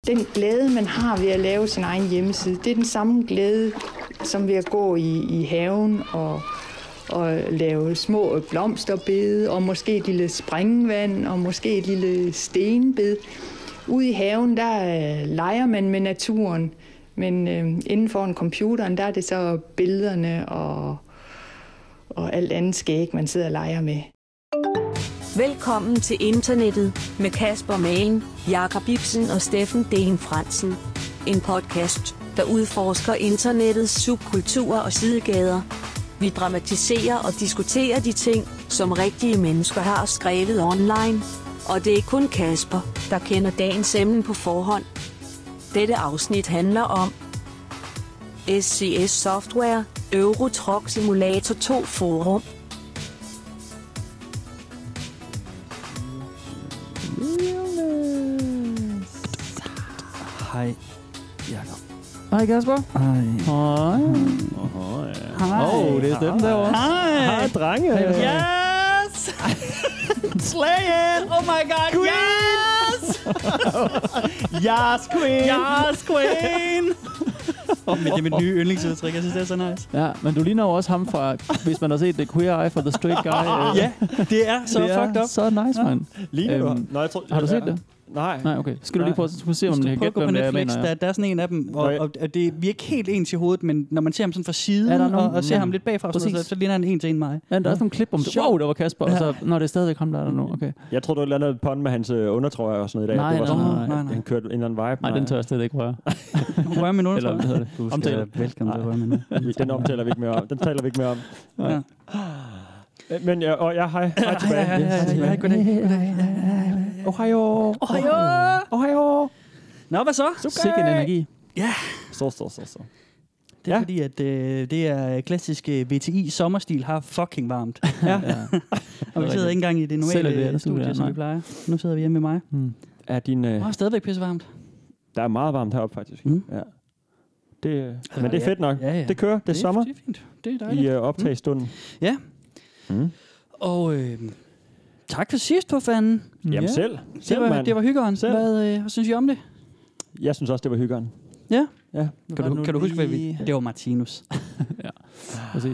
Den glæde, man har ved at lave sin egen hjemmeside, det er den samme glæde, som ved at gå i haven og lave små blomsterbede, og måske et lille springvand, og måske et lille stenbed. Ude i haven, der leger man med naturen, men inden for en computeren, der er det så billederne og alt andet skæg, man sidder og leger med. Velkommen til internettet med Kasper Malen, Jakob Ibsen og Steffen Dehn Fransen. En podcast, der udforsker internettets subkulturer og sidegader. Vi dramatiserer og diskuterer de ting, som rigtige mennesker har skrevet online. Og det er kun Kasper, der kender dagens emne på forhånd. Dette afsnit handler om SCS Software, Euro Truck Simulator 2 Forum. Hej, Jakob. Hej Kasper. Hej. Hej. Det er stemmen derovre. Hej, drenge. Yes! Slay it! Oh my god, Queen! yes! Yes, queen! Yes, queen! Men det er mit nye yndlingsudtryk. Jeg synes, det er så nice. Ja, men du ligner jo også ham fra, hvis man har set The Queer Eye for The Straight Guy. Ja, det er så det fucked up. Så nice, mand. Ligner du? Nå, jeg tror, har du set det? Nej, okay. Skal du lige prøve at se, om du jeg kan gætte, hvem det er, mener der er sådan en af dem, og det vi er ikke helt ens i hovedet, men når man ser ham sådan fra siden, og ser ham lidt bagfra, så ligner han en til en mig. Ja, der er sådan nogle klip om, wow, der var Kasper, og så, når det er stadigvæk ham, der er der nu, okay. Jeg tror, du har lavet pond med hans undertrøjer og sådan noget i dag. Nej, det var sådan, nej. Han kørte en eller anden vibe. Nej, den tør jeg slet ikke røre. Rør min undertrøjer. Eller hvad hedder det? Du skal være velkommen til at røre min undertrøjer. Den omtaler vi ikke mere om. Den taler vi ikke mere om. Ja. Men hej tilbage. Hej, goddag. Ohio. Nå, hvad så? Sikke en energi. Ja. Så. Det er fordi, at det er klassisk VTI sommerstil har fucking varmt. Ja. Og vi sidder ikke engang i det normale studie, som vi plejer. Nu sidder vi hjemme med mig. Er din... Stadigvæk pisse varmt. Der er meget varmt heroppe, faktisk. Mm. Ja. Men det er fedt nok. Ja. Det kører. Det er sommer. Det er fint. Det er dejligt. I optagestunden. Ja. Og tak for sidst, på fanden. Jamen selv. Det var hyggeren. Selv. Hvad synes I om det? Jeg synes også, det var hyggeren. Ja. Ja. Kan du huske, hvad vi... Det var Martinus. Ja, præcis.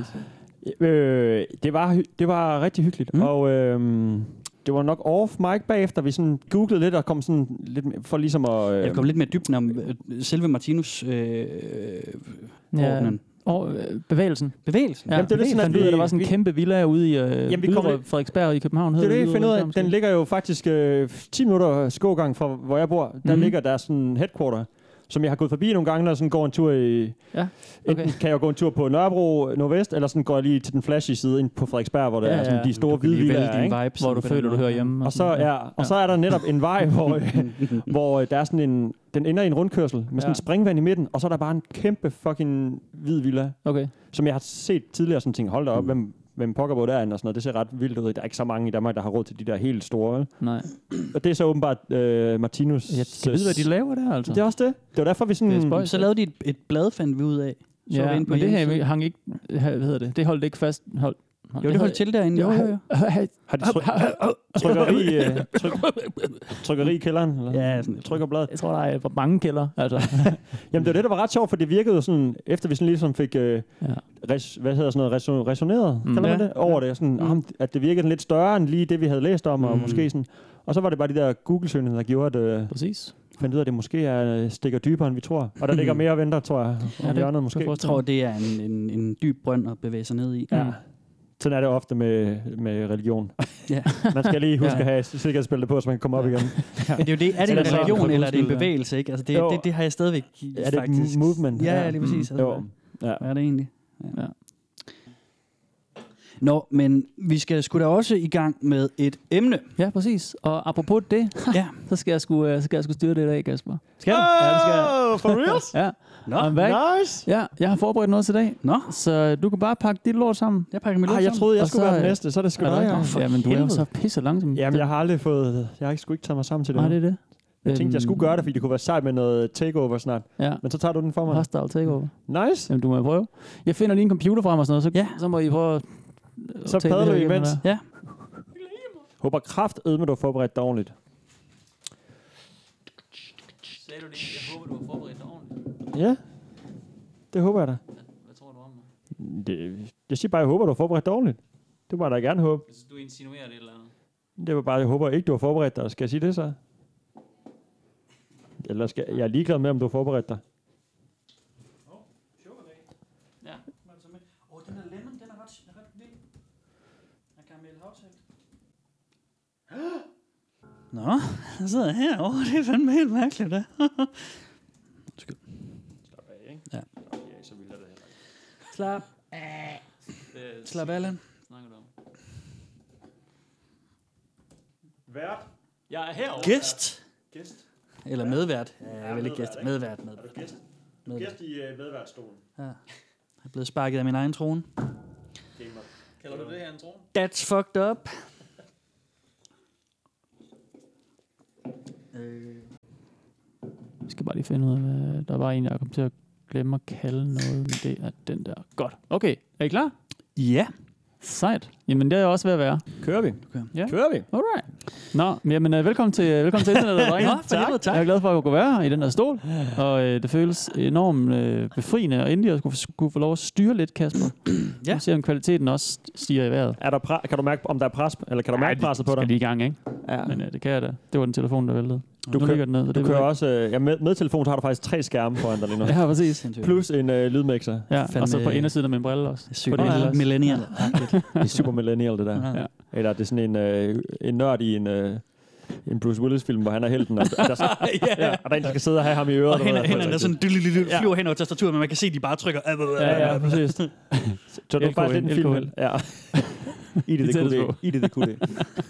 Det var rigtig hyggeligt. Og det var nok off mic bagefter. Vi sådan googlede lidt og kom sådan lidt for ligesom at... Jeg kom lidt mere dybden om selve Martinus ordenen. Og bevægelsen. Ja, jamen, det er lidt sådan, at der var sådan en kæmpe villa ude i Frederiksberg i København. Det er det, vi finder ud af. Den ligger jo faktisk 10 minutter skågang fra, hvor jeg bor. Der ligger der sådan en headquarter, som jeg har gået forbi nogle gange, når jeg sådan går en tur i... Ja, okay. Enten kan jeg gå en tur på Nørrebro Nordvest, eller sådan går jeg lige til den flashy side ind på Frederiksberg, hvor der er sådan de store hvide villaer, ikke? Hvor du føler, du hører hjemme. Og så er der netop en vej, hvor der er sådan en... Den ender i en rundkørsel med sådan en springvand i midten, og så er der bare en kæmpe fucking hvid villa, som jeg har set tidligere, sådan ting. Hold da op, hvem pokker på derinde og sådan noget. Det ser ret vildt ud. Der er ikke så mange i Danmark, der har råd til de der helt store. Nej. Og det er så åbenbart Martinus. Jeg kan vide, hvad de laver der, altså. Det er også det. Det var derfor, vi sådan... Så lavede de et blad, fandt vi ud af. Så ja, men det her hang ikke... Hvad hedder det? Det holdt ikke fast... Jo, det holdt til derinde. Jo. Har de trykkeri i kælderen? Eller? Ja, sådan trykkerbladet. Jeg tror, der er mange kælder. Altså. Jamen, det var det, der var ret sjovt, for det virkede jo sådan, efter vi sådan ligesom fik resoneret, kalder man det, over det, sådan, at det virkede lidt større end lige det, vi havde læst om, og måske sådan. Og så var det bare de der Google-søgninger, der gjorde, at fandt ud af, at det måske stikker dybere, end vi tror. Og der ligger mere og venter, tror jeg. Hjørnet, måske. Jeg tror, det er en dyb brønd at bevæge sig ned i. Ja. Sådan er det ofte med religion. Ja. Man skal lige huske at have sikkerhedsbælte på, så man kan komme op igen. Men det er jo det. Er det en religion, eller er det en bevægelse? Ikke? Altså det har jeg stadigvæk faktisk. Er det et movement? Ja, lige præcis. Altså, hvad er det egentlig? Ja. Nå, men vi skal sgu da også i gang med et emne. Ja, præcis. Og apropos det, så skal jeg sgu styre det i dag, Kasper. Skal du? Ja, det skal jeg. For reals? Ja. I'm back. Nice. Ja, jeg har forberedt noget til i dag. Så du kan bare pakke dit lort sammen. Jeg pakker mit lort sammen. Jeg troede, jeg skulle være den næste, så er det sgu dig. Ja, men du er jo så pisse langsom. Jamen, jeg har aldrig fået... Jeg har ikke taget mig sammen til det. Nej, det er det. Jeg tænkte, jeg skulle gøre det, fordi det kunne være sejt med noget takeover snart. Ja. Men så tager du den for mig. Hostile takeover. Nice. Jamen, du må prøve. Jeg finder lige en computer frem og sådan noget, så må I prøve så padler du imens. Ja. Håber kraftedme, du har forberedt dig ordentligt. Say Sagde du det? Jeg håber, du har forberedt dig ordentligt. Ja, det håber jeg da. Hvad tror du om mig? Jeg siger bare, jeg håber, du har forberedt dig ordentligt. Det må jeg da gerne håbe. Hvis du insinuerer det eller andet. Det var bare, jeg håber ikke, du har forberedt dig. Skal jeg sige det så? Eller jeg er ligeglad med, om du har forberedt dig. Ja. Den der lemon, den er ret vild. Jeg kan melde havsalt. Nå, jeg sidder herovre. Det er fandme helt mærkeligt, da. Undskyld. Slap af, ikke? Ja. Okay, så vil jeg det heller ikke. Slap af. Slap af, Lan. Snakker du om? Vært. Jeg er herovre. Gæst. Gæst. Eller medvært. Ja, jeg vil ikke gæst. Medvært. Gæst. Gæst i medværtsstolen. Ja. Jeg er blevet sparket af min egen trone. Kalder du det her en trone? That's fucked up. Jeg skal bare lige finde ud af, hvad der var en, jeg kom til at glemme at kalde noget, men det er den der. Godt. Okay, er I klar? Ja. Sejt. Jamen, det er jeg også ved at være. Kører vi? Ja. Kører vi? Alright. Nå, jamen, velkommen til internettet, drenge. tak. Jeg er glad for at kunne være her i den her stol, og det føles enormt befriende, og endelig at skulle få lov at styre lidt, Kasper. Ja. Og se, om kvaliteten også stiger i vejret. Kan du mærke, om der er pres, eller kan du mærke presset på dig? Skal lige i gang, ikke? Ja. Men det kan jeg da. Det var den telefon, der væltede. Du ligger den ned. Du kører også... med telefon, så har du faktisk 3 skærme foran dig lige nu. Ja, præcis. Plus en lydmixer. Ja, og så på indersiden af min brille også. Super millennial. Det er super millennial, det der. Ja. Eller det er sådan en nørd i en Bruce Willis-film, hvor han er helten, og der er en, der skal sidde og have ham i øret. Og hænderne der sådan flyver hen over tastaturet, men man kan se, at de bare trykker. Ja, præcis. Så det er faktisk lidt en film. Ja. IDDQD.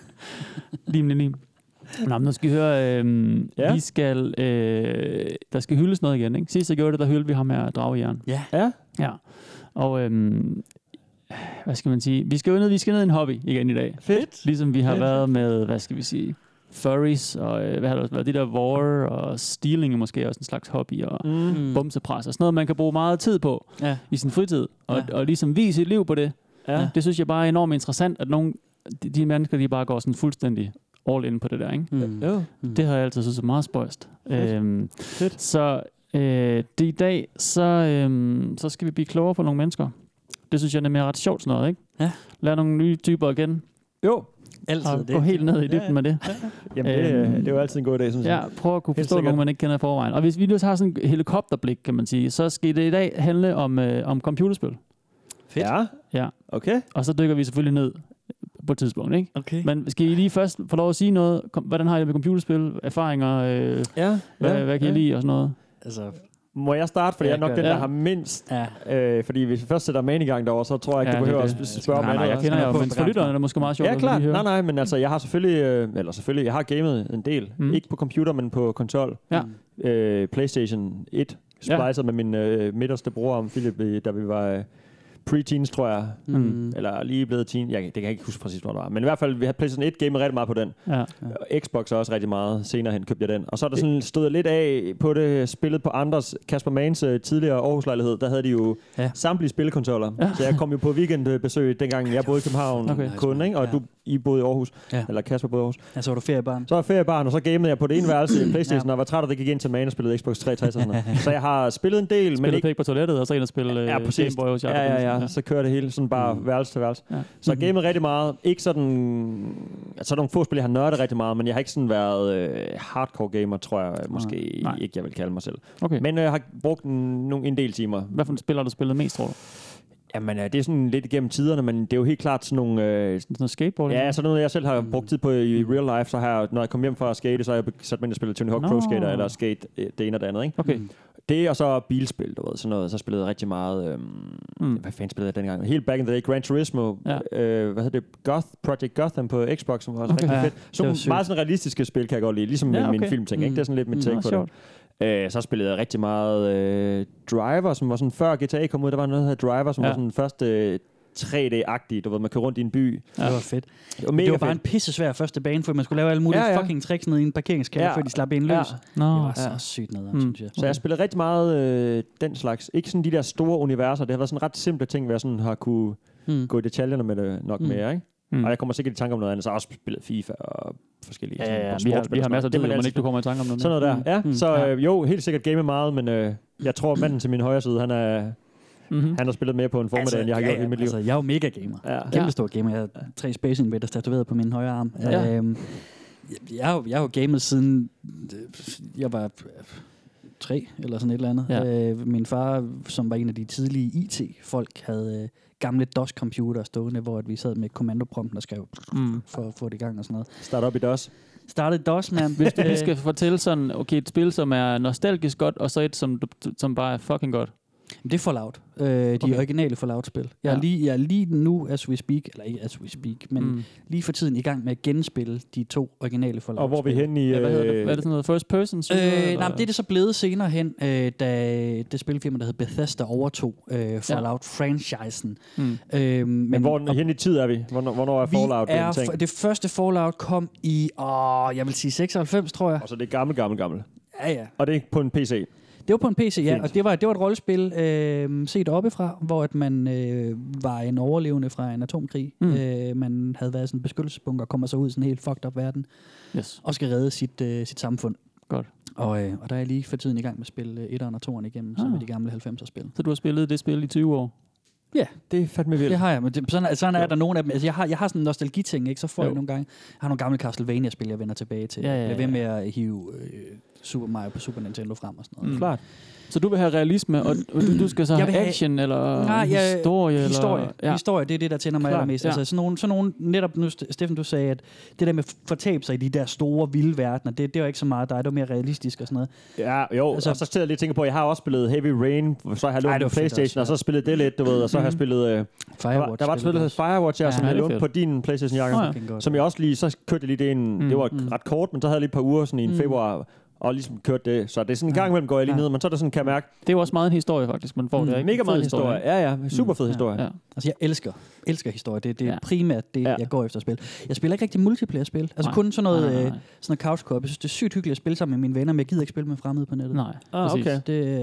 Lim. Nå, nu skal vi høre, vi skal, der skal hyldes noget igen, ikke? Sidst jeg gjorde det, der hyldede vi ham her Dragejern. Ja. Og hvad skal man sige? Vi skal ned i en hobby igen i dag. Fedt. Ligesom vi har været med, hvad skal vi sige, furries, og hvad har der været, det der war, og stealing er måske også en slags hobby, og bumsepres, og sådan noget, man kan bruge meget tid på i sin fritid, og ligesom vise sit liv på det. Ja. Det synes jeg bare er enormt interessant, at de mennesker, de bare går sådan fuldstændig all in på det der, ikke? Det har jeg altid synes er meget spøjst. Så i dag, så skal vi blive klogere på nogle mennesker. Det synes jeg nemlig er ret sjovt sådan noget, ikke? Ja. Lær nogle nye typer igen. Jo. Altid og gå helt ned i dybden med det. Jamen, det er jo altid en god idé, synes jeg. Ja, prøv at kunne forstå nogen, man ikke kender i forvejen. Og hvis vi nu har sådan en helikopterblik, kan man sige, så skal det i dag handle om computerspil. Fedt. Ja. Okay. Og så dykker vi selvfølgelig ned på et tidspunkt, ikke? Okay. Men skal I lige først få lov at sige noget? Hvordan har I det med computerspil? Erfaringer? Hvad kan I lide og sådan noget? Altså... Må jeg starte, fordi jeg er nok den, der har mindst. Ja. Fordi hvis vi først sætter man i gang derovre, så tror jeg ikke, du behøver at spørge om andet. Jeg kender jo, men for lytterne er det måske meget sjovt. Ja, klart. Nej, men altså, jeg har selvfølgelig, jeg har gamet en del. Ikke på computer, men på konsol. Ja. PlayStation 1, splicet med min midterste bror om Philip, da vi var... pre-teens, tror jeg. Eller lige blevet teen. Det kan jeg ikke huske præcis, hvor det var. Men i hvert fald, vi har PlayStation 1 gamet rigtig meget på den. Ja. Xbox også rigtig meget. Senere hen købte jeg den. Og så er der sådan stået lidt af på det, spillet på andres. Kasper Mans tidligere Aarhus-lejlighed, der havde de jo samtlige spillekonsoller. Ja. Så jeg kom jo på weekendbesøg, dengang jeg boede i København kun, ikke? Og I boede i Aarhus. Ja. Eller Kasper boede i Aarhus. Ja, så var du feriebarn. Så var jeg feriebarn, og så gamede jeg på det ene værelse i PlayStation, og var træt af det, gik ind til Man og spillede Xbox 360. Så jeg har spillet en del. Spillet ikke på toilettet, og så ind og spille Game Boy hos Ja. Så kører det hele sådan bare værelse til værelse. Ja. Så jeg gamet rigtig meget. Ikke sådan... Altså nogle få spil, jeg har nørdet rigtig meget, men jeg har ikke sådan været hardcore gamer, tror jeg måske ikke, jeg vil kalde mig selv. Okay. Men jeg har brugt en del timer. Hvad for spiller du spillet mest, tror du? Jamen, det er sådan lidt igennem tiderne, men det er jo helt klart sådan nogle... sådan noget skateboarding? Ja, sådan noget, jeg selv har brugt tid på i real life, så har jeg, når jeg kom hjem fra at skate, så har jeg sat mig ind og spillet Tony Hawk Pro Skater, eller skate det ene og det andet, ikke? Okay. Det og så bilspil, du ved, sådan noget. Så spillede jeg rigtig meget... Hvad fanden spillede jeg dengang? Helt back in the day, Gran Turismo. Ja. Hvad hedder det? Project Gotham på Xbox, som var også rigtig fedt. Så meget sådan realistiske spil kan jeg godt lide, ligesom med min filmting, ikke? Det er sådan lidt mit take på det. Så spillede jeg rigtig meget Driver, som var sådan før GTA kom ud. Der var noget, der hedder Driver, som var sådan første 3D-agtigt, du ved, man kører rundt i en by. Ja. Det var fedt. Det var bare en pissesvær første bane, for man skulle lave alle mulige fucking tricks ned i en parkeringskælder, før de slap en løs. Det var så sygt noget, synes jeg. Så jeg spillede rigtig meget den slags. Ikke sådan de der store universer. Det har været sådan ret simple ting, hvor jeg sådan har kunne gå i detaljerne med det nok mere, ikke? Og jeg kommer sikkert i tanke om noget andet, så har jeg også spillet FIFA og forskellige vi har masser af tid, men ikke du kommer i tanke om noget. Sådan noget der. Ja, så jo, helt sikkert game meget, men jeg tror, manden til min højre side, han har spillet mere på en formiddag, end jeg har gjort i mit liv. Altså, jeg er jo mega gamer. Ja. Kæmpe stor gamer. Jeg har 3 Space Invaders tatoveret på min højre arm. Ja. Jeg har jo gamet siden jeg var 3 eller sådan et eller andet. Ja. Min far, som var en af de tidlige IT-folk, havde gamle DOS-computer stående, hvor vi sad med kommandoprompten og skrev for at få det i gang og sådan noget. Start op i DOS. Startede DOS, man. Hvis du lige skal fortælle sådan, okay, et spil, som er nostalgisk godt, og så et, som bare er fucking godt. Det er Fallout. De originale Fallout-spil. Jeg er lige nu, as we speak, eller ikke as we speak, men lige for tiden i gang med at genspille de 2 originale Fallout-spil. Og hvor er vi hen i... hvad hedder det? Hvad er det sådan noget? First person? Nej, det er det så blevet senere hen, da det spilfirma, der hed Bethesda, overtog Fallout-franchisen. Men hvor hen i tid er vi? Hvornår er Fallout en ting? Det første Fallout kom i, jeg vil sige 96, tror jeg. Og så det er gammel. Ja. Og det er på en PC? Det var på en PC, ja, og det var et rollespil set oppefra, hvor at man var en overlevende fra en atomkrig. Man havde været sådan en beskyttelsesbunker og kommer så ud i sådan en helt fucked up verden, og skal redde sit samfund. Godt. Og der er jeg lige for tiden i gang med at spille 1'eren og 2'eren igennem, som er de gamle 90'er-spil. Så du har spillet det spil i 20 år? Ja, det er fandme vildt. Det har jeg, men sådan er der nogle af dem. Altså, jeg har sådan en nostalgiting, ikke? Så får jeg nogle gange. Jeg har nogle gamle Castlevania-spil, jeg vender tilbage til. Jeg bliver ved med at hive Super Mario på Super Nintendo frem og sådan noget. Klart. Så du vil have realisme, og du skal så have action, eller historie? Historie, det er det, der tænder mig allermest. Ja. Altså, sådan nogle, netop nu, Steffen, du sagde, at det der med at fortabe sig i de der store, vilde verdener, det var ikke så meget dig, det var mere realistisk og sådan noget. Ja, jo, altså, og så sidder jeg lige og tænker på, at jeg har også spillet Heavy Rain, så har jeg lånt på PlayStation, også, og så spillet det lidt, du ved, og så har jeg spillet... Firewatch. Der var et spil, der hed Firewatch, som jeg lånte på din PlayStation, Jakob, som jeg også lige, så kørte jeg lige det ind, det var ret kort, men så havde jeg lige et par uger, sådan i en februar, og ligesom kørt det. Så det er sådan en gang imellem går jeg lige ned, men så er det sådan, kan jeg mærke... Det er jo også meget en historie, faktisk, man får det, ikke? Mega meget historie. Ja. Super fed historie. Ja. Altså, jeg elsker historie. Det er primært det, jeg går efter at spille. Jeg spiller ikke rigtig multiplayer-spil. Altså kun sådan noget couch co-op. Jeg synes, det er sygt hyggeligt at spille sammen med mine venner, men jeg gider ikke spille med fremmede på nettet. Nej, okay.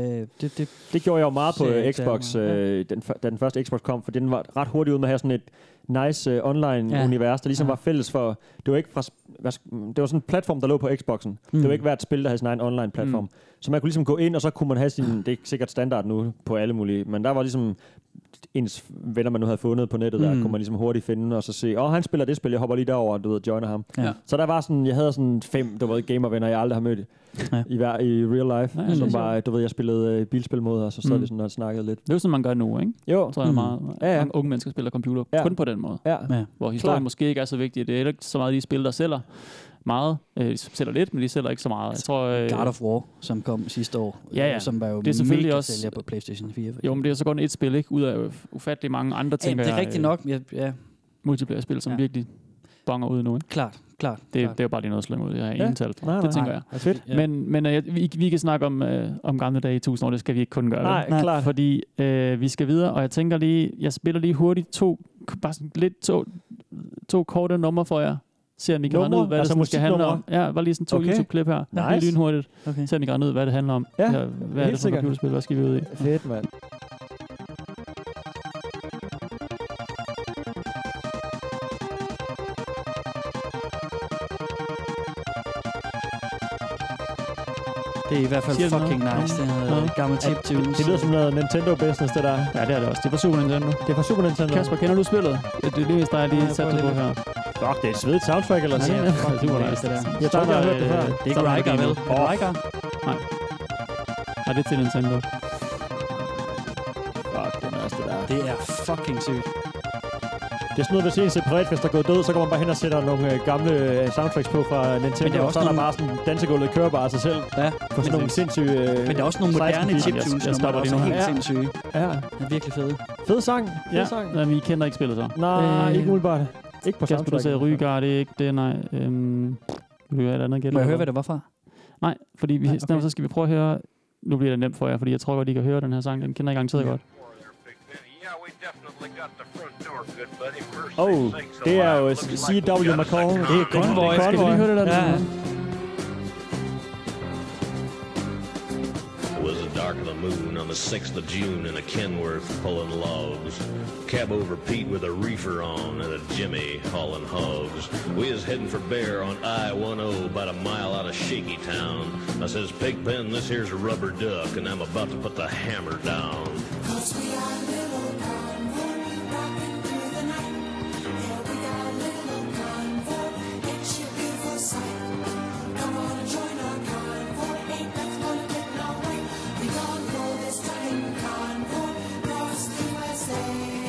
Det gjorde jeg jo meget på Xbox, da den første Xbox kom, for den var ret hurtigt ud med at have sådan et nice online-univers, der ligesom var fælles for... Det var ikke fra... Det var sådan en platform, der lå på Xboxen. Det var ikke hvert spil, der havde sin egen online-platform. Så man kunne ligesom gå ind, og så kunne man have sin... Det er ikke sikkert standard nu på alle mulige, men der var ligesom ens venner, man nu havde fundet på nettet, der kunne man ligesom hurtigt finde, og så se, han spiller det spil, jeg hopper lige derover, du ved, joiner ham. Ja. Så der var sådan, jeg havde sådan 5, du ved, gamervenner, jeg aldrig har mødt i real life, som bare, du ved, jeg spillede bilspil mod, og så sad vi sådan og snakkede lidt. Det er jo sådan, man gør nu, ikke? Jo. Tror jeg meget. Mange unge mennesker spiller computer kun på den måde. Ja. Hvor historien måske ikke er så vigtig. Det er ikke så meget de spil, der sælger meget. De sælger lidt, men de sælger ikke så meget. Jeg tror, God of War, som kom sidste år, som var jo det er selvfølgelig mega også sælger på PlayStation 4. Jo, men det er så godt et spil, ikke? Ud af ufattelig mange andre ting. Det er rigtigt nok. Multiplayer-spil, som virkelig bonger ud nu, ikke? Klart. Det er jo bare lige noget slænge ud. Jeg har ingen tal. Det tænker jeg. Det er fedt. Men vi kan snakke om gamle dage i 1000 år. Det skal vi ikke kun gøre. Nej, klart. Fordi vi skal videre, og jeg tænker lige, jeg spiller lige hurtigt to korte numre for jer. Se om I kan regne ud, hvad det skal handle om. Ja, bare lige sådan 2 YouTube-klip her. Nice. Lynhurtigt. Se om I kan regne ud, hvad det handler om. Ja, hvad er det for et computerspil? Hvad skal vi ud i? Fedt, mand. Det er i hvert fald fucking nice. Det er noget gammel chiptunes. Det lyder som noget Nintendo-business, det der. Ja, det er det også. Det er fra Super Nintendo. Det er fra Super Nintendo. Kasper, kender du spillet? Det er det, der er lige sat på her. Fuck, det er et svedigt soundtrack, eller sådan. Ja, fuck, super nice, det der. Jeg tror, jeg har hørt det før. Det er ikke Rygar, vel? Er det Rygar? Nej. Nej, det er til Nintendo. Fuck, det er det der. Det er fucking sygt. Det er sådan noget, hvis en separatfest er gået død, så går man bare hen og sætter nogle gamle soundtracks på fra Nintendo, og så er der bare sådan dansegulvet kører bare af sig selv. Ja. For sådan nogle sindssyge... Men der er også nogle moderne chiptunes, som er også helt sindssyge. Ja. Det er virkelig fede. Fed sang. Fed sang. Men I kender ikke spillet så? Nej, ikke umiddelbart. Ikke på soundtrack. Kasper, du sagde Rygar, det er ikke det, nej. Vil du have et andet gæld? Må jeg høre, hvad det var fra? Nej, fordi så skal vi prøve at høre... Nu bliver det nemt for jer, fordi jeg tror godt, I kan høre den her sang. Den kender I garanteret godt. Det er jo C.W. McCall. Det er Convoy. Skal vi lige høre det der? Ja. Was a arc of the moon on the 6th of June in a Kenworth pulling logs. Cab over Pete with a reefer on and a Jimmy hauling hogs. We is heading for Bear on I-10 about a mile out of Shaky Town. I says, Pigpen, this here's a rubber duck and I'm about to put the hammer down. 'Cause we are little convoy rocking through the night. Yeah, we are little convoy, it's your beautiful sight. Come on and join our convoy, ain't nothing gonna get in our way. We gonna go this time convoy, across the USA.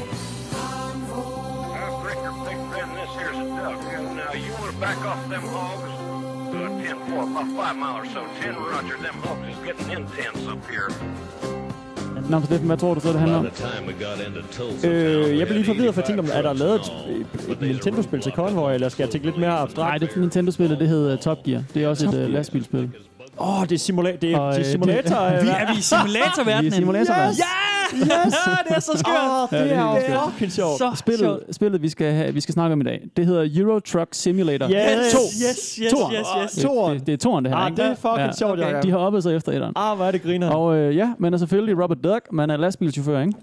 Convoy. Breaker, Pigpen, this here's a duck. Now you wanna back off them hogs? 10-4, about 5 miles or so. 10 Roger, them hogs is getting intense up here. Nå, Steffen, hvad tror du så, det handler om? Jeg blev lige forvirret for at tænke, om er der lavet et Nintendo-spil til Convoy, eller skal jeg tænke lidt mere abstrakt? Nej, det Nintendo-spillet, det hedder Top Gear. Det er også et lastbilspil. Det er simulator. Vi er i simulatorverdenen. Vi er i simulatorverdenen. Yes! Det er så skørt. Det er jo fucking sjovt. Spillet vi skal snakke om i dag, det hedder Euro Truck Simulator. Yes. Det er toren, det her. Det er fucking sjovt, okay. De har oppet sig efter etteren. Hvor er det griner. Og man er selvfølgelig Robert Duck, man er lastbilchauffør, ikke?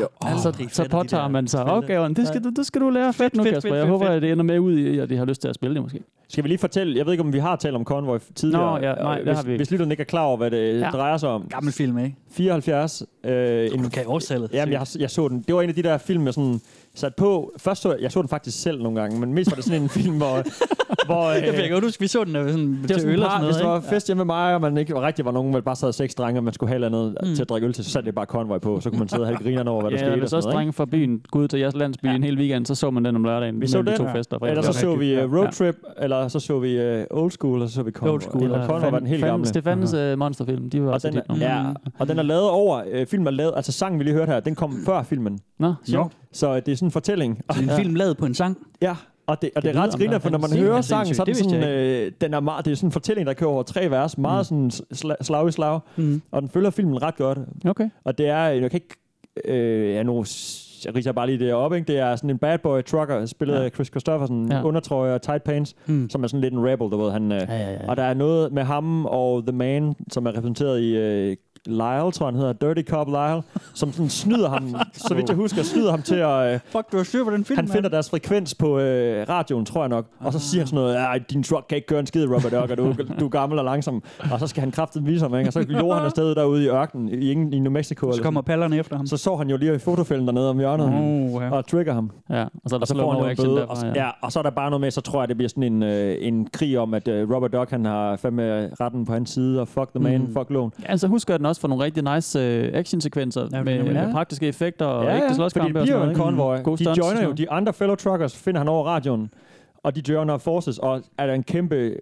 Så påtager man sig opgaven. Det skal du lære fedt nu, Kasper. Jeg håber, at det ender med ud i, at de har lyst til at spille det måske. Skal vi lige fortælle, jeg ved ikke, om vi har talt om Convoy tidligere. Nej, det har vi ikke. Hvis lytteren ikke er klar over, hvad det drejer sig om. Gammel film, ikke? 74. Okay, årstallet. Jamen, jeg så den. Det var en af de der film, jeg sådan sat på. Først jeg så den faktisk selv nogle gange, men mest var det sådan en film, hvor jeg kan godt huske, vi så den sådan, til øl og sådan noget. Hvis det var fest hjemme med mig, og man ikke rigtig var nogen, der bare sad 6 drenge, og man skulle have noget til at drikke øl til, så satte det bare Convoy på. Så kunne man sidde og have grinerne over, hvad der skete. Hvis også drenge fra byen gå ud til jeres landsby en hel weekend, så man den om lørdagen. Vi så den, to fester. Eller så vi Road Trip, eller så vi Old School, og så vi Convoy. Old School. Og Convoy var den helt gamle. Stefanes monsterfilm, de var også dit nummer. Ja, og den er lavet over, filmen er lavet, altså sangen vi lige hørte her, den kom før filmen. Nå, sjovt. Så det er sådan en fortælling. Det er en film lavet på en sang? Ja. Og det er ret skriner, for når man hører sangen, så er det sådan, den er meget, det er sådan en fortælling, der kører over 3 vers, meget sådan slag i slag, og den følger filmen ret godt. Okay. Og det er, jeg kan ikke, jeg riser bare lige det op, ikke? Det er sådan en bad boy trucker, spillet af Chris Christopherson, undertrøje og tight pants, som er sådan lidt en rebel, du ved. Og der er noget med ham og The Man, som er repræsenteret i Lyle, tror han hedder, Dirty Cop Lyle, som sådan snyder ham, så vidt jeg husker, snyder ham til at... Fuck, du har styr på den film, han finder deres frekvens på radioen, tror jeg nok, og så siger han sådan noget, din truck kan ikke køre en skid, Robert Duck, og du er gammel og langsom, og så skal han kraftigt vise ham, ikke? Og så løber han afsted derude i ørkenen, i New Mexico. Så kommer pallerne efter ham. Så han jo lige i fotofælden dernede om hjørnet, og trigger ham. Ja, og så er der slow mo action der. Og så er der bare noget med, så tror jeg, det bliver sådan en krig om, at Robert Duck, han har fandme retten på hans side, og fuck the man, fuck loven. Ja, så husker jeg den også for nogle rigtig nice actionsekvenser med praktiske effekter og ægte slåskampe og sådan noget. Fordi det bliver jo en convoy. De joiner jo de andre fellow truckers, finder han over radioen, og de joiner forces, og er der en kæmpe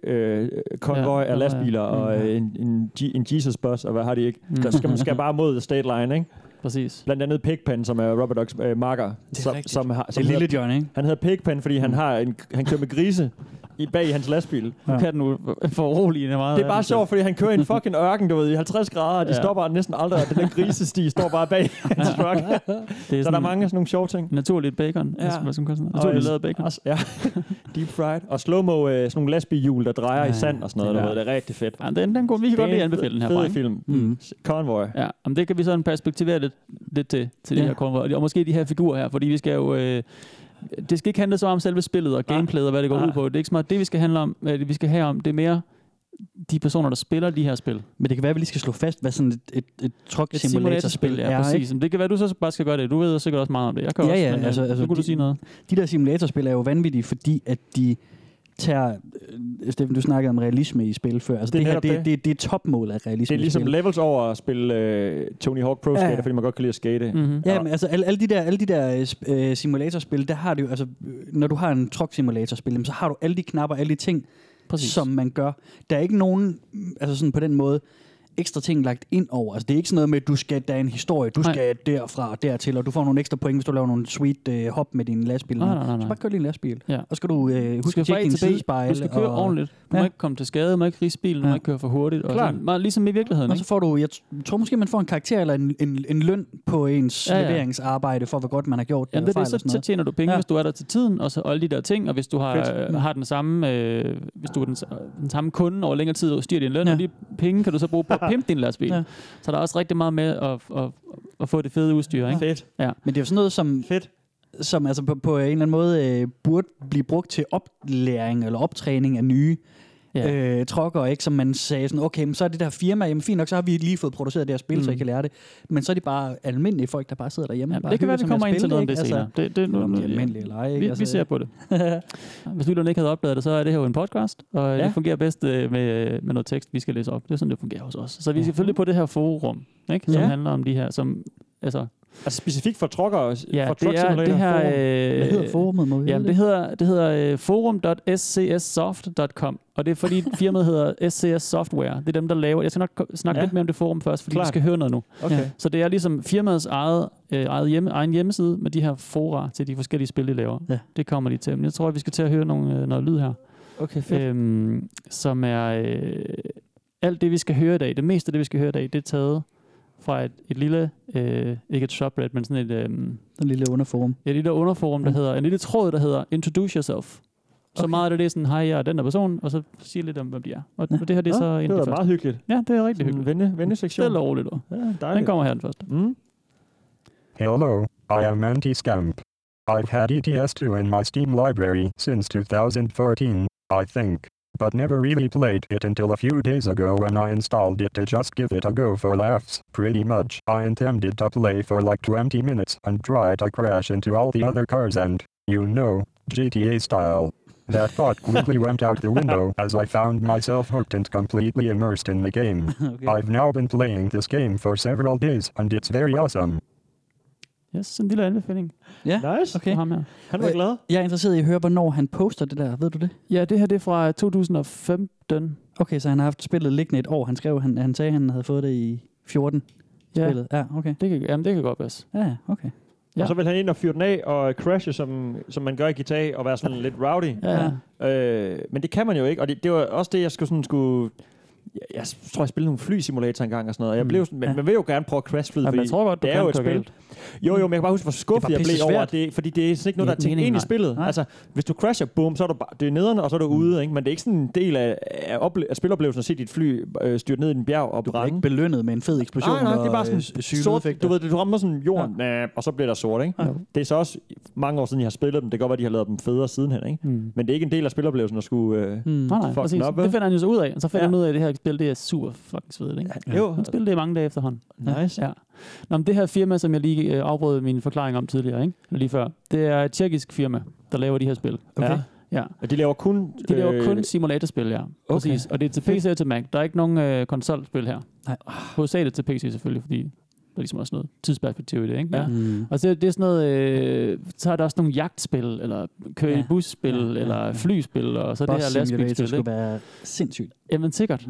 konvoj af lastbiler og en Jesus bus, og hvad har de ikke? Der skal bare mod the state line, ikke? Præcis. Blandt andet Pigpen, som er Robert Ducks marker. Det er lille John, ikke? Han hedder Pigpen, fordi han kører med grise bag i hans lastbil. Nu kan den foruroligende meget. Det er bare sjovt, fordi han kører i en fucking ørken, du ved, i 50 grader, og de stopper næsten aldrig, og den grisesti står bare bag hans truck. Så der er mange sådan nogle sjove ting. Naturligt bacon. Naturligt lavet bacon. Ja, deep fried. Og slow-mo, sådan nogle lastbilhjul, der drejer i sand og sådan noget. Du ved, det er rigtig fedt. Ja, den går vi kan godt lige anbefale den her. Fed film. Convoy. Ja, men det kan vi sådan perspektivere lidt til de her Convoy. Og måske de her figurer her, fordi vi skal jo... det skal ikke handle så om selve spillet og gameplayet og hvad det går ud på. Det er ikke så meget det, vi skal handle om. Vi skal have om, det er mere de personer, der spiller de her spil. Men det kan være, at vi lige skal slå fast, hvad sådan et truck simulatorspil er. Præcis. Det kan være, du så bare skal gøre det. Du ved sikkert også meget om det. Jeg kan også, men, altså kunne du sige noget. De der simulatorspil er jo vanvittige, fordi at de tager... Steffen, du snakkede om realisme i spil før. Altså det er topmålet af realisme. Det er ligesom levels over at spille Tony Hawk Pro Skater, fordi man godt kan lide at skate. Mm-hmm. Ja, men altså alle de der simulatorspil, der har det jo... Altså, når du har en truck simulatorspil, så har du alle de knapper, alle de ting, som man gør. Der er ikke nogen... Altså sådan på den måde... ekstra ting lagt ind over. Altså, det er ikke sådan noget med, at der er en historie, du skal derfra og dertil, og du får nogle ekstra point, hvis du laver nogle sweet hop med din lastbil. Nej. Så bare kør din lastbil. Ja. Og skal du huske at tjekke din sidespejl. Du skal køre ordentligt. Du må ikke komme til skade, du må ikke rise bilen, du må ikke køre for hurtigt. Og sådan, meget ligesom i virkeligheden. Og så får du, jeg tror måske, man får en karakter eller en løn på ens leveringsarbejde, for hvor godt man har gjort det. Ja, så tjener du penge, hvis du er der til tiden, og så alle de der ting, og hvis du har den samme, hvis du er den samme kunde over længere tid, og styrer din løn, og de penge kan du så bruge på pimpe din lastbil. Ja. Så der er også rigtig meget med at få det fede udstyr. Ikke? Fedt. Ja. Men det er jo sådan noget, som altså på en eller anden måde burde blive brugt til oplæring eller optræning af nye trucker, ikke? Som man sagde sådan, okay, men så er det der firma, jamen fint nok, så har vi lige fået produceret det her spil, så I kan lære det. Men så er de bare almindelige folk, der bare sidder derhjemme. Ja, det kan være, vi kommer ind til noget om det senere. Det er almindelige eller ej, ikke? Vi ser på det. Hvis lytterne ikke havde opdaget det, så er det her jo en podcast, og det fungerer bedst med noget tekst, vi skal læse op. Det er sådan, det fungerer hos os. Så vi er selvfølgelig på det her forum, ikke? Som handler om de her, som... Altså specifikt for trucker? Ja, for det er det her... Hvad hedder forumet? Må vi det hedder forum.scssoft.com, og det er fordi firmaet hedder SCS Software. Det er dem, der laver... Jeg skal nok snakke lidt mere om det forum først, fordi vi skal høre noget nu. Okay. Så det er ligesom firmaets egen hjemmeside med de her fora til de forskellige spil, de laver. Ja. Det kommer de til. Men jeg tror, at vi skal til at høre noget lyd her. Okay, fedt. Som er... alt det, vi skal høre i dag, det meste af det, vi skal høre i dag, det er taget fra et lille, ikke et subreddit, men sådan et... en lille underforum. Et lille underforum, der hedder... En lille tråd, der hedder Introduce Yourself. Så meget af det er sådan, hej, jeg er den der person, og så siger lidt om, hvem de er. Og det her, det er så... Det er meget hyggeligt. Ja, det er rigtig hyggeligt. Vennesektion. Stille og roligt. Ja, dejligt. Den kommer her den første. Hello, I am Anti-Scamp. I've had ETS2 in my Steam library since 2014, I think, but never really played it until a few days ago when I installed it to just give it a go for laughs. Pretty much, I intended to play for like 20 minutes and try to crash into all the other cars and, you know, GTA style. That thought quickly went out the window as I found myself hooked and completely immersed in the game. Okay. I've now been playing this game for several days and it's very awesome. Yes, en lille anbefaling. Ja, nice. Okay. Han var glad. Jeg er interesseret i at høre, hvornår han poster det der. Ved du det? Ja, det her det er fra 2015. Okay, så han har haft spillet liggende et år. Han skrev, han sagde, han havde fået det i 14. Spillet. Ja, okay. Det kan godt passe. Ja, okay. Ja. Og så vil han ind og fyre den af og crashe, som man gør i GTA, og være sådan lidt rowdy. Ja. Men det kan man jo ikke, og det var også det, jeg skulle... Jeg tror, jeg spillede nogle flysimulatorer engang og sådan noget. Jeg blev sådan, man vil jo gerne prøve at crash flyet, fordi godt, det er jo et spil. Jo, men jeg kan bare huske, hvor skuffet jeg blev over det, fordi det er sådan ikke noget, der er tænkt ind i spillet. Nej. Altså, hvis du crasher, boom, så er du bare, det er nederen, og så er du ude, ikke? Men det er ikke sådan en del af spiloplevelsen at se dit fly styrte ned i en bjerg og brænde. Du er ikke belønnet med en fed eksplosion. Nej, det er bare sådan sort. Du ved, du rammer sådan jorden, og så bliver der sort, ikke? Ja. Det er så også mange år siden, jeg har spillet dem. Det kan godt være, de har lavet dem federe sidenhen, ikke? Men det er ikke en del af spiloplevelsen at skulle fuck den op. Det finder han jo så ud af, og så finder han ud af, at det her spil, det er super fucking svedigt, ikke? Ja. Jo. Han spiller det i mange dage efterhånden. Nice. Ja. Nå, men det her firma, som jeg lige afbrød min forklaring om tidligere, ikke? Lige før, det er et tjekisk firma, der laver de her spil. Okay. Ja. Og de laver kun... simulatorspil, ja. Præcis. Og det er til PC og til Mac. Der er ikke nogen konsolspil her. Nej. Hovedsageligt til PC selvfølgelig, fordi der er ligesom også noget tidsperspektiv i det, ikke? Ja. Og så det er sådan noget... så er der også nogle jagtspil, eller køre i busspil, eller flyspil, og så det her lastbilspil. Det skulle være sindssygt. Jamen sikkert.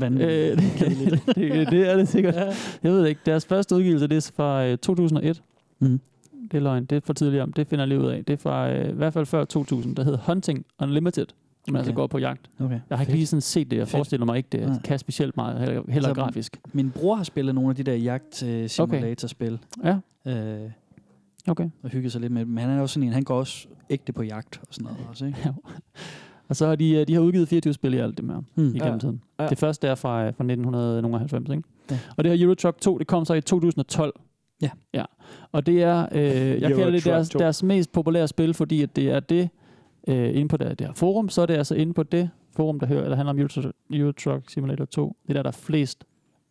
Det er det sikkert. Jeg ved ikke. Deres første udgivelse, det er fra 2001. Det er løgn. Det er for tidligere om. Det finder jeg lige ud af. Det er fra i hvert fald før 2000. Der hedder Hunting Unlimited. Man altså går på jagt. Okay. Jeg har ikke lige sådan set det. Jeg forestiller mig ikke, det kan specielt meget. Heller altså, grafisk. Min bror har spillet nogle af de der jagt-simulatorspil. Ja. Okay. Og hygget sig lidt med dem. Men han er også sådan en, han går også ægte på jagt og sådan noget også, ikke? Ja. Og så har de har udgivet 24 spil i alt det mere igennem tiden. Ja. Det første er fra 1990, ikke? Ja. Og det her Euro Truck 2, det kom så i 2012. Ja. Og det er, jeg kalder det deres mest populære spil, fordi at det er det, inde på det her forum, så er det altså inde på det forum, der handler om Euro Truck Simulator 2. Det der er flest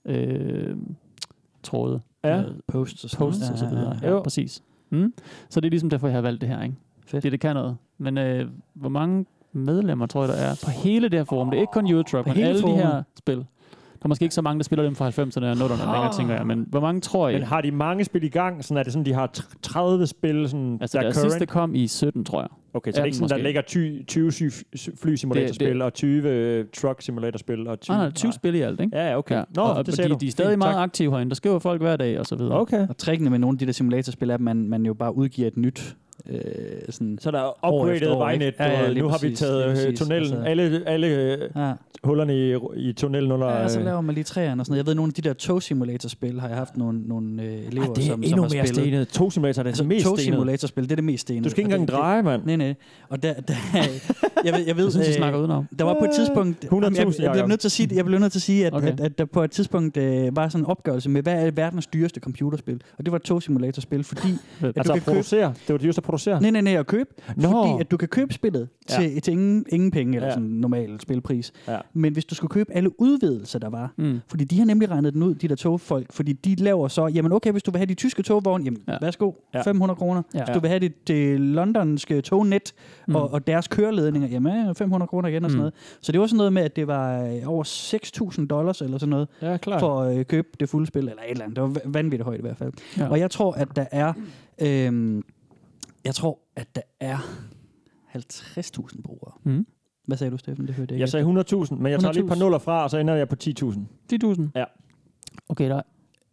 tråde. Ja. Posts og så videre. Ja, præcis. Så det er ligesom derfor, jeg har valgt det her, ikke? Fedt. Det kan noget. Men hvor mange medlemmer, tror jeg, der er på hele det her forum? Det er ikke kun Euro Truck, men alle de her spil. Der er måske ikke så mange, der spiller dem fra 90'erne og 00'erne længere, tænker jeg. Men hvor mange tror I? Men har de mange spil i gang? Sådan er det sådan, de har 30 spil, sådan, altså, der sidste kom i 17, tror jeg. Okay, så det er ikke sådan, der ligger 20 flysimulatorspil og 20 truck simulatorspil og 20... 20 spil i alt, ikke? Ja, okay. Ja. Nå, og de er stadig meget aktive herinde. Der skriver folk hver dag, og så videre. Okay. Og trickene med nogle af de der simulatorspil er, at man jo bare udgiver et nyt sådan så der er upgraded vejnet. Nu har vi taget tunnelen, altså, alle hullerne i tunnelen under... Ja, så laver man lige træerne og sådan noget. Jeg ved, nogle af de der tog-simulator-spil har jeg haft nogle elever, som har spillet. Det er endnu mere stenet. Tog-simulator er det mest stenet. Tog-simulator-spil, det er det mest stenet. Du skal ikke engang dreje, mand. Nej. Og jeg ved, synes, snakker udenom. Der var på et tidspunkt... 100.000, jeg blev nødt til at sige, at der på et tidspunkt var sådan en opgørelse med, hvad er verdens dyreste computerspil? Og det var Tog-simulator-spil, fordi... altså at producere? Det var det dyreste at producere? Nej, at købe. Fordi at du kan købe spillet til ingen penge, eller sådan en normal spilpris. Ja. Men hvis du skulle købe alle udvidelser, der var, fordi de har nemlig regnet den ud, de der togfolk, fordi de laver så, jamen okay, hvis du vil have de tyske togvogne, jamen værsgo, 500 kroner. Hvis du vil have det londonske tognet og deres køreledninger, jamen 500 kroner igen og sådan noget. Så det var sådan noget med, at det var over $6,000 eller sådan noget, for at købe det fulde spil, eller et eller andet. Det var vanvittigt højt i hvert fald. Ja. Og jeg tror, at der er... Jeg tror, at der er 50.000 brugere. Hvad sagde du, Steffen? Det hørte jeg. Jeg sagde 100.000, men jeg tager lige et par nuller fra, og så ender jeg på 10.000. 10.000? Ja. Okay, der er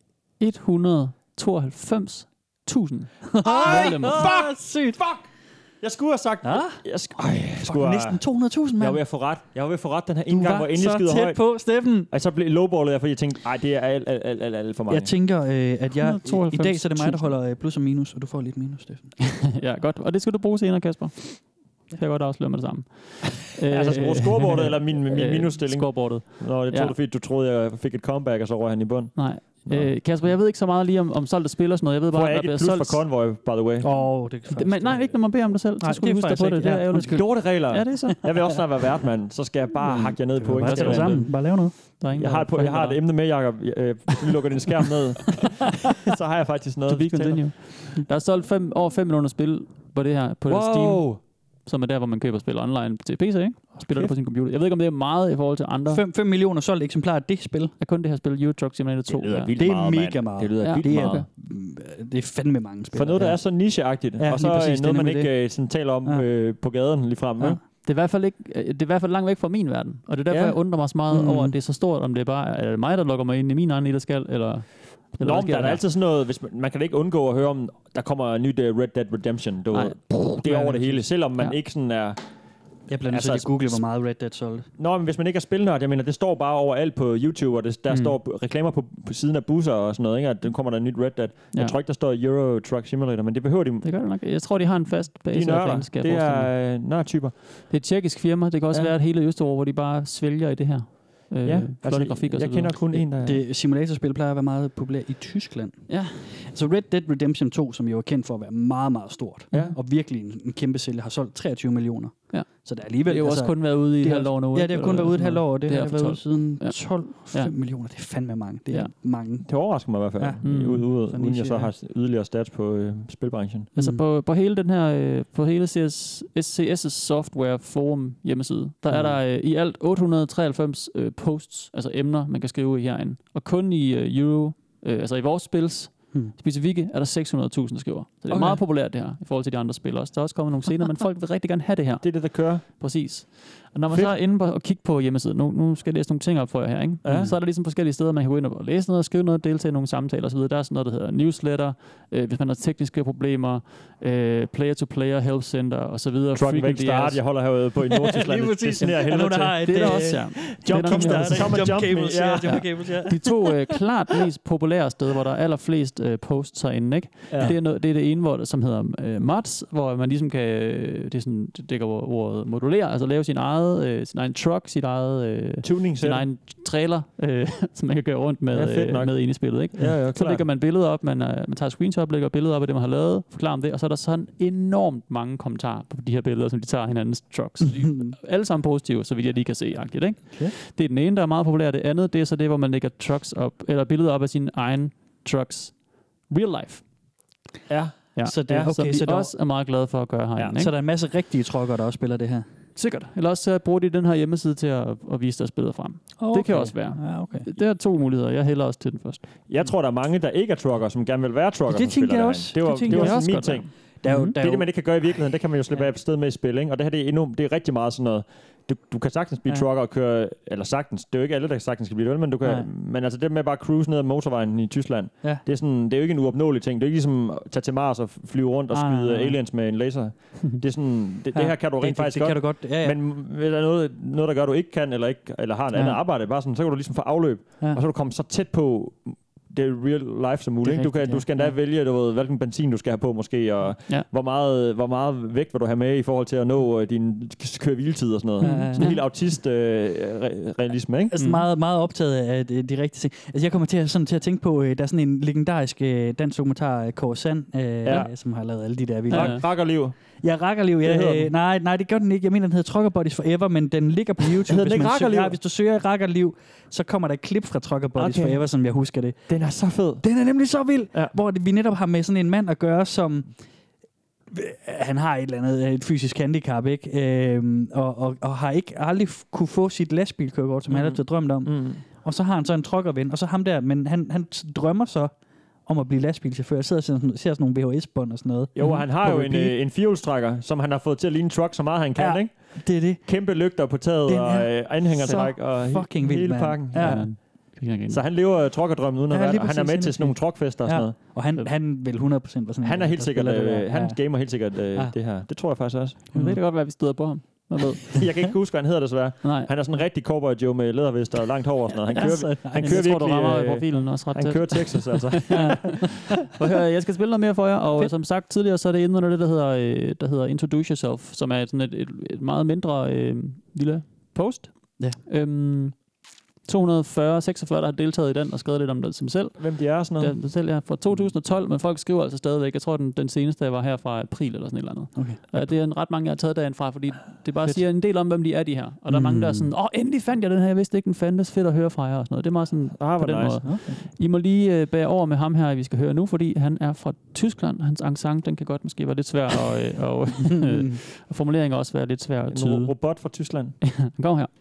192.000. Fuck! Sygt! Fuck! Jeg skulle have sagt... Næsten 200.000, mand. Jeg var ved at få ret den her indgang, hvor endelig skyder højt. Du var så tæt på, Steffen. Og så blev lowballet jeg, fordi jeg tænkte, det er alt for mange. Jeg tænker, at jeg i dag så er det mig, der holder plus og minus, og du får lidt minus, Steffen. Ja, godt. Og det skal du bruge senere, Kasper. Det kan jeg godt afsløre med det samme. Altså, skal du bruge scoreboardet eller min minusstilling? Scoreboardet. Nå, det tog du, fordi du troede, jeg fik et comeback, og så røg han i bund. Nej. Kasper, jeg ved ikke så meget lige om solgte spil og sådan noget. Jeg ved bare, at der bliver solgt... for Convoy, by the way. Nej, ikke når man beder om det selv. Så skulle du huske på det. Det er ærgerligt. Lorteregler. Ja, det er så. Jeg vil også snart være vært, mand. Så skal jeg bare hakke jer ned på. Bare lave noget. Jeg har et emne med, Jacob. Vi lukker din skærm ned. Så har jeg faktisk noget. To be continue. Der er solgt over 5 millioner spil på det her, på Steam. Som er der, hvor man køber spil online til PC, ikke? Og spiller det på sin computer. Jeg ved ikke, om det er meget i forhold til andre. 5 millioner solgte eksemplarer af det spil. Er kun det her spil, Euro Truck Simulator 2. Det er mega meget. Det lyder vildt meget. Det er fandme mange spil. For noget, der er så nicheagtigt, og så noget, man ikke sådan taler om på gaden lige frem. Ja. Det er i hvert fald langt væk fra min verden. Og det er derfor, jeg undrer mig så meget over, at det er så stort, om det er bare er det mig, der logger mig ind i min egen skal, eller... Der er altid sådan noget, hvis man kan ikke undgå at høre om, der kommer en ny Red Dead Redemption. Det er over det hele, selvom man ikke sådan er... Jeg bliver nødt til at google, hvor meget Red Dead solgte. Nå, men hvis man ikke er spilnørd, jeg mener, det står bare overalt på YouTube, og der står reklamer på siden af busser og sådan noget, ikke? At den kommer der en nyt Red Dead. Jeg tror ikke, der står Euro Truck Simulator, men det behøver de... Det gør det nok. Jeg tror, de har en fast base. De nørder. Det er nørdtyper. Det er et tjekkisk firma. Det kan også være et hele Østeuropa, hvor de bare svælger i det her. Flotte grafik og så videre. Jeg kender kun en, der... Det simulatorspil plejer at være meget populært i Tyskland. Ja. Altså Red Dead Redemption 2, som jo er kendt for at være meget, meget stort, og virkelig en kæmpe sælger, har solgt 23 millioner. Ja. Så det er alligevel... Det har jo også kun været ude i et halvt år nu. Ja, det har kun været ude i et halvt år, og det har været ude siden 5 millioner. Det er fandme mange. Det er mange. Det overrasker mig i hvert fald, uden jeg så har yderligere stats på spilbranchen. Altså på hele den her, på hele SCS' software forum hjemmeside, der er der i alt 893 posts, altså emner, man kan skrive herinde. Og kun i Euro, altså i vores spils, specifikke er der 600.000, der skriver. Så det er meget populært det her, i forhold til de andre spil også. Der er også kommet nogle scener, men folk vil rigtig gerne have det her. Det er det, der kører. Præcis. Og når man så er inde og kigge på hjemmesiden, nu skal jeg læse nogle ting op for jer her, ikke? Ja. Så er der ligesom forskellige steder, man kan gå ind og læse noget, skrive noget, deltage i nogle samtaler osv. Der er sådan noget, der hedder newsletter, hvis man har tekniske problemer, player-to-player help center osv. Truck væk start, jeg holder herude på i Nordtyskland. Det sneer helvede til. Det er der også, ja. Jump cables, ja. De to klart mest populære steder, hvor der er allerflest posts herinde, ikke? Ja. Det er det ene, som hedder mods, hvor man ligesom kan, det dækker ordet modulere, altså lave sin egen truck, sin egen trailer, som man kan gøre rundt med inde i spillet, ikke? Ja, så lægger man billeder op, man tager screenshot, lægger billeder op af det, man har lavet, forklarer om det, og så er der sådan enormt mange kommentarer på de her billeder, som de tager hinandens trucks. Alle sammen positive, så vidt jeg lige kan se, ikke? Okay. Det er den ene, der er meget populær. Det andet, det er så det, hvor man lægger trucks op, eller billeder op af sine egen trucks. Real life. Ja. Så det så også er meget glade for at gøre herinde. Ja. Så der er en masse rigtige truckere, der også spiller det her? Sikkert. Eller også bruger de den her hjemmeside til at vise deres billeder frem. Det kan også være. Ja, okay. Det er 2 muligheder. Jeg hælder også til den først. Jeg tror, der er mange, der ikke er trucker, som gerne vil være trucker. Det tænker jeg også. Det var også min ting. Det, man ikke kan gøre i virkeligheden, det kan man jo slippe af sted med i spil, ikke? Og det her, det er rigtig meget sådan noget. Du kan sagtens blive trucker og køre, eller sagtens, det er jo ikke alle, der sagtens kan blive det, men du kan, men altså det med bare cruise ned ad motorvejen i Tyskland, det er sådan, det er jo ikke en uopnåelig ting. Det er ikke ligesom at tage til Mars og flyve rundt og skyde aliens med en laser. Det er sådan, det her kan du rent faktisk godt. Kan du godt. Ja. Men hvis der er noget, der gør, du ikke kan, eller har et andet arbejde, bare sådan, så kan du ligesom få afløb, og så kan du komme så tæt på det real life som muligt. Du skal endda vælge, hvilken benzin du skal have på måske, og hvor meget vægt vil du have med i forhold til at nå din køre-hviletid og sådan noget. Sådan helt autist-realisme, ikke? Altså meget, meget optaget af de rigtige ting. Altså jeg kommer til at tænke på, der er sådan en legendarisk dansk dokumentar, Kåre Sand, som har lavet alle de der vilde. Rakkerliv. Ja, Rakkerliv. Nej, det gør den ikke. Jeg mener, den hedder Trucker Buddies Forever, men den ligger på YouTube. Hvis du søger Rakkerliv, så kommer der et klip fra Trucker Buddies Forever, som jeg husker det. Den er så fed. Den er nemlig så vild, hvor vi netop har med sådan en mand at gøre, som han har et fysisk handicap, ikke? Og har aldrig kunne få sit lastbilkørekort, som han altid drømt om. Og så har han så en truckerven, og så ham der, men han drømmer så om at blive lastbilchauffør. Jeg ser sådan nogle VHS-bånd og sådan noget. Jo, han har jo en firehjulstrækker, som han har fået til at ligne en truck så meget han kan, ikke? Det er det. Kæmpe lygter på taget og anhængertræk og fucking hele pakken. Ja. Så han lever truckerdrømmen uden at være der. Han er med til sådan nogle truckfester og sådan noget. Og han vil 100% være sådan. Han er helt sikkert, han gamer helt sikkert det her. Det tror jeg faktisk også. Det kan godt være, at vi støder på ham. Jeg kan ikke huske, hvad han hedder desværre. Nej. Han er sådan en rigtig cowboy Joe med lædervest og langt hår og sådan noget. Han kører virkelig... Du rammer i profilen også ret tæt. Han kører Texas, altså. Jeg skal spille noget mere for jer, og som sagt tidligere, så er det inde under det, der hedder Introduce Yourself, som er sådan et meget mindre lille post. Ja. 246, der har deltaget i den og skrevet lidt om det som selv. Hvem de er sådan noget? Det selv, ja. Fra 2012, men folk skriver altså stadigvæk. Jeg tror, den seneste var her fra april eller sådan et eller andet. Okay. Det er ret mange, jeg har taget derinde fra, fordi det bare siger en del om, hvem de er, de her. Og der er mange, der er sådan, endelig fandt jeg den her, jeg vidste ikke, den fandtes, fedt at høre fra jer og sådan noget. Det er meget sådan på den måde. Okay. I må lige bære over med ham her, vi skal høre nu, fordi han er fra Tyskland. Hans accent, den kan godt måske være lidt svær, og formuleringen også være lidt svær at tyde. En robot fra Tyskland. Kom her.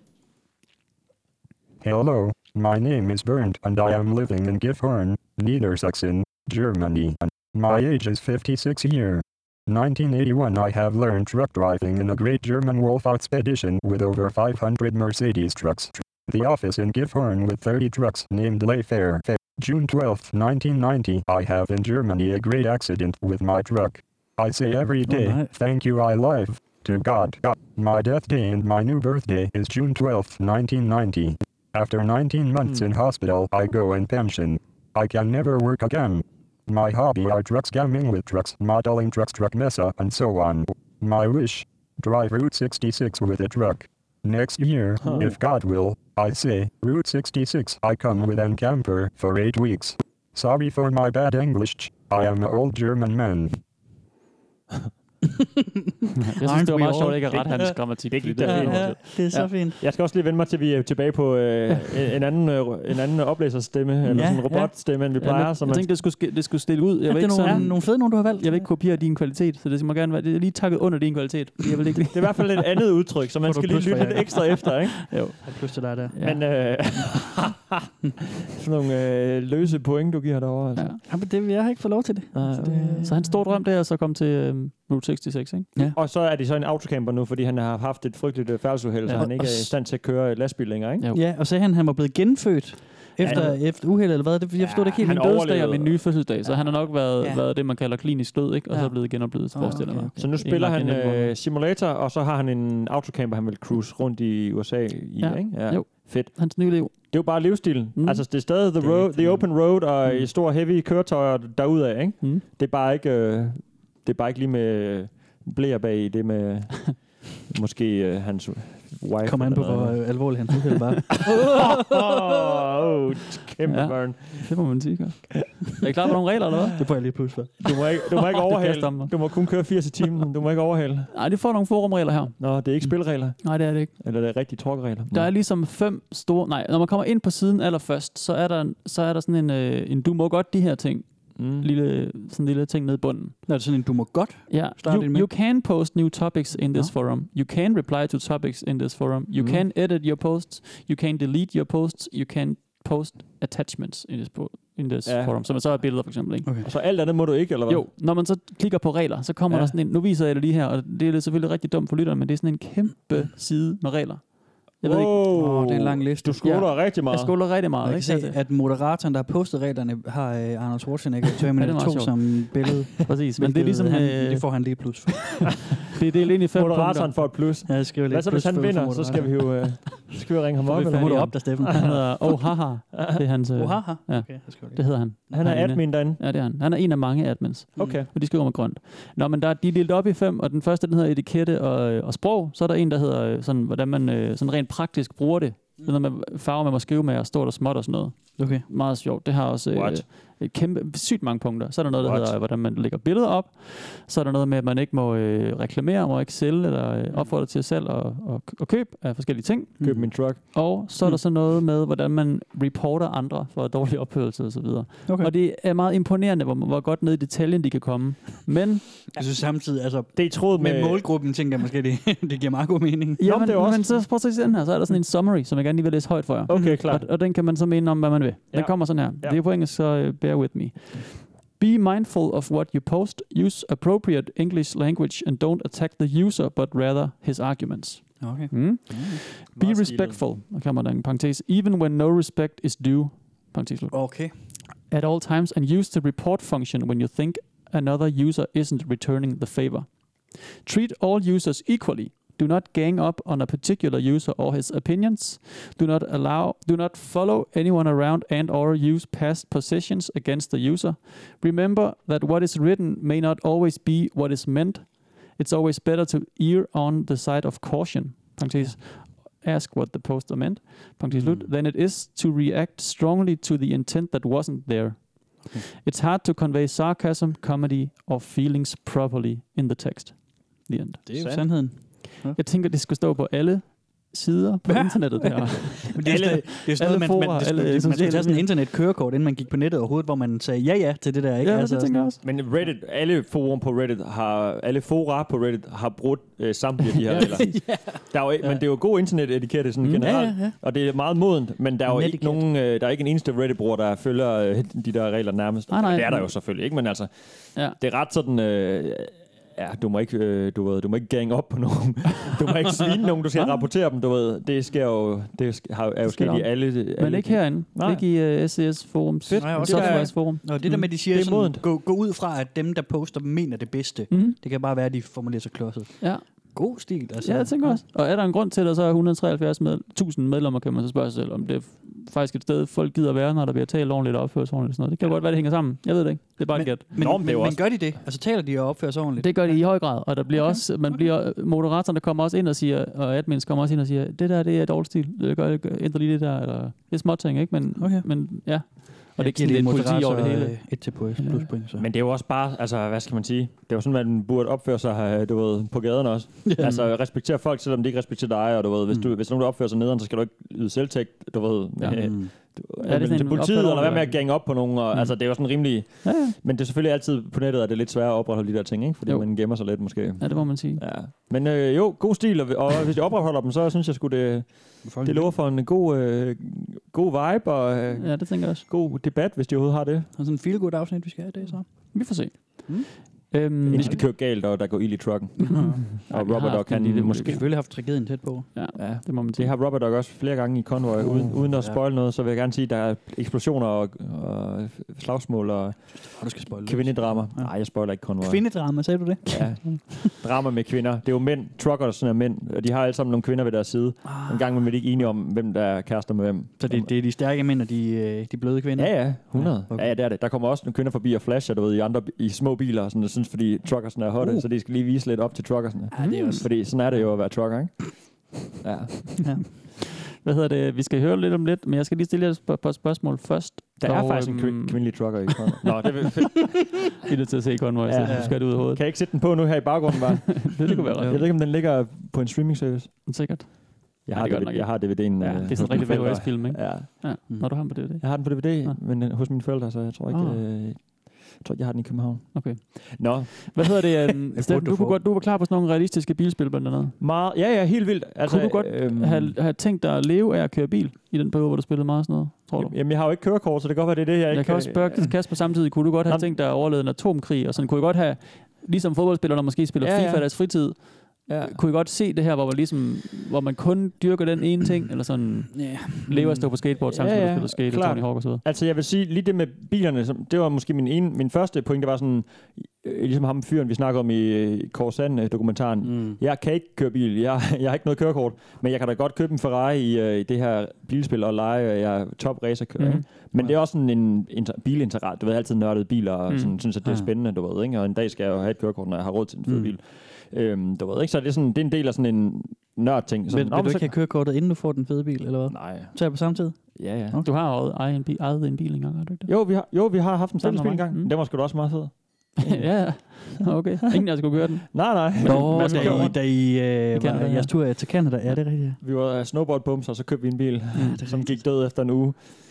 Hello, my name is Bernd and I am living in Gifhorn, Niedersachsen, Germany. My age is 56 years. 1981 I have learned truck driving in a great German Wolf expedition with over 500 Mercedes trucks. The office in Gifhorn with 30 trucks named Layfair. June 12, 1990 I have in Germany a great accident with my truck. I say every day, thank you I live, to God. My death day and my new birthday is June 12, 1990. After 19 months in hospital, I go in pension. I can never work again. My hobby are truck scamming with trucks, modeling trucks, truck mesa, and so on. My wish, drive Route 66 with a truck. Next year, if God will, I say, Route 66, I come with an camper for 8 weeks. Sorry for my bad English, I am an old German man. Jeg synes, det var meget sjovt, at ikke at rette hans grammatik. Det er så fint. Jeg skal også lige vende mig til, at vi er tilbage på en anden oplæserstemme, eller sådan en robotstemme, end vi plejer. Jeg tænkte, det skulle stille ud. Det er nogle fede nogen, du har valgt. Jeg vil ikke kopiere din kvalitet, så det må gerne være det er lige takket under din kvalitet. Jeg vil ikke det er i hvert fald et andet udtryk, så man skal lige lytte lidt ekstra efter, ikke? Jo. Plus til dig der. Men sådan nogle løse point, du giver derovre. Altså. Ja, men jeg har ikke fået lov til det. Så hans store drøm, det er så komme til Route 66, ikke? Ja. Og så er det så en autocamper nu, fordi han har haft et frygteligt færdselsuheld, så han ikke er i stand til at køre lastbil længere, ikke? Jo. Ja, og så han var blevet genfødt efter uheld, eller hvad? Jeg forstod det ikke helt. Min dødsdag og min nye fødselsdag, så han har nok været det, man kalder klinisk død, ikke? Og så er blevet genoplevet, forestiller mig. Så nu spiller han simulator, og så har han en autocamper, han vil cruise rundt i USA i, ikke? Ja. Jo. Fedt. Hans nye liv. Det er jo bare livsstilen. Altså, det er stadig the open road og store heavy køretøjer derudad, ikke? Det er bare ikke lige med blæer bag det med måske hans wife. Kommer an på, hvor alvorlig hans uheld var. Kæmpe burn. Det må man sige. Er I klar på nogle regler, eller hvad? Det får jeg lige pludselig. Du må ikke overhale. Du må kun køre 80 i timen. Du må ikke overhale. Nej, det får nogle forumregler her. Nå, det er ikke spilregler. Nej, det er det ikke. Eller det er rigtige truckregler. Der er ligesom 5 store... Nej, når man kommer ind på siden allerførst, så er der sådan en du må godt de her ting. Lille ting nede i bunden. Er det sådan en, du må godt starte you can post new topics in this forum. You can reply to topics in this forum. You can edit your posts. You can delete your posts. You can post attachments in this Index Forum, som så er billeder for eksempel. Ikke? Okay. Og så alt andet må du ikke, eller hvad? Jo, når man så klikker på regler, så kommer der sådan en, nu viser jeg det lige her, og det er selvfølgelig rigtig dumt for lytteren, men det er sådan en kæmpe side med regler. Jeg ved ikke. Det er en lang liste. Du scroller rigtig meget. Jeg scroller rigtig meget. Jeg kan se, at moderatoren, der har postet reglerne, har Arnold Schwarzenegger i Terminator 2 som billede. Præcis, men det er ligesom... det får han lige plus for. Det er delt ind i 5 punkter. Moderatoren får et plus. Ja, jeg skriver hvad så, hvis han vinder, så skal vi jo ringe ham op. Så må du op der, Steffen. Han hedder Ohaha. Det er hans... Ohaha? Ja, okay, det hedder han. Han er admin derinde? Ja, det er han. Han er en af mange admins. Okay. Og de skriver med grønt. Nå, men de er delt op i 5, og den første, den hedder etikette og sprog. Så er der en, der hedder sådan, hvordan man sådan rent praktisk bruger det. Sådan noget med farver, man må skrive med, og stort og småt og sådan noget. Okay. Meget sjovt. Det har også et kæmpe, sygt mange punkter. Så er der noget, der hedder, hvordan man lægger billeder op. Så er der noget med, at man ikke må reklamere, må ikke sælge, eller opfordre til salg og køb af forskellige ting. Køb min truck. Og så er der så noget med, hvordan man reporter andre for dårlig opførelse og så videre. Okay. Og det er meget imponerende, hvor godt ned i detaljen de kan komme. Men jeg synes samtidig, altså det er tråd med målgruppen, tænker jeg måske, det giver meget god mening. Ja, men så prøv at se den her. Så er der sådan en summary, som jeg gerne lige vil læse højt for jer. Okay, klart. Og den kan man så mene om, hvad man vil. Den kommer sådan her. Det er på engelsk, så bear with me. Be mindful of what you post. Use appropriate English language and don't attack the user, but rather his arguments. Okay. Be respectful. Og kommer der en parentes. Even when no respect is due. Parentes. Okay. At all times and use the report function when you think another user isn't returning the favor. Treat all users equally. Do not gang up on a particular user or his opinions. Do not follow anyone around and or use past possessions against the user. Remember that what is written may not always be what is meant. It's always better to err on the side of caution. Ask what the poster meant. Than it is to react strongly to the intent that wasn't there. Okay. It's hard to convey sarcasm, comedy or feelings properly in the text. The end. Det er jo sandheden. Jeg tænker, det skal stå på alle sider på internettet. Der. Det er sådan noget, man skal tage sådan en internet-kørekort, inden man gik på nettet overhovedet, hvor man sagde ja til det der. Ikke? Ja, det tænker jeg også. Men Reddit, alle fora på Reddit har brudt samtlige af de her regler. Men det er jo god internet-etikette sådan generelt, og det er meget modent, men der er jo ikke nogen, der er ikke en eneste Reddit-bruger, der følger de der regler nærmest. Nej. Det er der jo selvfølgelig ikke, men altså, det er ret sådan... du må ikke gang op på nogen. Du må ikke svine nogen, du skal rapportere dem, du ved. Det sker jo, er jo sket i alle... Men ikke herinde. Ikke i SES Forum. Fedt. Softwares Forum. Og det der med, de siger sådan, gå ud fra, at dem, der poster, mener det bedste. Det kan bare være, at de formulerer sig klodset. Ja. God stil, altså. Ja, jeg tænker også. Og er der en grund til, at der så er 173.000 medlemmer, kan man så spørge sig selv, om det er faktisk et sted, folk gider være, når der bliver talt ordentligt og opført sig ordentligt. Sådan noget. Det kan godt være, det hænger sammen. Jeg ved det ikke. Det er bare et gæt. Men gør de det? Altså taler de og opfører sig ordentligt? Det gør de i høj grad. Og der bliver også, moderatorerne kommer også ind og siger, og admins kommer også ind og siger, det der, det er dårlig stil. Ændre lige det der, eller det er småting, ikke? Men ja. Og det er ikke sådan, det er politi over det hele. Et til pluspoint, så. Men det er jo også bare, altså, hvad skal man sige? Det er jo sådan, man burde opføre sig, du ved, på gaden også. Altså, respektere folk, selvom de ikke respekterer dig, og du ved, hvis nogen der opfører sig nederen, så skal du ikke yde selvtægt, du ved, til politiet, eller hvad med at gange op på nogen, og altså, det er jo sådan rimelig... Ja. Men det er selvfølgelig altid på nettet, at det er lidt svært at opretholde de der ting, ikke? Fordi man gemmer sig lidt, måske. Ja, det må man sige. Ja. Men god stil, og hvis jeg opretholder dem, så synes jeg sgu, det lover for en god vibe, og ja, det tænker jeg også. God debat, hvis de overhovedet har det. Og sådan en feel-good afsnit, vi skal have det, så. Vi får se. Vi skal køre galt, og der går ild i trucken. Og Robert Dog kan det måske. Vi selvfølgelig haft tragedien tæt på. Ja, det må man sige. Det har Robert Dog også flere gange i Convoy. Uden at spoil noget, så vil jeg gerne sige, at der er eksplosioner og slagsmål og kvindedrama. Nej, jeg spoiler ikke Convoy. Kvindedrama, sagde du det? Ja. Drama med kvinder. Det er jo mænd. Truckers er mænd. Og de har alle sammen nogle kvinder ved deres side. En gang er de ikke enige om, hvem der er kærester med hvem. Så det er de stærke mænd og de bløde kvinder? Ja, 100. Ja, det er det. Der kommer også nogle kvinder forbi og flasher, du ved, i små biler og sådan, jeg synes, fordi truckersne er hotte, så de skal lige vise lidt op til truckersne. Ja, det er også. Fordi sådan er det jo at være trucker, ikke? Ja. Hvad hedder det? Vi skal høre lidt om lidt, men jeg skal lige stille jer et spørgsmål først. Der er faktisk en kvindelig trucker i Convoy. Nå, det er fedt. I er nødt til at se Convoy, så du skal det ud af hovedet. Kan jeg ikke sætte den på nu her i baggrunden, bare? det kunne være ret. Jeg ved ikke, om den ligger på en streaming service. Sikkert. Jeg har DVD'en. det er sådan en rigtig VHS-film, ikke? Ja. Når du har den på DVD. Jeg har den på DVD, men hos mine forældre, så jeg tror ikke... Jeg tror, jeg har den i København. Okay. Nå. Hvad hedder det? Steffen, du var klar på sådan nogle realistiske bilspil blandt andet. Meget, ja, helt vildt. Altså, kunne du godt have tænkt dig at leve af at køre bil i den periode, hvor du spillede meget sådan noget, tror du? Jamen, jeg har jo ikke kørekort, så det kan godt være, det er det, jeg ikke... Jeg kan også spørge Kasper samtidig. Kunne du godt have tænkt dig at overleve en atomkrig? Og sådan kunne du godt have, ligesom fodboldspillere, der måske spiller FIFA i deres fritid, kunne I godt se det her, hvor man kun dyrker den ene ting, eller sådan lever at stå på skateboard, samtidig med at spille skate og Tony Hawk og så videre? Altså jeg vil sige, lige det med bilerne, det var måske min første point, det var sådan, ligesom ham fyren, vi snakkede om i Korsand-dokumentaren. Jeg kan ikke køre bil, jeg har ikke noget kørekort, men jeg kan da godt købe en Ferrari i det her bilspil og lege, jeg er top racerkører. Men det er også sådan en bilinteresse. Du ved, altid nørdet biler, og sådan, synes, at det er spændende, du ved, ikke? Og en dag skal jeg jo have et kørekort, når jeg har råd til en fed bil. Du ved ikke, så det er en del af sådan en nørd-ting. Vil du ikke have kørekortet, inden du får den fede bil, eller hvad? Nej. Så er på samme tid? Ja. Okay. Du har ejet en bil engang, har du ikke det? Jo, vi har haft en fælles bil engang. Den var sgu da også meget fed. Ja, okay. Ingen af skulle køre den. Nej. Nå, da I jeres tur til Canada, er det rigtigt? Vi var snowboardbums, og så købte vi en bil, som gik død efter en uge.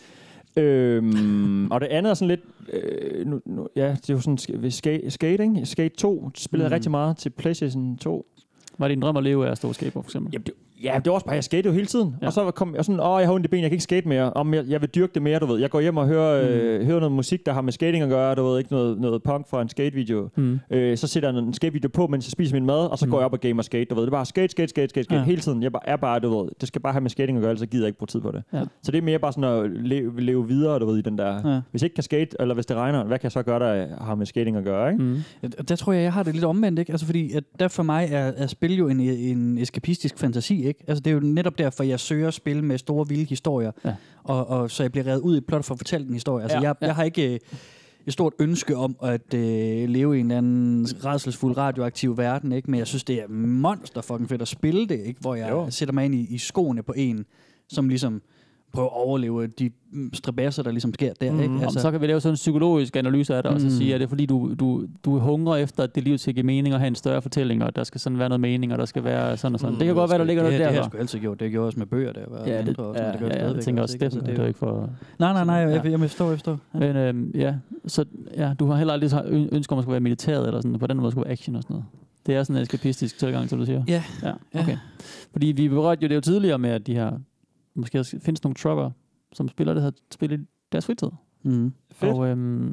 Og det andet er sådan lidt, det er jo sådan skating. Skate 2 spillede rigtig meget til PlayStation 2. Var det en drøm at leve af at stå og skateboard, for eksempel? Jamen, det var også bare, jeg skate jo hele tiden. Ja. Og så kom jeg sådan, jeg har ondt i ben, jeg kan ikke skate mere. Jeg vil dyrke det mere, du ved. Jeg går hjem og hører noget musik, der har med skating at gøre, du ved, ikke noget punk fra en skatevideo. Så sætter jeg en skatevideo på, mens jeg spiser min mad, og så går jeg op og gamer skate, du ved. Det er bare skate hele tiden. Jeg er bare, du ved, det skal bare have med skating at gøre, ellers så gider jeg ikke bruge tid på det. Ja. Så det er mere bare sådan at leve videre, du ved, i den der... Hvis jeg ikke kan skate, eller hvis det regner, hvad kan jeg så gøre, der har med skating at gøre, ikke? Der tror jeg har det lidt omvendt, ikke? Altså fordi, at der for mig er spil jo en eskapistisk fantasi, ikke? Altså det er jo netop derfor, jeg søger at spille med store, vilde historier, og så jeg bliver revet ud i et plot for at fortælle en historie. Altså jeg har ikke et stort ønske om at leve i en eller anden rædselsfuld radioaktiv verden, ikke? Men jeg synes, det er monster fucking fedt at spille det, ikke? Hvor jeg sætter mig ind i skoene på en, som ligesom prøve at overleve de strabasser, der ligesom sker der. Ikke? Altså. Så kan vi lave sådan en psykologisk analyse af det, og så sige, at det er fordi, du hungrer efter, at det liv skal give mening og have en større fortælling, og der skal sådan være noget mening, og der skal være sådan og sådan. Det kan godt være, der ligger noget der. Det har jeg sgu altid gjort. Det gjorde jeg også med bøger, der var mindre. Og sådan, det gør jeg tænker også, Steffen, det er jo ikke for... Nej, jeg forstår. Men så du har heller aldrig ønsket om at skulle være militæret, eller sådan, på den måde skulle være action og sådan noget. Det er sådan en eskapistisk tilgang, som du siger. Ja. Okay. Fordi vi berørte jo det jo tidligere med, at de her måske findes nogle trucker, som spiller det her spil i deres fritid. Fedt. Og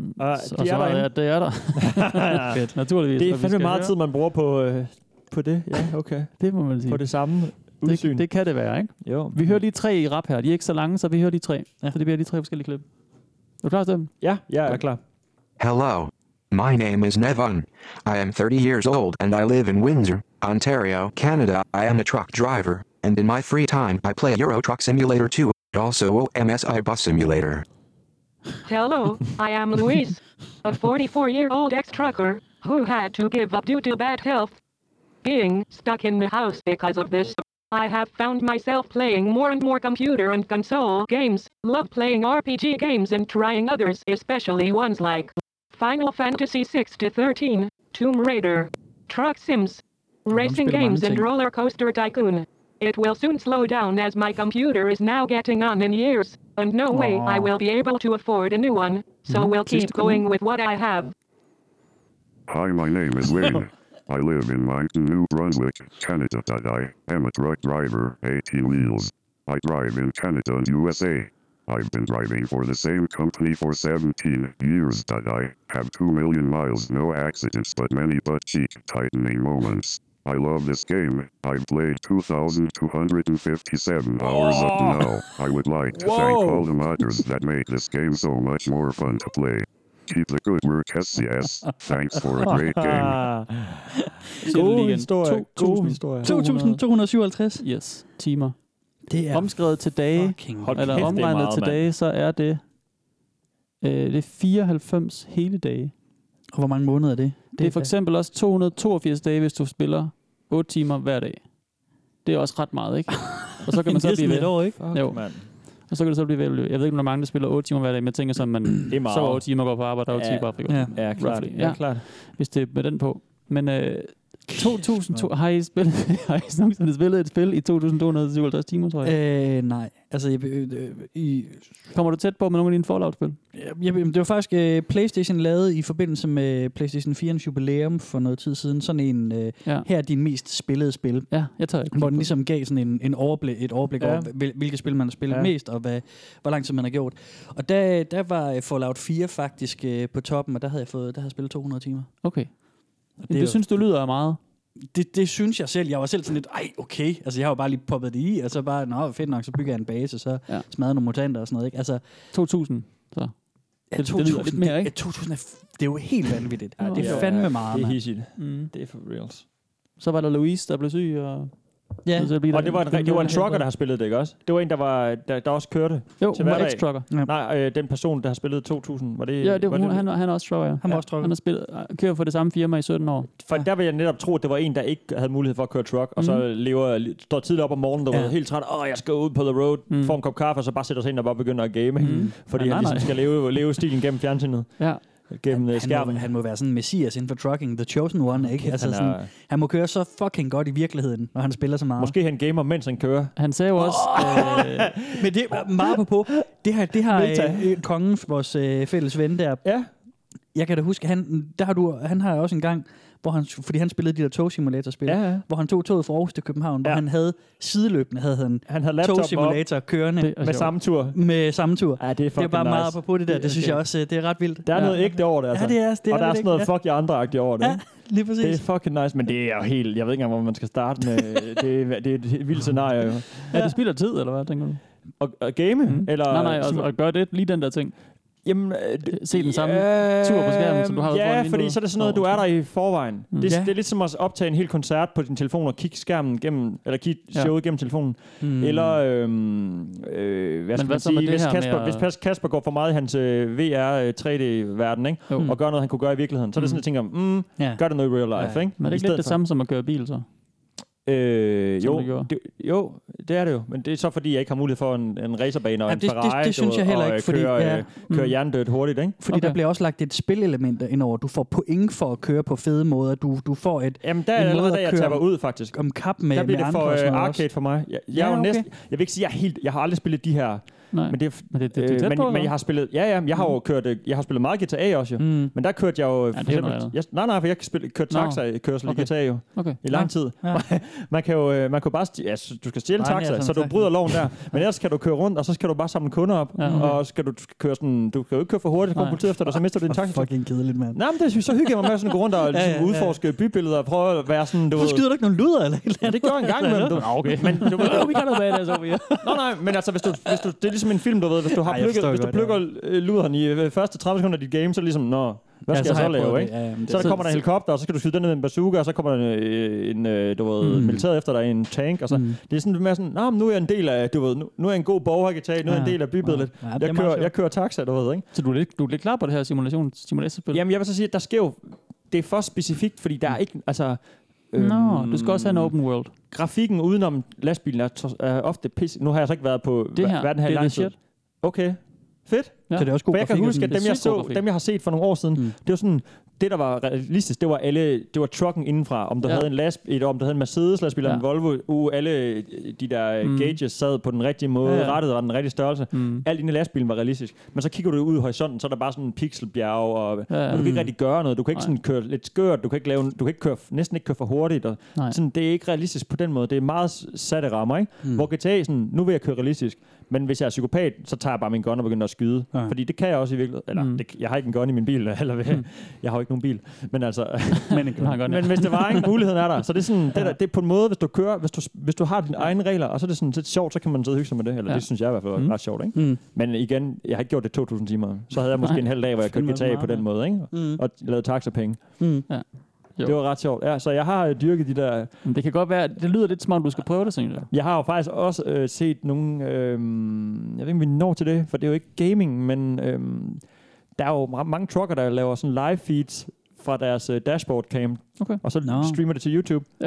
det er der. Fedt, naturligvis. Det er fandme meget tid, man bruger på det. Ja, okay. Det må man sige. På det samme udsyn. Det kan det være, ikke? Jo. Vi hører lige 3 i rap her. De er ikke så lange, så vi hører lige 3. Ja. Så det bliver lige 3 forskellige klip. Er du klar til dem? Ja, jeg er klar. Hello. My name is Nevon. I am 30 years old and I live in Windsor, Ontario, Canada. I am a truck driver, and in my free time I play Euro Truck Simulator 2, also OMSI Bus Simulator. Hello, I am Luis, a 44-year-old ex-trucker who had to give up due to bad health. Being stuck in the house because of this, I have found myself playing more and more computer and console games, love playing RPG games and trying others, especially ones like Final Fantasy 6-13, Tomb Raider, Truck Sims, racing games and Roller Coaster Tycoon. It will soon slow down as my computer is now getting on in years, and no way I will be able to afford a new one, so we'll keep going with what I have. Hi, my name is Wayne. I live in Moncton, New Brunswick, Canada. I am a truck driver, 18 wheels. I drive in Canada and USA. I've been driving for the same company for 17 years. I have 2 million miles, no accidents, but many butt-cheek tightening moments. I love this game. I've played 2,257 hours up to now. I would like to thank all the modders that make this game so much more fun to play. Keep the good work, SCS. Thanks for a great game. God historie. God historie. 2.257. Yes, timer. Det er omskrevet til dage, eller omregnet til dage, så er det, det er 94 hele dage. Og hvor mange måneder er det? Det er for eksempel også 282 dage, hvis du spiller 8 timer hver dag. Det er også ret meget, ikke? Og så kan man så blive ved. Et år, ikke? Jo. Og så kan det så blive ved. Jeg ved ikke, hvor mange der spiller 8 timer hver dag, men jeg tænker så, at man så 8 timer går på arbejde, og 8 timer på fri. Ja, klart. Ja, klart. Hvis det er med den på. Men Har I nogensinde spillet et spil i 2257 timer, tror jeg? Nej. Altså, kommer du tæt på med nogle af dine Fallout-spil? Det var faktisk PlayStation lavet i forbindelse med PlayStation 4's jubilæum for noget tid siden. Sådan en, her er din mest spillede spil. Ja, jeg tager ikke. Hvor den ligesom gav sådan et overblik over, hvilke spil man har spillet mest, og hvor lang tid man har gjort. Og der var Fallout 4 faktisk på toppen, og der havde jeg spillet 200 timer. Okay. Det synes du lyder meget? Det synes jeg selv. Jeg var selv sådan lidt, okay. Altså, jeg har jo bare lige poppet det i, og så bare, fedt nok, så bygger jeg en base, og så smadrer nogle mutanter og sådan noget, ikke? Altså, 2000, så. Ja, 2000, lidt mere, ikke? 2000 det er jo helt vanvittigt. Ja, det er fandme meget, det er hissigt. Det er for reals. Så var der Louise, der blev syg, og... Ja, og det var en trucker, der har spillet det, ikke også? Det var en, der også kørte til hverdag. Ex-trucker. Ja. Nej, den person, der har spillet 2000, var det... Ja, han er også trucker, ja. Han har kørt for det samme firma i 17 år. For der vil jeg netop tro, at det var en, der ikke havde mulighed for at køre truck, og så står tidligt op om morgenen, der var helt træt. Jeg skal ud på the road, få en kop kaffe, og så bare sætter sig ind og bare begynder at game. Fordi han ligesom skal leve stilen gennem fjernsynet. Ja. Gennem skærmen. Han må være sådan en messias inden for trucking, the chosen one, ikke? Altså han må køre så fucking godt i virkeligheden, når han spiller så meget. Måske han gamer, mens han kører. Han sagde jo også... Men det er meget på. Det har kongen, vores fælles ven der. Ja. Jeg kan da huske, han har også en gang, fordi han spillede de der togsimulatorspil, hvor han tog toget fra Aarhus til København, hvor han havde sideløbende han havde togsimulator kørende med samme tur. Med samme tur. Ja, det er bare meget på det der. Det synes jeg også, det er ret vildt. Der er noget ægte over det, altså. Ja, det er og der er sådan noget fuck jer andre-agtigt over det. Ja, lige præcis. Det er fucking nice, men det er jo helt... Jeg ved ikke engang, hvor man skal starte med... det er et vildt scenarie, jo. Ja, det spilder tid, eller hvad, tænker du? Og game? Eller, nej, og gør det lige den der ting. Jamen, se den samme tur på skærmen, som du har. Ja, fordi så er det sådan noget, du er der i forvejen. Det er lidt som at optage en hel koncert på din telefon og kigge skærmen gennem, eller kigge showet gennem telefonen. Eller, hvad skal man sige, hvis Kasper går for meget i hans VR 3D-verden, ikke? Og gør noget, han kunne gøre i virkeligheden, så er det sådan, at jeg tænker, gør det noget i real life, ikke? Men er det ikke lidt det samme som at køre bil, så? Jo, det er det jo. Men det er så fordi, jeg ikke har mulighed for en racerbane og en Ferrari. Det synes jeg heller ikke, fordi... Køre jerndødt hurtigt, ikke? Fordi der bliver også lagt et spillelement ind over. Du får point for at køre på fede måder. Du får et... Jamen, der er allerede, jeg taber ud, faktisk. Om kap med der bliver det for arcade for mig. Jeg er jo næsten... Jeg vil ikke sige, jeg har aldrig spillet de her... Nej. Men jeg har spillet jeg har jo kørt jeg har spillet meget GTA også jo. Men der kørte jeg jo for eksempel, for jeg kørte taxa-kørsel i GTA jo i lang tid. Man kan bare du skal stjæle taxa, så du bryder loven der. Men ellers kan du køre rundt, og så skal du bare samle kunder op, og skal du køre sådan, du kan jo ikke køre for hurtigt, så kommer politiet efter dig, så mister du din taxa. Fucking kedeligt, mand. Nej, men det så hygger jeg mig med sådan gå rundt og ligesom udforske bybilleder og prøve at være sådan, du skyder du ikke nogen luder eller? Ja, det gør jeg en gang imellem, du. Okay. Men du vi kan da være der så vi. Nej, men altså hvis du det er ligesom en film, du ved, hvis du har plukker luderen i første 30 sekunder af dit game, så er det ligesom, hvad skal jeg så lave, ikke? Så kommer der en helikopter, og så skal du skyde den ned med en bazooka, og så kommer der en militær efter dig i en tank, og så det er sådan mere sådan, nu er jeg en del af, du ved, nu er jeg en god borger, nu er jeg en del af bybilledet. Jeg kører taxa, du ved, ikke? Så du er lidt klar på det her simulationsspil? Jamen, jeg vil så sige, at der sker jo, det er for specifikt, fordi der er ikke, altså... du skal også have en open world. Grafikken udenom lastbilen er ofte pisse. Nu har jeg så ikke været på verden her i lang tid. Okay, fedt. Ja. Så det er også god jeg kan huske, at dem jeg har set for nogle år siden, det var sådan, det der var realistisk, det var trucken indenfra, om du havde en lastbil, om du havde en Mercedes lastbil eller en Volvo, alle de der gauges sad på den rigtige måde, rettet og den rigtige størrelse. Alt inde i lastbilen var realistisk. Men så kigger du ud i horisonten, så er der bare sådan en pixelbjerg, og du kan ikke rigtig gøre noget. Du kan ikke sådan køre lidt skørt, du kan ikke næsten ikke køre for hurtigt. Og sådan, det er ikke realistisk på den måde. Det er meget satte rammer, ikke? Hvor GTA sådan, nu vil jeg køre realistisk. Men hvis jeg er psykopat, så tager jeg bare min gun og begynder at skyde. Fordi det kan jeg også i virkeligheden. Eller, jeg har ikke en gun i min bil. Eller jeg har ikke nogen bil. Men altså... men hvis det var ikke, muligheden er der. Så det er sådan, det er på en måde, hvis du kører, hvis du har dine egne regler, og så er det sådan lidt sjovt, så kan man sidde og hygge sig med det. Eller det synes jeg i hvert fald er ret sjovt, ikke? Men igen, jeg har ikke gjort det 2000 timer. Så havde jeg måske en halv dag, hvor jeg kørte GTA på den måde, ikke? Og lavede taxapenge. Det var ret sjovt. Ja, så jeg har dyrket de der... Det kan godt være... Det lyder lidt som om, du skal prøve det, sådan. Jeg har jo faktisk også set nogle... jeg ved ikke, om vi når til det, for det er jo ikke gaming, men der er jo mange trucker, der laver sådan live feeds fra deres dashboard cam, og så streamer det til YouTube. Ja.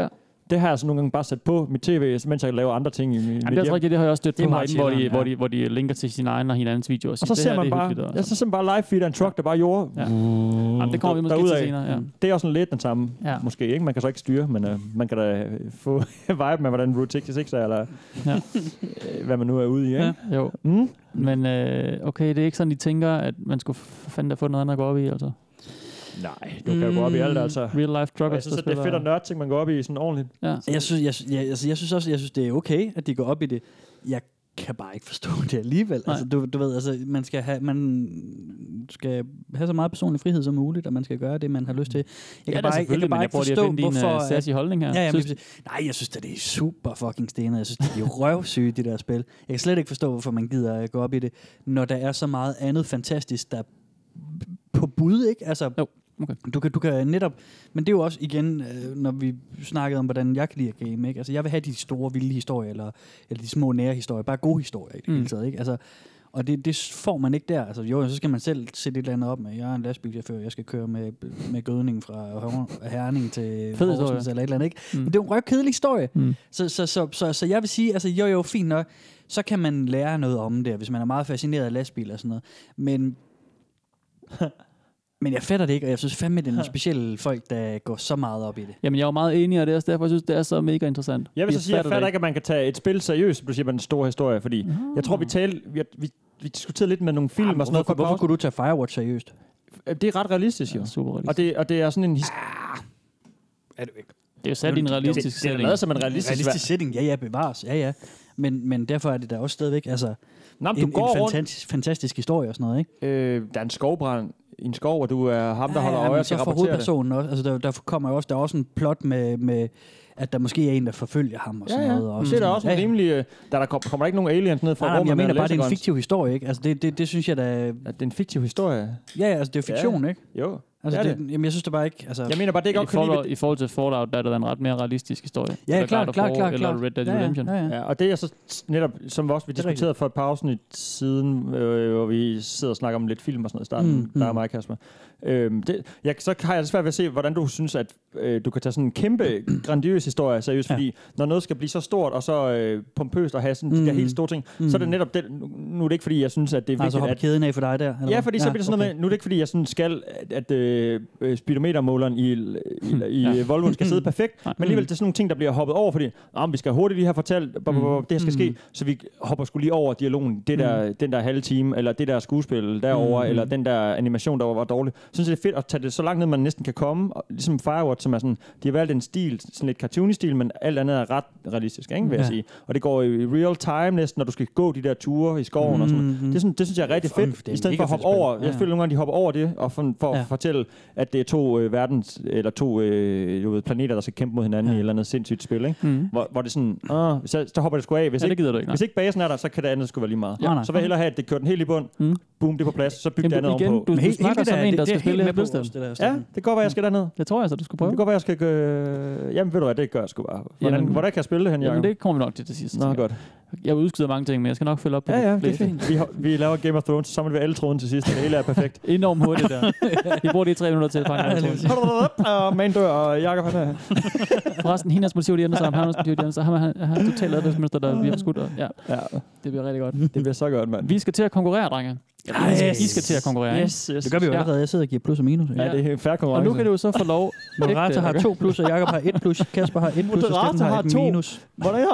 det har jeg så nogle gange bare sat på mit tv, mens jeg laver andre ting i mit hjem. Det har jeg også stødt på herinde, hvor de linker til sin egen og hinandens videoer. Og så ser man bare, så ser man bare live feed af en truck, der bare gjorde. Ja. Jamen, det kommer vi måske til senere. Ja. Det er også sådan lidt den samme, måske ikke. Man kan så ikke styre, men man kan da få vibe med, hvordan Route 66 er, eller hvad man nu er ude i, ikke? Ja. Jo. Mm? Men okay, det er ikke sådan, de tænker, at man skulle fanden da få noget andet at gå op i, altså. Nej, du kan jo gå op i alt, altså. Real life truckers. Jeg synes, at det er fedt at nørde ting, man går op i sådan ordentligt. Ja. Jeg synes, det er okay, at de går op i det. Jeg kan bare ikke forstå det alligevel. Altså, du ved, altså, man skal have så meget personlig frihed som muligt, og man skal gøre det, man har lyst til. Jeg kan bare ikke forstå, hvorfor... sassy holdning her. Nej, jeg synes, det er super fucking stenet. Jeg synes, det er røvsyge, de der spil. Jeg kan slet ikke forstå, hvorfor man gider gå op i det, når der er så meget andet fantastisk, der på bud, ikke? Altså... Jo. Okay. Du kan netop, men det er jo også igen, når vi snakkede om, hvordan jeg kan lide at game, ikke? Altså, jeg vil have de store, vilde historier, eller de små nære historier, bare gode historier i det hele taget, ikke? Altså, og det får man ikke der. Altså, jo, så skal man selv sætte et eller andet op med. Jeg er en lastbilchauffør, jeg skal køre med gødning fra Herning til Horsens, eller et eller andet, ikke? Men det er jo en røvkedelig historie. Så jeg vil sige, altså, jo, fint nok, så kan man lære noget om det, hvis man er meget fascineret af lastbiler og sådan noget. Men jeg fatter det ikke, og jeg synes fandme, det er nogle specielle folk, der går så meget op i det. Jamen, jeg er jo meget enig, og det er også derfor, jeg synes, det er så mega interessant. Jeg vil så sige, jeg fatter ikke, at man kan tage et spil seriøst, du siger, en stor historie, fordi jeg tror, vi diskuterede lidt med nogle film og sådan noget. Hvorfor kunne du tage Firewatch seriøst? Det er ret realistisk, jo. Ja, super realistisk. Og det er sådan en... Er det ikke? Det er jo sat i en realistisk setting. Det er lavet som en realistisk setting, ja, bevares, ja. Men derfor er det da også stadigvæk, altså... en fantastisk historie og sådan noget, ikke? Der er en skovbrand i en skov, og du er ham, der holder øje og skal rapportere det. Hovedpersonen også. Altså, der kommer jo også, der er også en plot med at der måske er en, der forfølger ham og sådan noget. Og det er der også en rimelig... Der kommer ikke nogen aliens ned fra rummet. Jeg mener bare, det er en fiktiv historie, ikke? Altså, det synes jeg da... At det er en fiktiv historie? Ja, altså, det er fiktion, ikke? Jo. Altså, jamen, jeg synes det bare ikke... Altså, jeg mener bare, det er ikke i forhold til Fallout, der er der en ret mere realistisk historie. Ja, klart. Eller Red Dead Redemption. Ja, og det er så netop, som også vi diskuterede for et par afsnit siden, hvor vi sidder og snakker om lidt film og sådan noget i starten, der er mig, Kasper. Så har jeg svært ved at se, hvordan du synes, at du kan tage sådan en kæmpe, grandiøs historie seriøst, fordi når noget skal blive så stort og så pompøst og have sådan de der helt store ting, så er det netop det. Nu er det ikke, fordi jeg synes, at det er vigtigt, så hopper kæden af for dig der? Eller? Ja, fordi så bliver det sådan noget med, nu er det ikke, fordi jeg sådan skal, at speedometermåleren i Volvoen skal sidde perfekt, men alligevel det er sådan nogle ting, der bliver hoppet over, fordi vi skal hurtigt lige have fortalt, det her skal ske, så vi hopper sgu lige over dialogen, den der halve time, eller det der skuespil derover, eller den der animation, der var dårlig. Jeg synes, det er fedt at tage det så langt ned, man næsten kan komme, og ligesom Firewatch, som er sådan, de har valgt en stil, sådan lidt cartoony-stil, men alt andet er ret realistisk, ikke, vil jeg sige. Og det går i real time næsten, når du skal gå de der ture i skoven og sådan noget. Det synes jeg er rigtig fedt, i stedet for at hoppe over. Jeg føler nogle gange, de hopper over det, og for at fortælle, at det er to planeter, der skal kæmpe mod hinanden i et eller andet sindssygt spil, ikke? Hvor det sådan, så hopper det sgu af. Hvis ikke basen er der, så kan det andet sgu være lige meget. Så vil jeg hellere have, at det kører den helt i bund. Boom, det er på plads, så bygger det andet ovenpå. Du snakker som en, der skal spille det her bølsted. Ja, det kan godt være, jeg skal derned. Det tror jeg så, du skulle prøve. Det kan godt være, jeg skal... Jamen, ved du hvad, det gør jeg sgu bare. Hvordan kan jeg spille det hen, Jacob? Jamen, det kommer vi nok til sidst. Nå, godt. Jeg udskyder mange ting, men jeg skal nok følge op på det. Ja, det er fint. Vi laver Game of Thrones, så samler vi alle tråden til sidst, og det hele er perfekt. Enormt hurtigt der. Vi bruger de 3 minutter til at fange alle tråden. Og man dør, og Jacob han er... Forresten, hendes motiv, de ender sammen. Hans motiv, de ender sammen. Han har totalt lavet det, der bliver skudt. Ja, det bliver rigtig godt. Det bliver så godt, mand. Vi skal til at konkurrere, drenge. I skal til at konkurrere. Yes. Det gør vi jo allerede. Jeg sidder og giver plus og minus. Ja, det er en fair konkurrence. Og nu kan du så få lov. Moderator har 2 plus, og Jacob har 1 plus. Kasper har 1 plus, og Steffen har 1 minus. Hvordan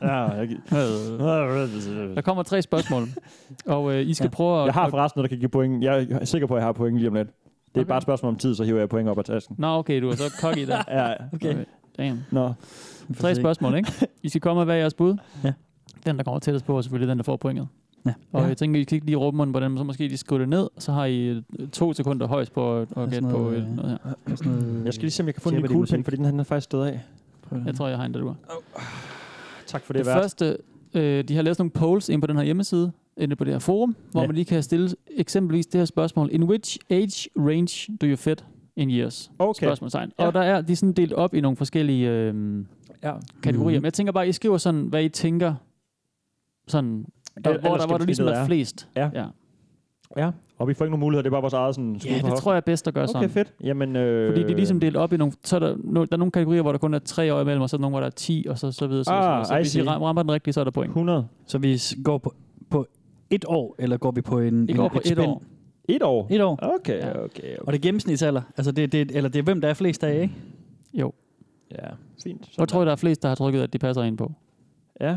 Der kommer 3 spørgsmål, og I skal prøve at... Jeg har forresten, der kan give point. Jeg er sikker på, at jeg har point lige om lidt. Det er bare et spørgsmål om tid, så hiver jeg point op af tasken. Nå, okay, du er så cocky der. Ja, okay. Damn. Nå. 3 spørgsmål, ikke? I skal komme med, hvad er jeres bud? Ja. Den, der kommer tættest på, er selvfølgelig den, der får pointet. Ja. Og jeg tænker, I kan ikke lige råbe munden på den, så måske de skriver det ned, så har I 2 sekunder højst på at gætte på noget her. Jeg skal lige se, om jeg kan få en kuglepen, fordi den er faktisk stået af. Jeg tror, jeg har en, der du har. Tak for det. Det første, de har lavet nogle polls ind på den her hjemmeside, inde på det her forum, hvor man lige kan stille eksempelvis det her spørgsmål. In which age range do you fit in years? Okay. Spørgsmålstegn. Og de er sådan delt op i nogle forskellige kategorier. Men jeg tænker bare, I skriver sådan, hvad I tænker, sådan, hvor der ligesom er flest. Ja. Ja, og vi får ikke nogen muligheder, det er bare vores eget sådan... Ja, det tror jeg er bedst at gøre sådan. Okay, fedt. Jamen, fordi det er ligesom delt op i nogle... Så er der er nogle kategorier, hvor der kun er 3 år imellem, og så er der nogle, hvor der er 10, og så videre. Så hvis I rammer den rigtigt, så er der point. 100. Så vi går på 1 år, eller går vi på et går på 1 år. 1 år? 1 år. Okay. Og det er gennemsnitsalder. Altså det er hvem der er flest af, ikke? Jo. Ja, fint. Hvor tror jeg, der er flest, der har trykket, at de passer ind på? Ja.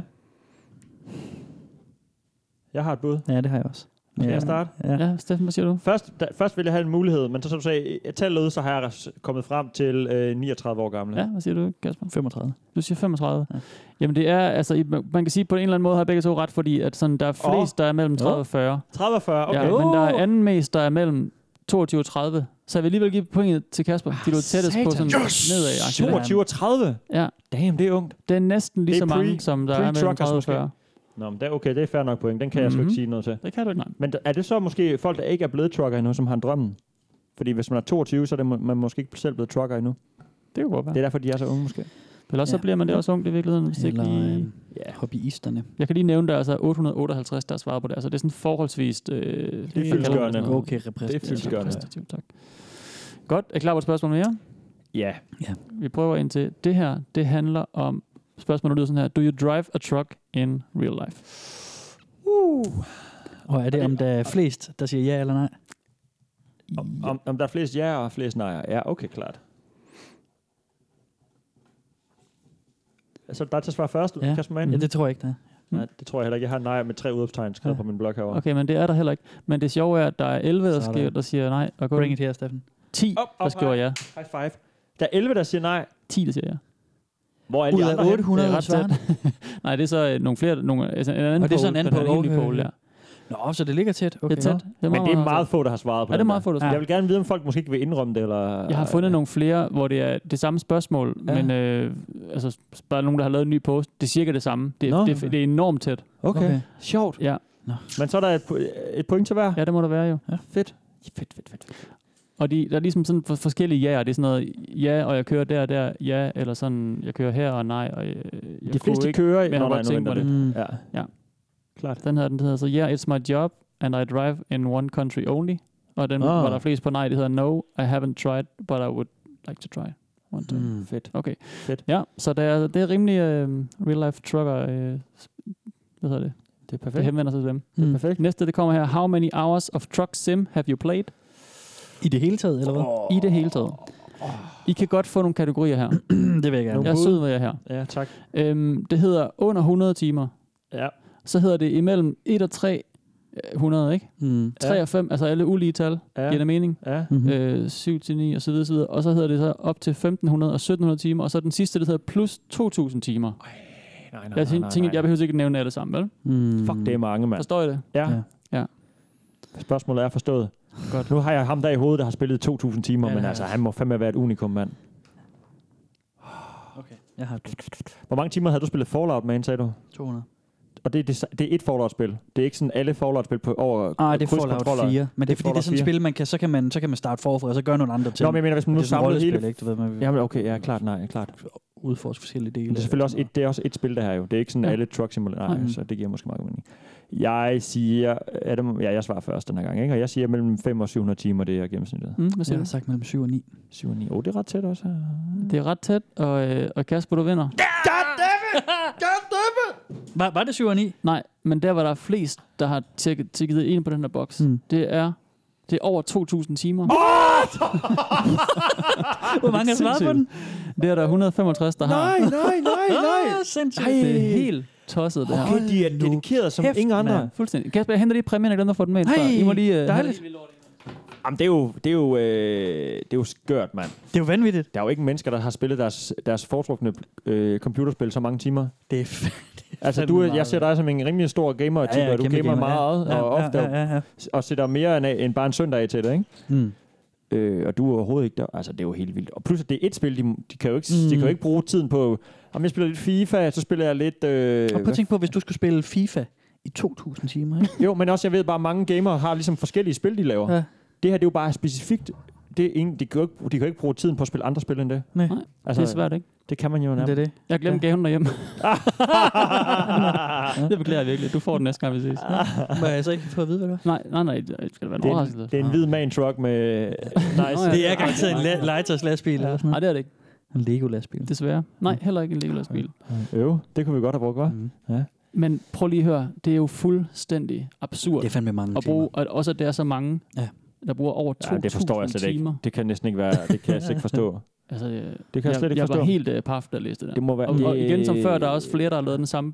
Jeg har et bud. Ja, det har jeg også. Skal jeg starte? Ja, Steffen, hvad siger du? Først vil jeg have en mulighed, men så som du sagde, tallet ud, så har jeg kommet frem til 39 år gammel. Ja, hvad siger du, Kasper? 35. Du siger 35. Ja. Jamen det er, altså, man kan sige på en eller anden måde har begge to ret, fordi at sådan, der er flest, der er mellem 30 og 40. 30 og 40, okay. Ja, men der er anden mest, der er mellem 22 og 30. Så jeg vil alligevel give pointet til Kasper. De er tættest på sådan nedad. 22 og 30? Ja. Damn, det er ungt. Det er næsten lige så mange, som der er mellem 30 og 40. Nå, men det er okay, det er fair nok point. Den kan jeg sgu ikke sige noget til. Det kan du ikke, nej. Men er det så måske folk, der ikke er blevet trucker endnu, som har en drømmen? Fordi hvis man er 22, så er man måske ikke selv blevet trucker endnu. Det kan godt være. Det er derfor, de er så unge måske. Eller så bliver man det også ungt i virkeligheden. Hvis eller ikke hobbyisterne. Jeg kan lige nævne, der er altså 858, der svarer på det. Altså det er sådan forholdsvis... det er fyldestgørende. Okay, det er fyldestgørende. Tak. Godt. Er I klar på et spørgsmål mere? Ja. Vi prøver ind til det her. Det handler om... Spørgsmålet lyder sådan her. Do you drive a truck in real life? Og er det, om der er flest, der siger ja eller nej? Om der er flest ja og flest nejer? Ja, okay, klart. Så der er til at svare først, Kasper Mann? Ja, det tror jeg ikke, der er. Nej, det tror jeg heller ikke. Jeg har nej med 3 udopstegn skrevet på min blog herovre. Okay, men det er der heller ikke. Men det sjove er, at der er 11, der siger nej. Og bring it here, Steffen. 10, der skriver ja. High five. Der er 11, der siger nej. 10, der siger ja. Hvor er de andre 800 ret tæt. Nej, det er så nogle flere... altså en anden og det er sådan en anden poll, ja. Nå, så det ligger tæt. Okay. Det er tæt. Men det er meget få, der har svaret på det. Ja, det er meget få, der Jeg vil gerne vide, om folk måske ikke vil indrømme det, eller... Jeg har fundet nogle flere, hvor det er det samme spørgsmål, men altså, bare nogen, der har lavet en ny post. Det er cirka det samme. Det er enormt tæt. Okay. Sjovt. Ja. Men så er der et point til hver? Ja, det må der være jo. Ja. Fedt. Og der er ligesom sådan forskellige ja, det er sådan noget ja, og jeg kører der, ja, eller sådan, jeg kører her og nej, og jeg de fleste ikke, kører, men jeg har godt tænkt mig det. Ja. Klart. Den hedder så, yeah, it's my job, and I drive in one country only. Og den var der flest på nej, det hedder no, I haven't tried, but I would like to try. Fedt. Okay. Fedt. Ja, så det er rimelig real life trucker, hvad hedder det? Det er perfekt. Det henvender sig til dem. Det er perfekt. Næste, det kommer her. How many hours of truck sim have you played? I det hele taget, eller hvad? I det hele taget. I kan godt få nogle kategorier her. Det vil jeg gerne. Jeg er sød med jer her. Ja, tak. Det hedder under 100 timer. Ja. Så hedder det imellem 1 og 3 100, ikke? 3 og 5, altså alle ulige tal, giver det mening. Ja. 7 til 9 og så videre. Og så hedder det så op til 1500 og 1700 timer, og så den sidste, det hedder plus 2000 timer. Nej. Jeg behøver ikke nævne alle sammen, vel? Fuck, det er mange, mand. Forstår I det? Ja. Spørgsmålet er forstået. Godt. Nu har jeg ham der i hovedet, der har spillet 2000 timer, men altså, han må fandme være et unikum, mand. Okay, jeg har det. Hvor mange timer havde du spillet Fallout, man, sagde du? 200. Og det er et Fallout-spil. Det er ikke sådan alle Fallout-spil på over nej, det er Fallout 4. Men det er fordi, det er sådan et spil, man kan, så kan man starte forfra, og så gøre nogle andre ting. Nå, men jeg mener, hvis man nu samler hele... Ikke? Du ved, man jamen, okay, ja, klart, nej, klart. Udforske forskellige dele. Men det er selvfølgelig også det er også et spil, det her jo. Det er ikke sådan alle truck simulator. Nej, så det giver måske meget mening. Jeg siger... jeg svarer først den her gang, ikke? Og jeg siger mellem 5 og 700 timer, det er gennemsnittet. Hvad siger jeg har sagt mellem 7 og 9. 7 og 9. Det er ret tæt også her. Det er ret tæt, og Kasper, du vinder. Var det 7 og 9? Nej, men der var der flest, der har tækket ind på den her boks. Det er over 2.000 timer. Hvor mange har svaret på den? Det er der 165, der har. Nej. Sindssygt. Det er helt tosset, det her. Okay, de er dedikeret som ingen andre. Fuldstændig. Kasper, jeg henter lige præmien, jeg glemte at få den med. I må lige... dejligt. Jamen, det er jo skørt, mand. Det er jo vanvittigt. Der er jo ikke mennesker, der har spillet deres foretrukne computerspil så mange timer. Det er altså, jeg ser dig som en rimelig stor gamer-type, og du gamer meget, og ofte, og sætter mere end bare en søndag af til det, ikke? Og du er overhovedet ikke der. Altså, det er jo helt vildt. Og pludselig, det er et spil, de kan jo ikke bruge tiden på... Om jeg spiller lidt FIFA, så spiller jeg lidt... Og prøv at tænke på, hvis du skulle spille FIFA i 2.000 timer, ikke? Jo, men også, jeg ved bare, mange gamere har ligesom forskellige spil, de laver. Ja. Det her, det er jo bare specifikt... De kan jo ikke bruge tiden på at spille andre spil end det. Nej, altså, det er svært, ikke? Det kan man jo nærmest. Det er det. Jeg glemte gaven derhjemme. Det beklager jeg virkelig. Du får den næste gang, vi ses. Må jeg så ikke få at vide, hvad det var? Nej. Det skal være en overraskelse. Det er en hvid man truck med... nice. Det er garanteret en Leiters lastbil. Nej, det er det ikke. En Lego-lastbil. Desværre. Nej, heller ikke en Lego-lastbil. Det kunne vi godt have brugt, hva'? Ja. Men prøv lige at høre. Det er jo fuldstændig absurd. Det er fandme mange at bruge, at også at der er så mange, der bruger over 2.000 det forstår jeg slet timer. ikke. Det kan næsten ikke være... Det kan jeg slet ikke forstå. Altså, det kan jeg slet ikke forstå. Jeg var helt paf, da jeg læste det der. Det må være... Og igen som før, der er også flere, der har lavet den samme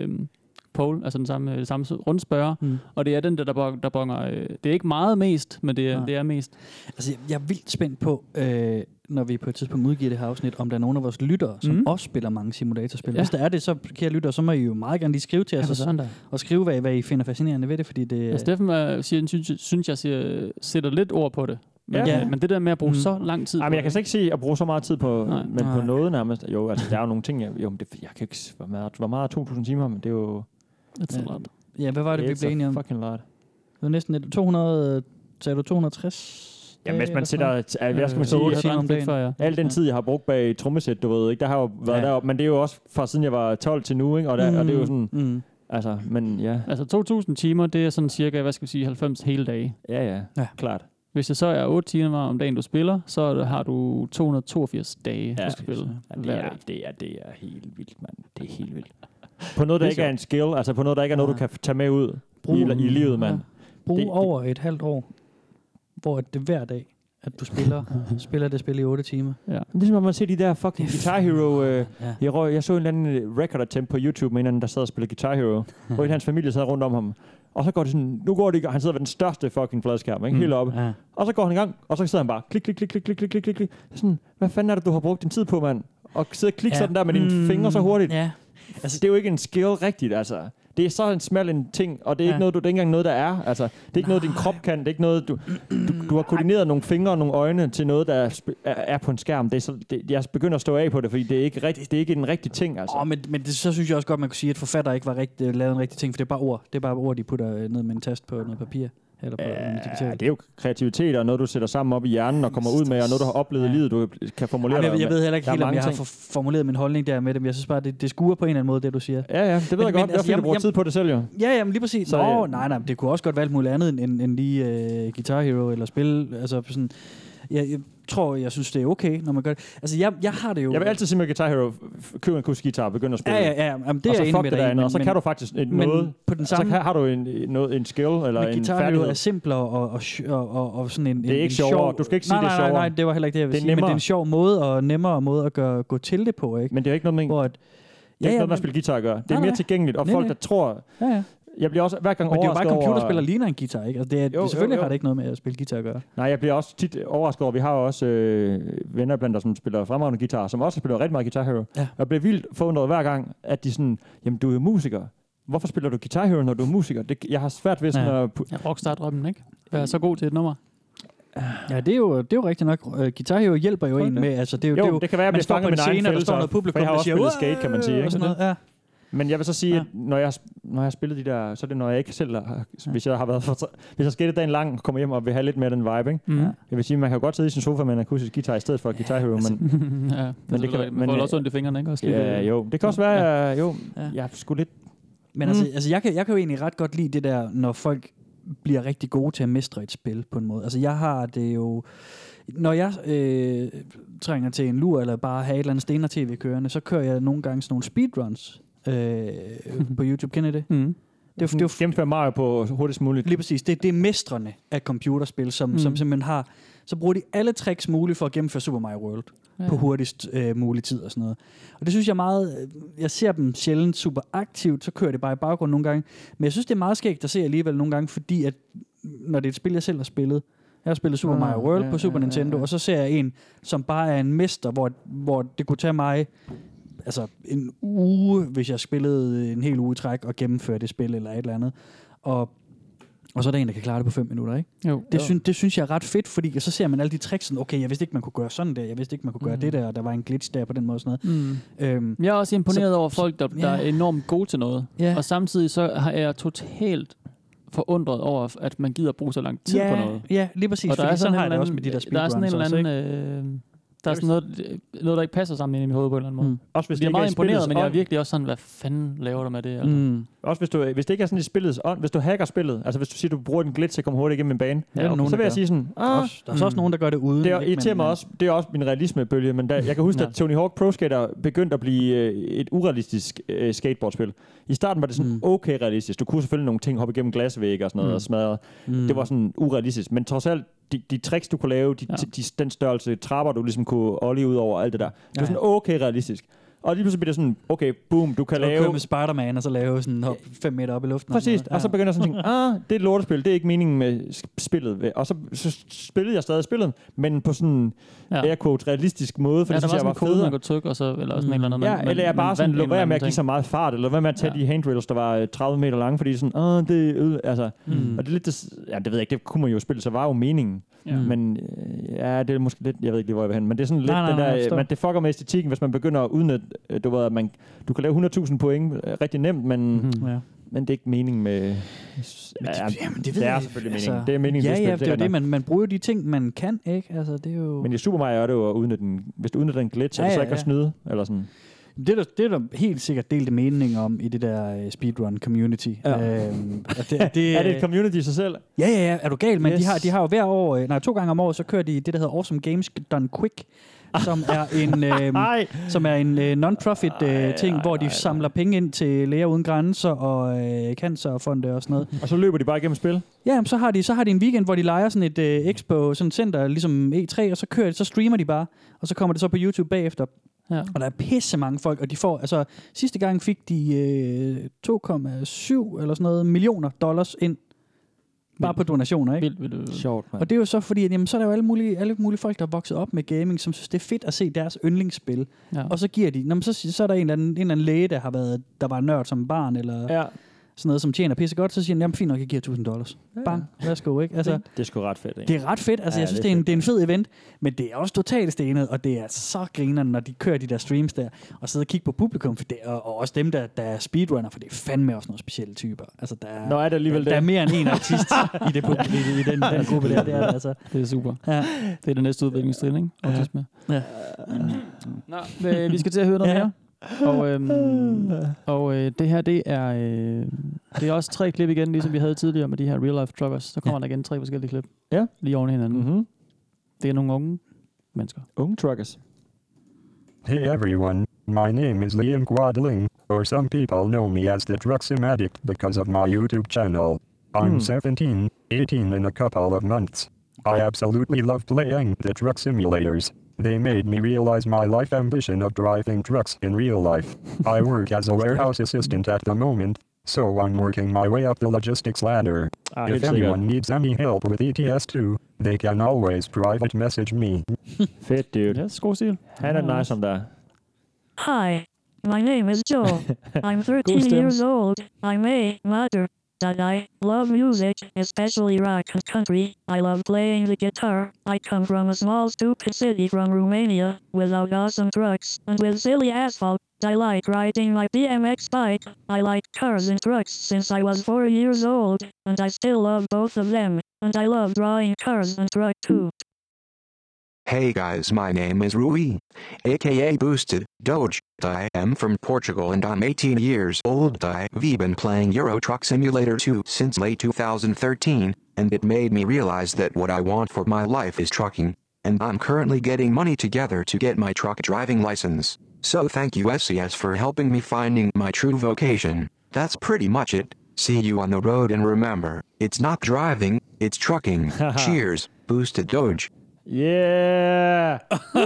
poll, altså den samme rundspørge, og det er den der bonger. Det er ikke meget mest, men det er mest. Altså, jeg er vildt spændt på, når vi på et tidspunkt udgiver det her afsnit, om der er nogen af vores lyttere, som også spiller mange simulatorspil. Ja. Hvis der er det, så kære lyttere, så må I jo meget gerne lige skrive til os og skrive, hvad I finder fascinerende ved det, fordi det... Ja, Steffen synes jeg sætter lidt ord på det. Men det der med at bruge så lang tid på men jeg kan slet ikke sige at bruge så meget tid på, på noget nærmest. Jo, altså der er jo nogle ting, jeg kan ikke... Hvor meget 2.000 timer, men det er jo... It's a lot. Ja, hvad var det, vi blev enige om? Fucking lot. Det var næsten 200... Sagde du 260? Ja, hvis man sætter... Hvad skal man sige? Al den tid, jeg har brugt bag trommesæt, du ved ikke, der har jo været deroppe, men det er jo også fra siden jeg var 12 til nu, ikke? Og det er jo sådan... Altså, men ja. Altså 2.000 timer, det er sådan cirka, 90 hele dage. Ja, klart. Hvis det så er 8 timer om dagen, du spiller, så har du 282 dage, du skal spille. Det er helt vildt, mand. Det er helt vildt. På noget, der ikke er en skill, altså på noget, der ikke er noget, du kan tage med ud i livet, mand. Brug over et halvt år, hvor det hver dag, at du spiller det spil i 8 timer. Ja. Det er som om man ser de der fucking Guitar Hero. Jeg så en eller anden record attempt på YouTube med en anden, der sad og spillede Guitar Hero, hvor hans familie sad rundt om ham. Og så går det sådan, han sidder ved den største fucking fladskærm, ikke? Helt oppe. Ja. Og så går han i gang, og så sidder han bare klik. Sådan, hvad fanden er det, du har brugt din tid på, mand? Og sidder og klikker sådan der med dine fingre så hurtigt. Ja. Altså, det er jo ikke en skill rigtigt, altså. Det er så en smal en ting, og det er ikke noget, det er ikke engang noget, der er. Altså, det er ikke noget, din krop kan. Det er ikke noget, du har koordineret nogle fingre og nogle øjne til noget, der er på en skærm. Jeg begynder at stå af på det, fordi det er ikke rigtigt. Det er ikke en rigtig ting, altså. Men så synes jeg også godt, man kunne sige, at forfatter ikke var lavet en rigtig ting, for det er bare ord. Det er bare ord, de putter ned med en tast på noget papir. Eller på det er jo kreativitet og noget, du sætter sammen op i hjernen og kommer ud med, og noget, du har oplevet i livet, du kan formulere. Jeg ved heller ikke helt, om jeg har formuleret min holdning der med det, men jeg synes bare, det skuer på en eller anden måde, det du siger. Ja, det ved jeg godt. Jeg bruger tid på det selv, jo. Ja, men lige præcis. Nej, det kunne også godt være alt muligt andet end lige Guitar Hero eller spil. Altså sådan... Jeg synes, det er okay, når man gør det. Altså, jeg har det jo... Jeg vil altid sige med Guitar Hero, køb en akustisk guitar, begynd at spille. Ja, det er jeg enig med dig. Og så kan du faktisk noget... På den samme, så har du en skill eller en færdighed. Guitar Hero er simplere og sådan en... Det er ikke sjovere. Du skal ikke sige, det er sjovere. Nej, det var heller ikke det, jeg vil sige. Men det er en sjov måde og nemmere måde at gå til det på, ikke? Men det er ikke noget med... Det er ikke noget med at spille guitar at gøre. Det er mere tilgængeligt, og folk, der tror... Jeg bliver også hver gang overrasket over... Men det er jo bare computerspil, der ligner en guitar, ikke? Altså selvfølgelig har det ikke noget med at spille guitar at gøre. Nej, jeg bliver også tit overrasket over... Vi har også venner blandt os, som spiller fremragende guitar, som også spiller rigtig meget Guitar Hero. Ja. Jeg bliver vildt forundret hver gang, at de sådan... Jamen, du er jo musiker. Hvorfor spiller du Guitar Hero, når du er musiker? Jeg har svært ved sådan at... Rockstar-drømmen, ikke? Jeg er så god til et nummer. Ja, det er jo rigtigt nok. Guitar Hero hjælper jo en med... Altså, det kan være, at jeg fanger min egen følelse. Der står noget publikum, jeg har også spillet skate, kan man sige. Ikke? Sådan noget, ja. Men jeg vil så sige, at når jeg har spillet de der, så er det, når jeg ikke selv har, hvis jeg har været hvis jeg skatet dagen lang, kommer hjem og vil have lidt mere den vibe, ikke? Jeg vil sige, man kan jo godt sidde i sin sofa med en akustisk guitar i stedet for Guitar Hero, men det kan man får også ondt i fingrene, ikke? Også det kan også være, jeg er sgu lidt. Men altså jeg kan jo egentlig ret godt lide det der, når folk bliver rigtig gode til at mestre et spil på en måde. Altså jeg har det jo... Når jeg trænger til en lur, eller bare have et eller andet stener-tv kørende, så kører jeg nogle gange sådan nogle speedruns på YouTube. Kender I det? Det er gennemføre Mario på hurtigst muligt. Lige præcis. Det er mestrene af computerspil, som simpelthen har... Så bruger de alle tricks muligt for at gennemføre Super Mario World på hurtigst mulig tid og sådan noget. Og det synes jeg meget... Jeg ser dem sjældent super aktivt, så kører det bare i baggrunden nogle gange. Men jeg synes, det er meget skægt at se alligevel nogle gange, fordi at når det er et spil, jeg selv har spillet, jeg har spillet Super Mario World på Super Nintendo, og så ser jeg en, som bare er en mester, hvor det kunne tage mig altså en uge, hvis jeg spillede en hel uge i træk og gennemføre det spil eller et eller andet. Og så er der en, der kan klare det på 5 minutter, ikke? Det synes jeg er ret fedt, fordi så ser man alle de tricks, sådan, okay, jeg vidste ikke, man kunne gøre sådan der, jeg vidste ikke, man kunne gøre det der, og der var en glitch der på den måde sådan noget. Jeg er også imponeret over folk, der er enormt gode til noget. Og samtidig så har jeg totalt forundret over, at man gider bruge så lang tid på noget. Ja, lige præcis. Og der er sådan har jeg det også med de der speedruns. Der er sådan en eller anden Der er sådan noget, der ikke passer sammen i mit hoved på en eller anden måde. Også hvis det er meget imponeret, men jeg er virkelig også sådan, hvad fanden laver du med det? Altså? Også hvis det ikke er sådan i spillets ånd, hvis du hacker spillet, altså hvis du siger, du bruger en glitch til at komme hurtigt igennem en bane, så vil jeg sige sådan, der er så også nogen, der gør det uden. Det irriterer mig også, det er også min realismebølge, men jeg kan huske, at Tony Hawk Pro Skater begyndte at blive et urealistisk skateboardspil. I starten var det sådan okay realistisk. Du kunne selvfølgelig nogle ting hoppe igennem glasvægge og sådan noget og smadre. Det var sådan urealistisk, men trods alt, de tricks, du kunne lave, den størrelse trapper, du ligesom kunne ollie ud over, alt det der. Det var sådan okay realistisk. Og lige pludselig bliver det sådan, okay, boom, du kan lave... Du kan med Spider-Man, og så lave sådan 5 meter op i luften. Præcis, og så begynder jeg sådan at tænke, det er et lortespil, det er ikke meningen med spillet. Og så spillede jeg stadig spillet, men på sådan air quotes realistisk måde, for det synes jeg var federe. Man kunne trykke, og så, eller sådan en eller anden... eller jeg bare sådan, lå være med at give så meget fart, eller hvad med at tage de handrails, der var 30 meter lange, fordi sådan, det altså... Og det er lidt... det ved jeg ikke, det kunne man jo spille, så var jo meningen. Men det er måske lidt... Jeg ved ikke lige, hvor jeg vil hen, men det er sådan lidt det der... Men det fucker med æstetikken, hvis man begynder at udnytte... Du kan lave 100.000 point rigtig nemt, men det er ikke meningen med... det er selvfølgelig meningen. Det er meningen, det er det, man bruger de ting, man kan, ikke? Altså, det er jo... Men i Super Mario er det jo at udnytte hvis du udnytter en glitch, så ikke kan snyde, eller sådan... Det er der helt sikkert delte mening om i det der speedrun community. Ja. Er det et community i sig selv? Ja. Er du gal? Men de har jo hver år, 2 gange om året, så kører de det, der hedder Awesome Games Done Quick, som er en non-profit ting, hvor de samler penge ind til Læger Uden Grænser og Cancerfonde og sådan noget. Og så løber de bare igennem spil? Ja, så har de en weekend, hvor de lejer sådan et expo, sådan et center, ligesom E3, og så streamer de bare, og så kommer det så på YouTube bagefter. Ja. Og der er pisse mange folk, og de får, altså sidste gang fik de 2,7 eller sådan noget millioner dollars ind, bare på donationer, ikke? Vildt. Sjovt, man. Og det er jo så fordi, at, jamen, så er der jo alle mulige folk, der er vokset op med gaming, som synes, det er fedt at se deres yndlingsspil. Ja. Og så giver de, så er der en eller anden læge, der var nørd som barn, eller sådan noget, som tjener pisse godt, så siger han, jamen fint nok, jeg giver $1,000. Bang, værsgo, ikke? Altså, det er sgu ret fedt, ikke? Det er ret fedt, altså jeg synes, det er en fed event, men det er også totalt stenet, og det er så grinerende, når de kører de der streams der, og sidder og kigger på publikum, for det, og også dem, der er speedrunner, for det er fandme også nogle specielle typer. Altså, der er mere end en artist i den gruppe der. Det er altså. Det er super. Ja. Det er den næste udviklingstrin, ikke? Autisme. Ja. Nå, vi skal til at høre noget mere. Og det her, det er også 3 klip igen, ligesom vi havde tidligere med de her real life truckers. Så kommer der igen 3 forskellige klip. Ja. Lige oven i hinanden. Det er nogle unge mennesker. Unge truckers. Hey everyone, my name is Liam Quadling, or some people know me as the Trucksim Addict because of my YouTube channel. I'm 17, 18 in a couple of months. I absolutely love playing the truck simulators. They made me realize my life ambition of driving trucks in real life. I work as a warehouse assistant at the moment, so I'm working my way up the logistics ladder. If anyone needs any help with ETS2, they can always private message me. Fedt, dude. Ja, god stil. Han er nice om der. Hi, my name is Joel. I'm 13 years old. I'm a mother. That I love music, especially rock and country. I love playing the guitar. I come from a small stupid city from Romania, without awesome trucks and with silly asphalt. I like riding my BMX bike. I like cars and trucks since I was 4 years old, and I still love both of them. And I love drawing cars and trucks too. Hey guys, my name is Rui, aka Boosted Doge. I am from Portugal and I'm 18 years old. I've been playing Euro Truck Simulator 2 since late 2013, and it made me realize that what I want for my life is trucking, and I'm currently getting money together to get my truck driving license. So thank you SCS for helping me finding my true vocation. That's pretty much it. See you on the road, and remember, it's not driving, it's trucking. Cheers, Boosted Doge. Yeah!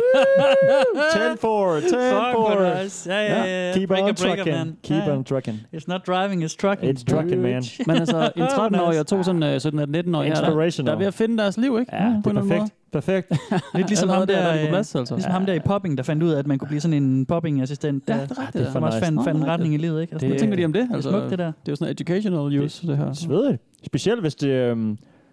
10-4. Yeah. Keep on trucking, man. Keep on trucking. It's not driving, it's trucking. It's trucking, man. Men altså, en 13-årig og 2 sådan 17-19-årige her, der er ved at finde deres liv, ikke? Ja, det er perfekt. Lidt ligesom ham der, plads, altså. Ligesom ham der i popping, der fandt ud af, at man kunne blive sådan en popping-assistent. Ja, det er rigtigt. Som også fandt en retning i livet, ikke? Altså, Hvad tænker de om det? Altså, det er smukt, det der. Det er jo sådan educational use, det her. Svedigt. Specielt hvis det...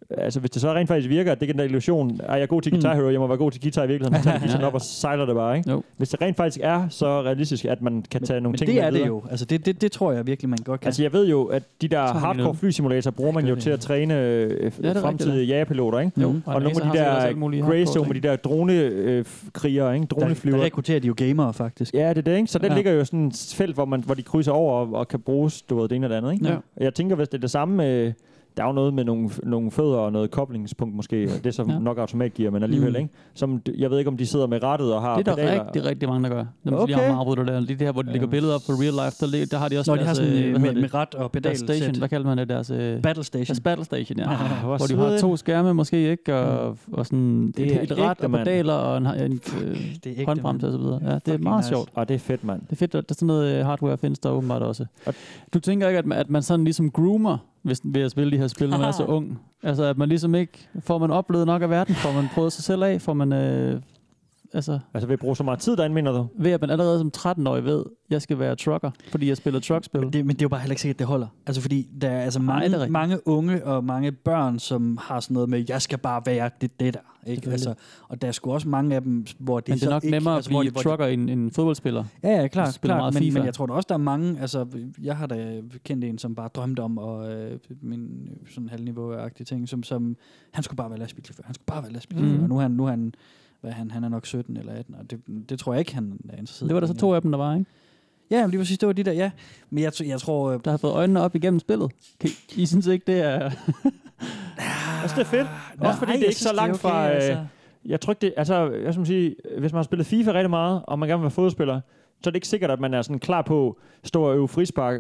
Altså, hvis det så rent faktisk virker, at det er den der illusion, er jeg god til Guitar Hero, jeg må være god til guitar i virkeligheden, så tager guitaren op og sejler det bare, ikke? Jo. Hvis det rent faktisk er så realistisk, at man kan tage nogle ting med det er videre. det jo. Altså, det tror jeg virkelig, man godt kan. Altså, jeg ved jo, at de der hardcore flysimulatorer bruger man jo til at træne fremtidige jagerpiloter, ikke? Jo. Og nogle af de der Greystone med de der dronekrigere, ikke? Droneflyver. Der rekrutterer de jo gamere, faktisk. Ja, det er det, ikke? Så den ligger jo sådan et felt, hvor de krydser over og kan bruges, du ved, det ene eller andet, ikke? Ja. Jeg tænker, hvis det er det samme med... Der er jo noget med nogle fødder og noget koblingspunkt måske. Det er så nok automatgear, men alligevel, ikke? Som, jeg ved ikke, om de sidder med rattet og har pedaler. Det er der rigtig mange, der gør. Når lige har afbrudt det der. Det her, hvor de lægger billeder op på real life, der har de også deres... Når de har sådan med rat og pedal station. Hvad kalder man det? Deres... Battle station. Deres battle station, ja. Hvor de har 2 skærme måske, ikke? Og sådan et rat og pedaler og en håndbremse og så videre. Ja, det er meget sjovt. Og det er fedt, mand. Det er fedt, der er sådan noget hardware findes der åbenbart også. Du tænker ikke, at man sådan ligesom groomer ved at spille de her spil, når man er så ung? Altså, at man ligesom ikke... Får man oplevet nok af verden? Får man prøvet sig selv af? Får man... Altså ved at bruge så meget tid derinde, mener du? Ved at man allerede som 13-årig ved, at jeg skal være trucker, fordi jeg spiller truckspil. Men det er jo bare heller ikke sikkert, at det holder. Altså, fordi der er altså mange unge og mange børn, som har sådan noget med, jeg skal bare være det der. Ikke? Altså, og der er sgu også mange af dem, hvor det men det er nok ikke, nemmere at blive trucker end en fodboldspiller. Ja, klart. Men jeg tror da også, der er mange... Altså, jeg har da kendt en, som bare drømte om, og min sådan halvniveau-agtige ting, som han skulle bare være lastbilchauffør. Og nu er han er nok 17 eller 18, og det tror jeg ikke, han er interesseret. Det var der så 2 af dem, der var, ikke? Ja, men lige præcis, det var de der, ja. Men jeg tror... Der har fået øjnene op igennem spillet. I synes ikke, det er... Altså, det er fedt. Også fordi det er ikke så langt fra... Jeg tror ikke det... Altså, jeg skal sige, hvis man har spillet FIFA rigtig meget, og man gerne vil være fodspiller, så er det ikke sikkert, at man er sådan klar på at stå og øve frispark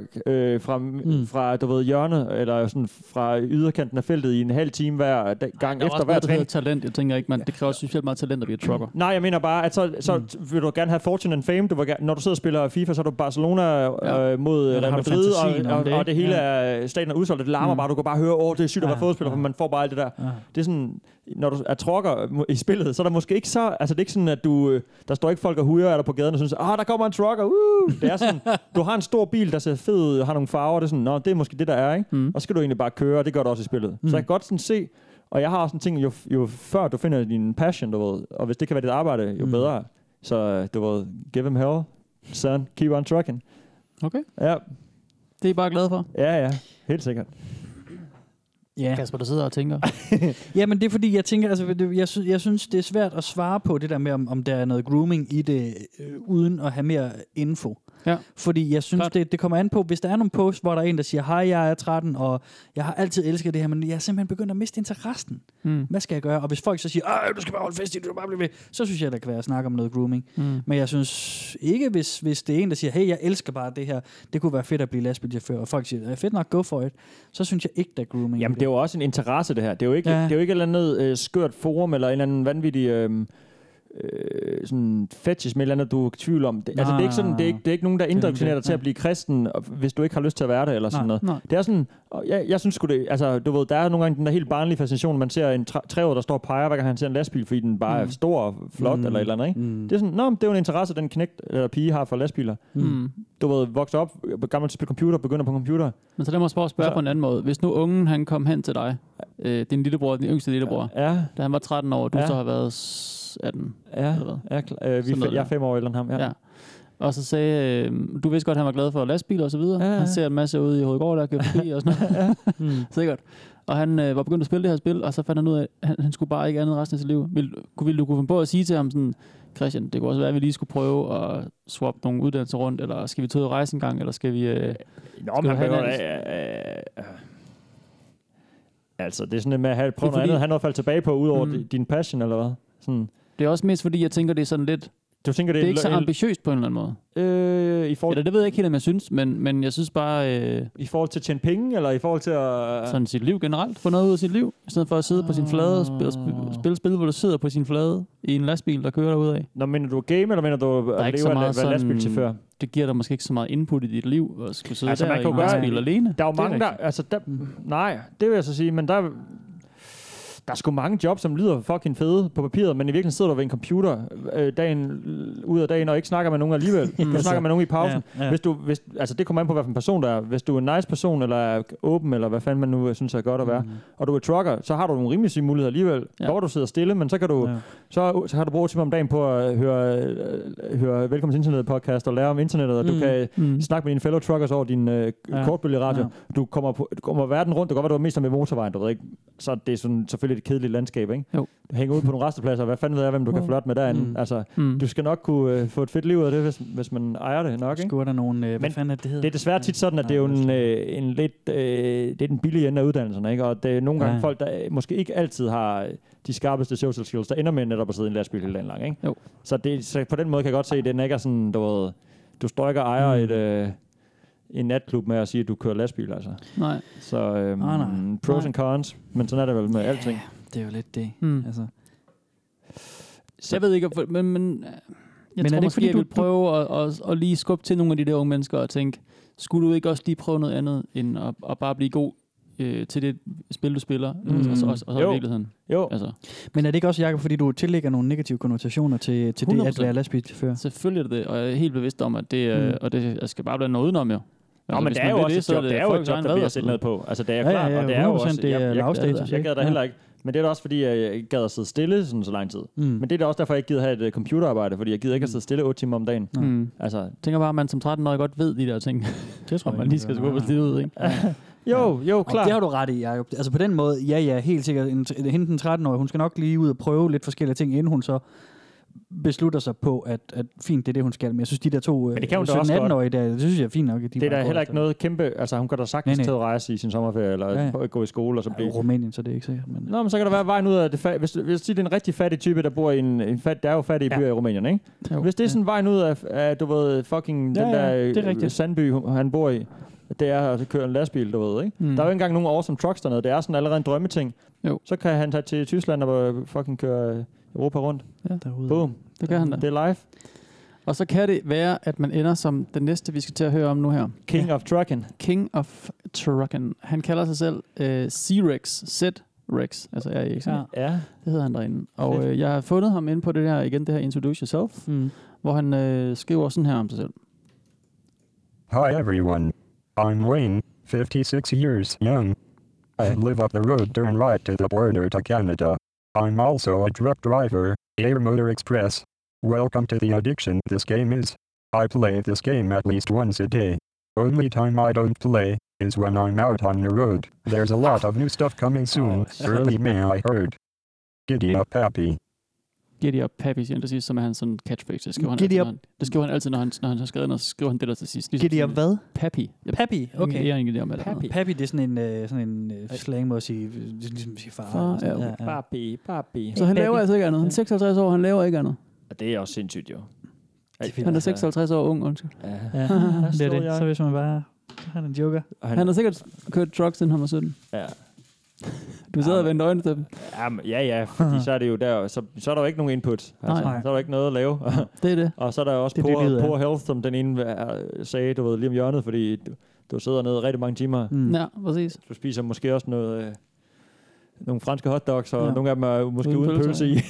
fra du ved, hjørnet, eller sådan fra yderkanten af feltet i en halv time hver gang efter hver træning. Talent. Jeg tænker ikke, det kræver specielt meget talent at blive trucker. Nej, jeg mener bare, at så vil du gerne have fortune and fame. Når du sidder og spiller FIFA, så er du Barcelona mod Real Madrid, og det hele er staten er udsolgt. Det larmer bare, du kan bare høre, det er sygt at være fodspiller, for man får bare alt det der. Det er sådan, når du er trucker i spillet, så er der måske ikke så... Altså, det er ikke sådan, at der står ikke folk og hujer der på gaden og synes, der kommer en trucker, Det er sådan, du har en stor bil, der ser fed ud, har nogle farver, det er sådan, det er måske det, der er, ikke? Og så skal du egentlig bare køre, og det gør du også i spillet. Så jeg kan godt sådan se, og jeg har også en ting, jo før du finder din passion, du ved, og hvis det kan være dit arbejde, jo bedre. Så du ved, give him hell, son, keep on trucking. Okay. Ja. Det er I bare glad for? Ja, helt sikkert. Ja. Kasper, der sidder og tænker. Jamen, det er fordi, jeg tænker, altså, jeg synes, det er svært at svare på det der med, om der er noget grooming i det, uden at have mere info. Ja. Fordi jeg synes, det kommer an på, hvis der er nogle posts, hvor der er en, der siger, hej, jeg er 13, og jeg har altid elsket det her, men jeg er simpelthen begyndt at miste interessen. Hvad skal jeg gøre? Og hvis folk så siger, du skal bare holde fest i, du skal bare blive ved, så synes jeg, der kan være at snakke om noget grooming. Men jeg synes ikke, hvis det er en, der siger, hey, jeg elsker bare det her, det kunne være fedt at blive lastbilchauffør, og folk siger, fedt nok, go for it, så synes jeg ikke, der er grooming. Jamen, det er jo også en interesse, det her. Det er jo ikke, det er jo ikke et eller andet skørt forum, eller en eller anden vanvittig... sådan fetish med et eller andet, du er i tvivl om. Det er ikke sådan, det er ikke nogen, der indoktrinerer dig til at blive kristen, hvis du ikke har lyst til at være det, eller sådan noget. Det er sådan, jeg synes sgu det, altså, du ved, der er nogle gange den der helt barnlige fascination, man ser en træver, der står og peger, hver gang han ser en lastbil, fordi den bare er stor og flot, eller et eller andet, ikke? Det er sådan, det er jo en interesse, den knægt eller pige har for lastbiler. Du ved, vokser op, gammel til at spille computer, begynder på computer. Men så lad mig spørge på en anden måde. Hvis nu ungen, han kom hen til dig, din lillebror, din yngste lillebror, da han var 13 år, du så har været 18. Ja, jeg er 5 år ældre end ham. Ja. Og så sagde, du vidste godt, at han var glad for lastbiler og så videre. Han ser en masse ude i Hovedgård, der kører forbi og sådan noget. Sikkert. Og han var begyndt at spille det her spil, og så fandt han ud af, at han skulle bare ikke andet resten af sit liv. Ville du kunne finde på at sige til ham sådan, Christian, det kunne også være, at vi lige skulle prøve at swappe nogle uddannelser rundt, eller skal vi tage ud og rejse en gang, eller skal vi... Altså, det er sådan med at prøve noget andet, han har faldet tilbage på, udover din passion, eller hvad? Sådan. Det er også mest fordi, jeg tænker, det er sådan lidt... Du tænker, det er ikke så ambitiøst på en eller anden måde. I forhold... Eller det ved jeg ikke helt, om jeg synes, men jeg synes bare... I forhold til at tjene penge, eller i forhold til at... Sådan sit liv generelt. Få noget ud af sit liv, i stedet for at sidde på sin flade og spille spil, hvor du sidder på sin flade i en lastbil, der kører derudad. Nå, mener du game, eller mener du at leve af være lastbilchauffør? Det giver dig måske ikke så meget input i dit liv, at skulle sidde der i en lastbil alene. Der er jo mange, der... Altså, nej, det vil jeg så sige, men der Der er sgu mange jobs, som lyder fucking fede på papiret, men i virkeligheden sidder du ved en computer dagen ud af dagen, og ikke snakker med nogen alligevel. Du snakker med nogen i pausen. Ja. Altså det kommer an på, hvad for en person der er. Hvis du er en nice person, eller er åben, eller hvad fanden man nu synes er godt at være, og du er trucker, så har du nogle rimelig syge muligheder alligevel. Hvor du sidder stille, men så kan du så har du brugt timer om dagen på at høre Velkommen til Internet podcast og lære om internettet, og du kan snakke med dine fellow truckers over din kortbølgeradio. Du kommer verden rundt, det kan godt være, du er mest med motorvejen, du ved ikke. Så det er sådan, selvfølgelig et kedeligt landskab, ikke? Jo. Du hænger ud på nogle rastepladser, hvad fanden ved jeg, hvem du kan flirte med derinde. Altså, du skal nok kunne få et fedt liv ud af det, hvis man ejer det nok, ikke? Skulle der nogle, hvad fanden er det hedder? Det er desværre tit sådan, at det er jo en lidt, det er den billige ende af uddannelserne, ikke? Og det er nogle gange folk, der måske ikke altid har de skarpeste social skills, der ender med netop at sidde i en lastbil hele dagen lang, ikke? Jo. Så på den måde kan jeg godt se, at den ikke er sådan, du står ikke og ejer en natklub med at sige, at du kører lastbil, altså. Nej. Så pros and cons, men sådan er det vel med alting. Det er jo lidt det. Altså. Så jeg ved ikke, men jeg tror måske, jeg vil prøve at lige skubbe til nogle af de der unge mennesker og tænke, skulle du ikke også lige prøve noget andet, end at bare blive god til det spil, du spiller, og så i virkeligheden. Jo. Altså. Men er det ikke også, Jakob, fordi du tillægger nogle negative konnotationer til det at være lastbilchauffør? Selvfølgelig er det, og jeg er helt bevidst om, at det, og det jeg skal bare blive noget udenom, jo. Nå, men det er jo også et job, det er jo et job, der bliver set ned på. Altså, det er klart, og det er jo også... Jeg gad der heller ikke. Men det er da også, fordi jeg gad at sidde stille sådan så lang tid. Men det er da også derfor, jeg ikke gider have et computerarbejde, fordi jeg gider ikke at sidde stille 8 timer om dagen. Altså, jeg tænker bare, at man som 13-årig godt ved de der ting. Det tror jeg, man lige skal gå på livet, ikke? Jo, klart. Det har du ret i, Jacob. Altså på den måde, ja, helt sikkert. Hende den 13-årige, hun skal nok lige ud og prøve lidt forskellige ting, inden hun så beslutter sig på, at fint, det er det, hun skal. Men jeg synes, de der to 17-18-årige, det synes jeg er fint nok. Det er da heller ikke noget kæmpe... Altså, hun kan da sagtens til at rejse i sin sommerferie, eller gå i skole, og så blive... Rumænien, så det er ikke sikkert. Men... Nå, men så kan der være vejen ud af det... Hvis det er en rigtig fattig type, der bor i en der er jo fattige byer i Rumænien, ikke? Jo. Hvis det er sådan vejen ud af du ved, fucking den der sandby, han bor i, det er at køre en lastbil, du ved, ikke? Der er jo ikke engang nogen awesome trucks dernede. Det er sådan allerede en drømmeting. Jo. Så kan han tage til Tyskland og fucking køre Europa rundt. Ja. Boom. Det kan han da. Det er live. Og så kan det være, at man ender som den næste, vi skal til at høre om nu her. King of Trucking. King of Trucking. Han kalder sig selv C-Rex. Z-Rex. Altså R-E-X. Ja. Det hedder han derinde. Og jeg har fundet ham inde på det her Introduce Yourself, hvor han skriver sådan her om sig selv. Hi everyone. I'm Wayne, 56 years young. I live up the road, turn right to the border to Canada. I'm also a truck driver, Air Motor Express. Welcome to the addiction this game is. I play this game at least once a day. Only time I don't play is when I'm out on the road. There's a lot of new stuff coming soon. Early May I heard. Giddy up happy. Giddy up happy, siger han til sidst, som er hans sådan catchphrase. Det skriver han altid, når han har skrevet noget, så skriver han det der til sidst. Giddy up hvad? Pappy. Pappy, okay. Jeg er ikke idé om, hvad det er. Pappy, det er sådan en slang måde at sige, ligesom sige far. Papi. Så han laver altså ikke andet. Han er 56 år, han laver ikke andet. Og det er også sindssygt, jo. Han er 56 år ung, undskyld. Ja. Det er det. Så hvis man bare... Han er en joker. Han har sikkert kørt trucks, siden han var 17. Ja. Du sidder og vender øjnene til dem. Ja, fordi så er det jo der, så er der jo ikke nogen input. Altså, så er der ikke noget at lave. Det er det. Og så er der også poor health, som den ene sagde, du ved, lige om hjørnet, fordi du sidder nede rigtig mange timer. Ja, præcis. Du spiser måske også nogle franske hotdogs, og nogle af dem er måske uden pølse i.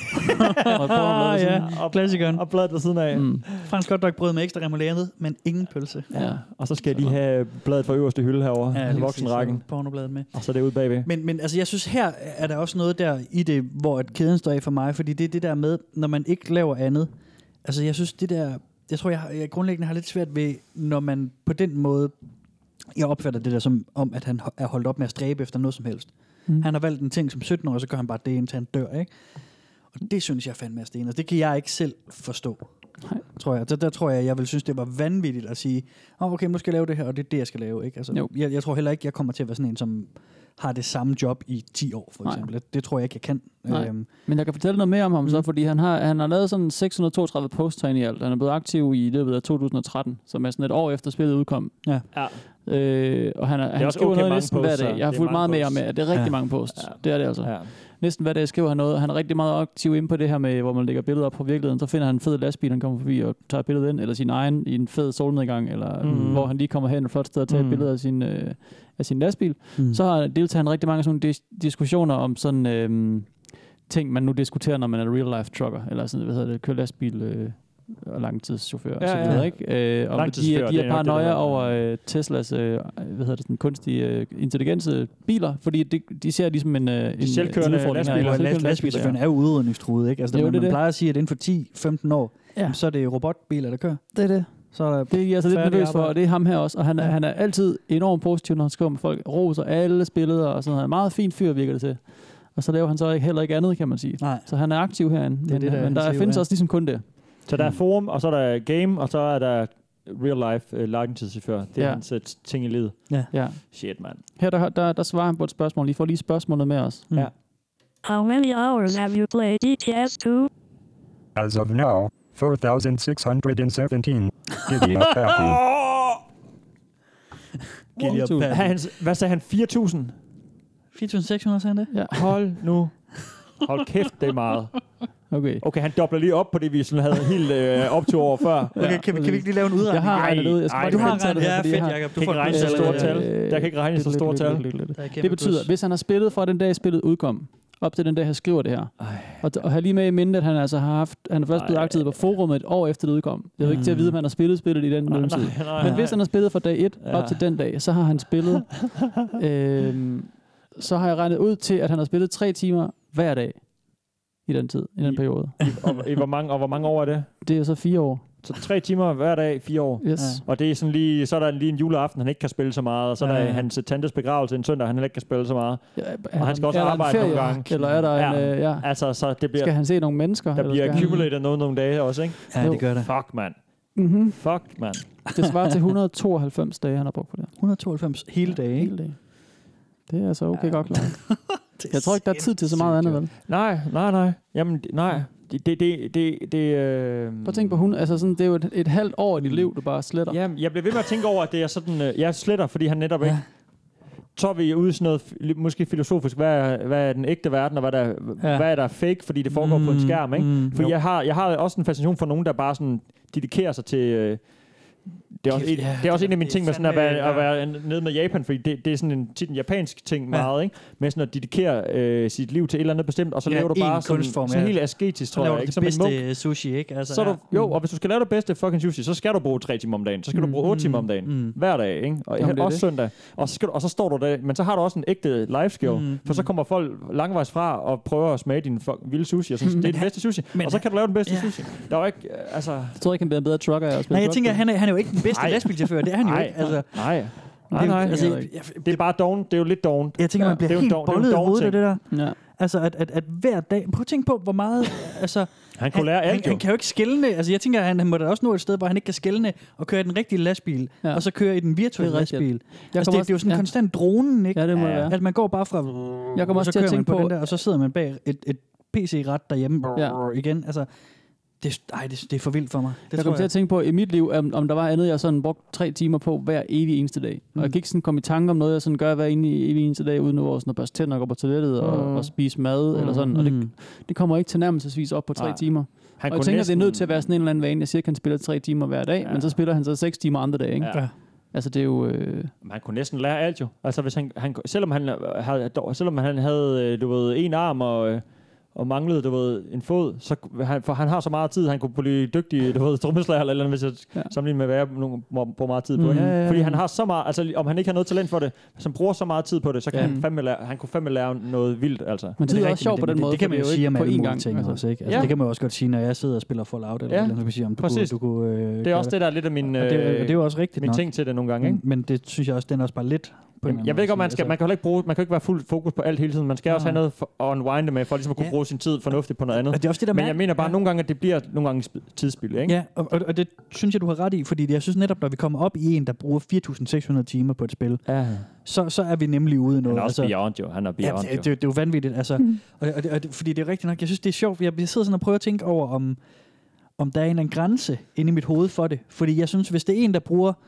Og klassikeren. Og bladet ved siden af. Fransk hotdogbrød med ekstra remoulade, men ingen pølse. Ja. Og så skal de have bladet fra øverste hylde herovre, voksenrækken. Pornobladet med. Og så det ude bagved. Men altså, jeg synes, her er der også noget der i det, hvor at kæden står af for mig, fordi det er det der med, når man ikke laver andet. Altså, jeg synes, det der... Jeg tror, jeg grundlæggende har lidt svært ved, når man på den måde... Jeg opfatter det der som om, at han er holdt op med at stræbe efter noget som helst. Han har valgt en ting som 17-årig, så gør han bare det, indtil han dør, ikke? Og det synes jeg fandme er stenet. Det kan jeg ikke selv forstå, tror jeg. Der tror jeg vil synes, det var vanvittigt at sige, okay, nu skal jeg lave det her, og det er det, jeg skal lave, ikke? Altså, jeg tror heller ikke, jeg kommer til at være sådan en, som har det samme job i 10 år, for eksempel. Det tror jeg ikke, jeg kan. Men jeg kan fortælle noget mere om ham så, fordi han har lavet sådan 632 posts i alt. Han er blevet aktiv i løbet af 2013, som er sådan et år efter spillet udkom. Ja. Og han skriver noget næsten hver dag. Jeg har fulgt meget med ham med. Det er rigtig mange posts. Ja. Det er det altså. Ja. Næsten hver dag skriver han noget. Han er rigtig meget aktiv inde på det her med, hvor man lægger billeder op på virkeligheden. Så finder han en fed lastbil, han kommer forbi og tager billedet ind, eller sin egen i en fed solnedgang, eller hvor han lige kommer hen et flot sted og tager et billede af sin lastbil. Så har deltager han rigtig mange sådan diskussioner om sådan ting, man nu diskuterer, når man er real life trucker, eller sådan, kører lastbil og langtidschauffør og så videre, ikke? Og de er paranoia over Teslas kunstige intelligente biler, fordi de ser ligesom en selvkørende lastbiler. Lastbilchaufføren er jo udrydningstruet, ikke? Altså, man plejer at sige, at inden for 10-15 år, så er det robotbiler, der kører. Det er det. Så er det er jeg altså lidt nervøs for, og det er ham her også. Og han er altid enormt positiv, når han skriver med folk. Roser alle billeder og sådan noget. Han er meget fin fyr, virker det til. Og så laver han så heller ikke andet, kan man sige. Nej. Så han er aktiv herinde. Men der findes også ligesom kun det. Så der er forum, og så er der game, og så er der real life langtidschauffør. Det er hans ting i livet. Ja. Shit, man. Her der svarer han på et spørgsmål. Lige får lige spørgsmålet med os. Ja. How many hours have you played GTA 2? As of now, 4,617. Giddy up, happy. Giddy up, happy. Hvad sagde han? 4.000? 4.600 sagde han det? Ja. Hold kæft, det er meget. Okay, han dobler lige op på det, vi sådan havde helt op til år før. Okay, kan vi ikke lige lave en udregning? Jeg har regnet ud. Du har regnet. Ja, fedt, Jacob. Du kan ikke regne så store tal. Jeg kan ikke regne så store tal. Det betyder, hvis han har spillet fra den dag, spillet udkom, op til den dag, han skriver det her. Og have lige med i minde, at han altså han er først blevet aktiv på forummet et år efter det udkom. Det er jo ikke til at vide, om han har spillet i den mellemtid. Men hvis han har spillet fra dag 1 op til den dag, så har han spillet... så har jeg regnet ud til, at han har spillet 3 timer hver dag i den tid, i den periode. Hvor mange år er det? Det er jo så 4 år. Så 3 timer hver dag, 4 år. Yes. Og det er sådan lige, så er der lige en juleaften, han ikke kan spille så meget, og så er der hans tantes begravelse en søndag, han ikke kan spille så meget. Og han skal også arbejde nogle gange. Eller er der en... Altså, så det bliver, skal han se nogle mennesker? Der bliver accumulated nogle dage også, ikke? Ja, det gør det. Fuck, mand. Fuck, mand. Det svarer til 192 dage, han har brugt på det. 192 hele dage, ikke? Hele dage. Det er altså okay godt klart. Jeg tror ikke, der er tid til så meget andet, vel? Nej. Jamen, nej. Prøv at tænke på altså sådan, det er jo et halvt år i dit liv, du bare sletter. Jamen, jeg bliver ved med at tænke over, at det er sådan, jeg sletter, fordi han netop ikke... Så er vi ude i sådan noget, måske filosofisk, hvad er den ægte verden, og hvad er der fake, fordi det foregår på en skærm, ikke? For jeg har også en fascination for nogen, der bare sådan dedikerer sig til... Det er også en af mine ting med sådan at være nede med Japan, fordi det er sådan en japansk ting meget, ikke? Med sådan at dedikere sit liv til et eller andet bestemt, og så laver du bare sådan helt asketisk, tror jeg, ikke? Som det bedste sushi, ikke? Altså, så og hvis du skal lave det bedste fucking sushi, så skal du bruge 3 timer om dagen, så skal du bruge 8 timer om dagen, hver dag, ikke? Og også søndag. Og så står du der, men så har du også en ægte life skill, for så kommer folk langvejs fra og prøver at smage din vilde sushi, og så det er den bedste sushi, og så kan du lave den bedste sushi. Der er ikke, altså... Jeg tror ikke, han bliver en bedre trucker af at spille. Nej, jeg tænker, han er jo ikke den bedste lastbilchauffør, det er han jo ikke. Altså, nej. Det er bare doven. Det er jo lidt doven. Jeg tænker, man bliver helt bollet i hovedet af det der. Ja. Altså, at hver dag... Prøv at tænke på, hvor meget... Altså, han kunne lære alt, han kan jo ikke skelne. Altså, jeg tænker, han må da også nå et sted, hvor han ikke kan skelne og køre i den rigtige lastbil, og så køre i den virtuelle lastbil. Altså, det er jo sådan en konstant dronen, ikke? Ja, det må være. At man går bare fra... Jeg kommer også til at tænke på... Den der, og så sidder man bag et PC-ret derhjemme igen. Altså... Det er for vildt for mig. Jeg kom til at tænke på i mit liv, om der var andet, jeg sådan brugte 3 timer på hver evig eneste dag. Og jeg kan ikke sådan komme i tanke om noget, jeg sådan gør hver evig eneste dag, uden at børste tænder og gå på toilettet og spise mad eller sådan. Og det kommer ikke tilnærmelsesvis op på 3 timer. Og jeg tænker, det er nødt til at være sådan en eller anden vane. Jeg siger, at han spiller 3 timer hver dag, men så spiller han så 6 timer andre dage, ikke? Ja. Altså det er jo... Man kunne næsten lære alt jo. Altså hvis selvom han havde du ved, en arm og manglede, du ved, en fod, så for han har så meget tid, han kunne blive dygtig, du ved, trommeslager eller andet, hvis jeg sammenligner med, hvad jeg bruger meget tid på. Fordi han har så meget, altså om han ikke har noget talent for det, som bruger så meget tid på det, så kan han kunne fandme lære noget vildt, altså. Men det er også sjovt på den måde, det kan man jo sige om alle mulige ting også, ikke? Altså, det kan man jo også godt sige, når jeg sidder og spiller Fallout, eller noget, så kan sige, om du kunne det er også det, der er lidt af min det er jo også rigtigt min ting til det nogle gange, ikke? Men det synes jeg også, den er også bare lidt... Jeg ved ikke, om man kan jo ikke være fuld fokus på alt hele tiden. Man skal også have noget at unwinde med, for ligesom at kunne bruge sin tid fornuftigt på noget andet. Det er også det, der men jeg mener bare nogle gange, at det bliver nogle gange tidsspil, ikke? Ja, og det synes jeg, du har ret i, fordi jeg synes netop, når vi kommer op i en, der bruger 4.600 timer på et spil, så er vi nemlig ude i noget. Han er også beyond jo. Han er beyond jo. Det er jo vanvittigt, altså. Fordi det er rigtigt nok. Jeg synes, det er sjovt. Jeg sidder sådan og prøver at tænke over, om der er en grænse inde i mit hoved for det. Fordi jeg synes, hvis det er en, der bruger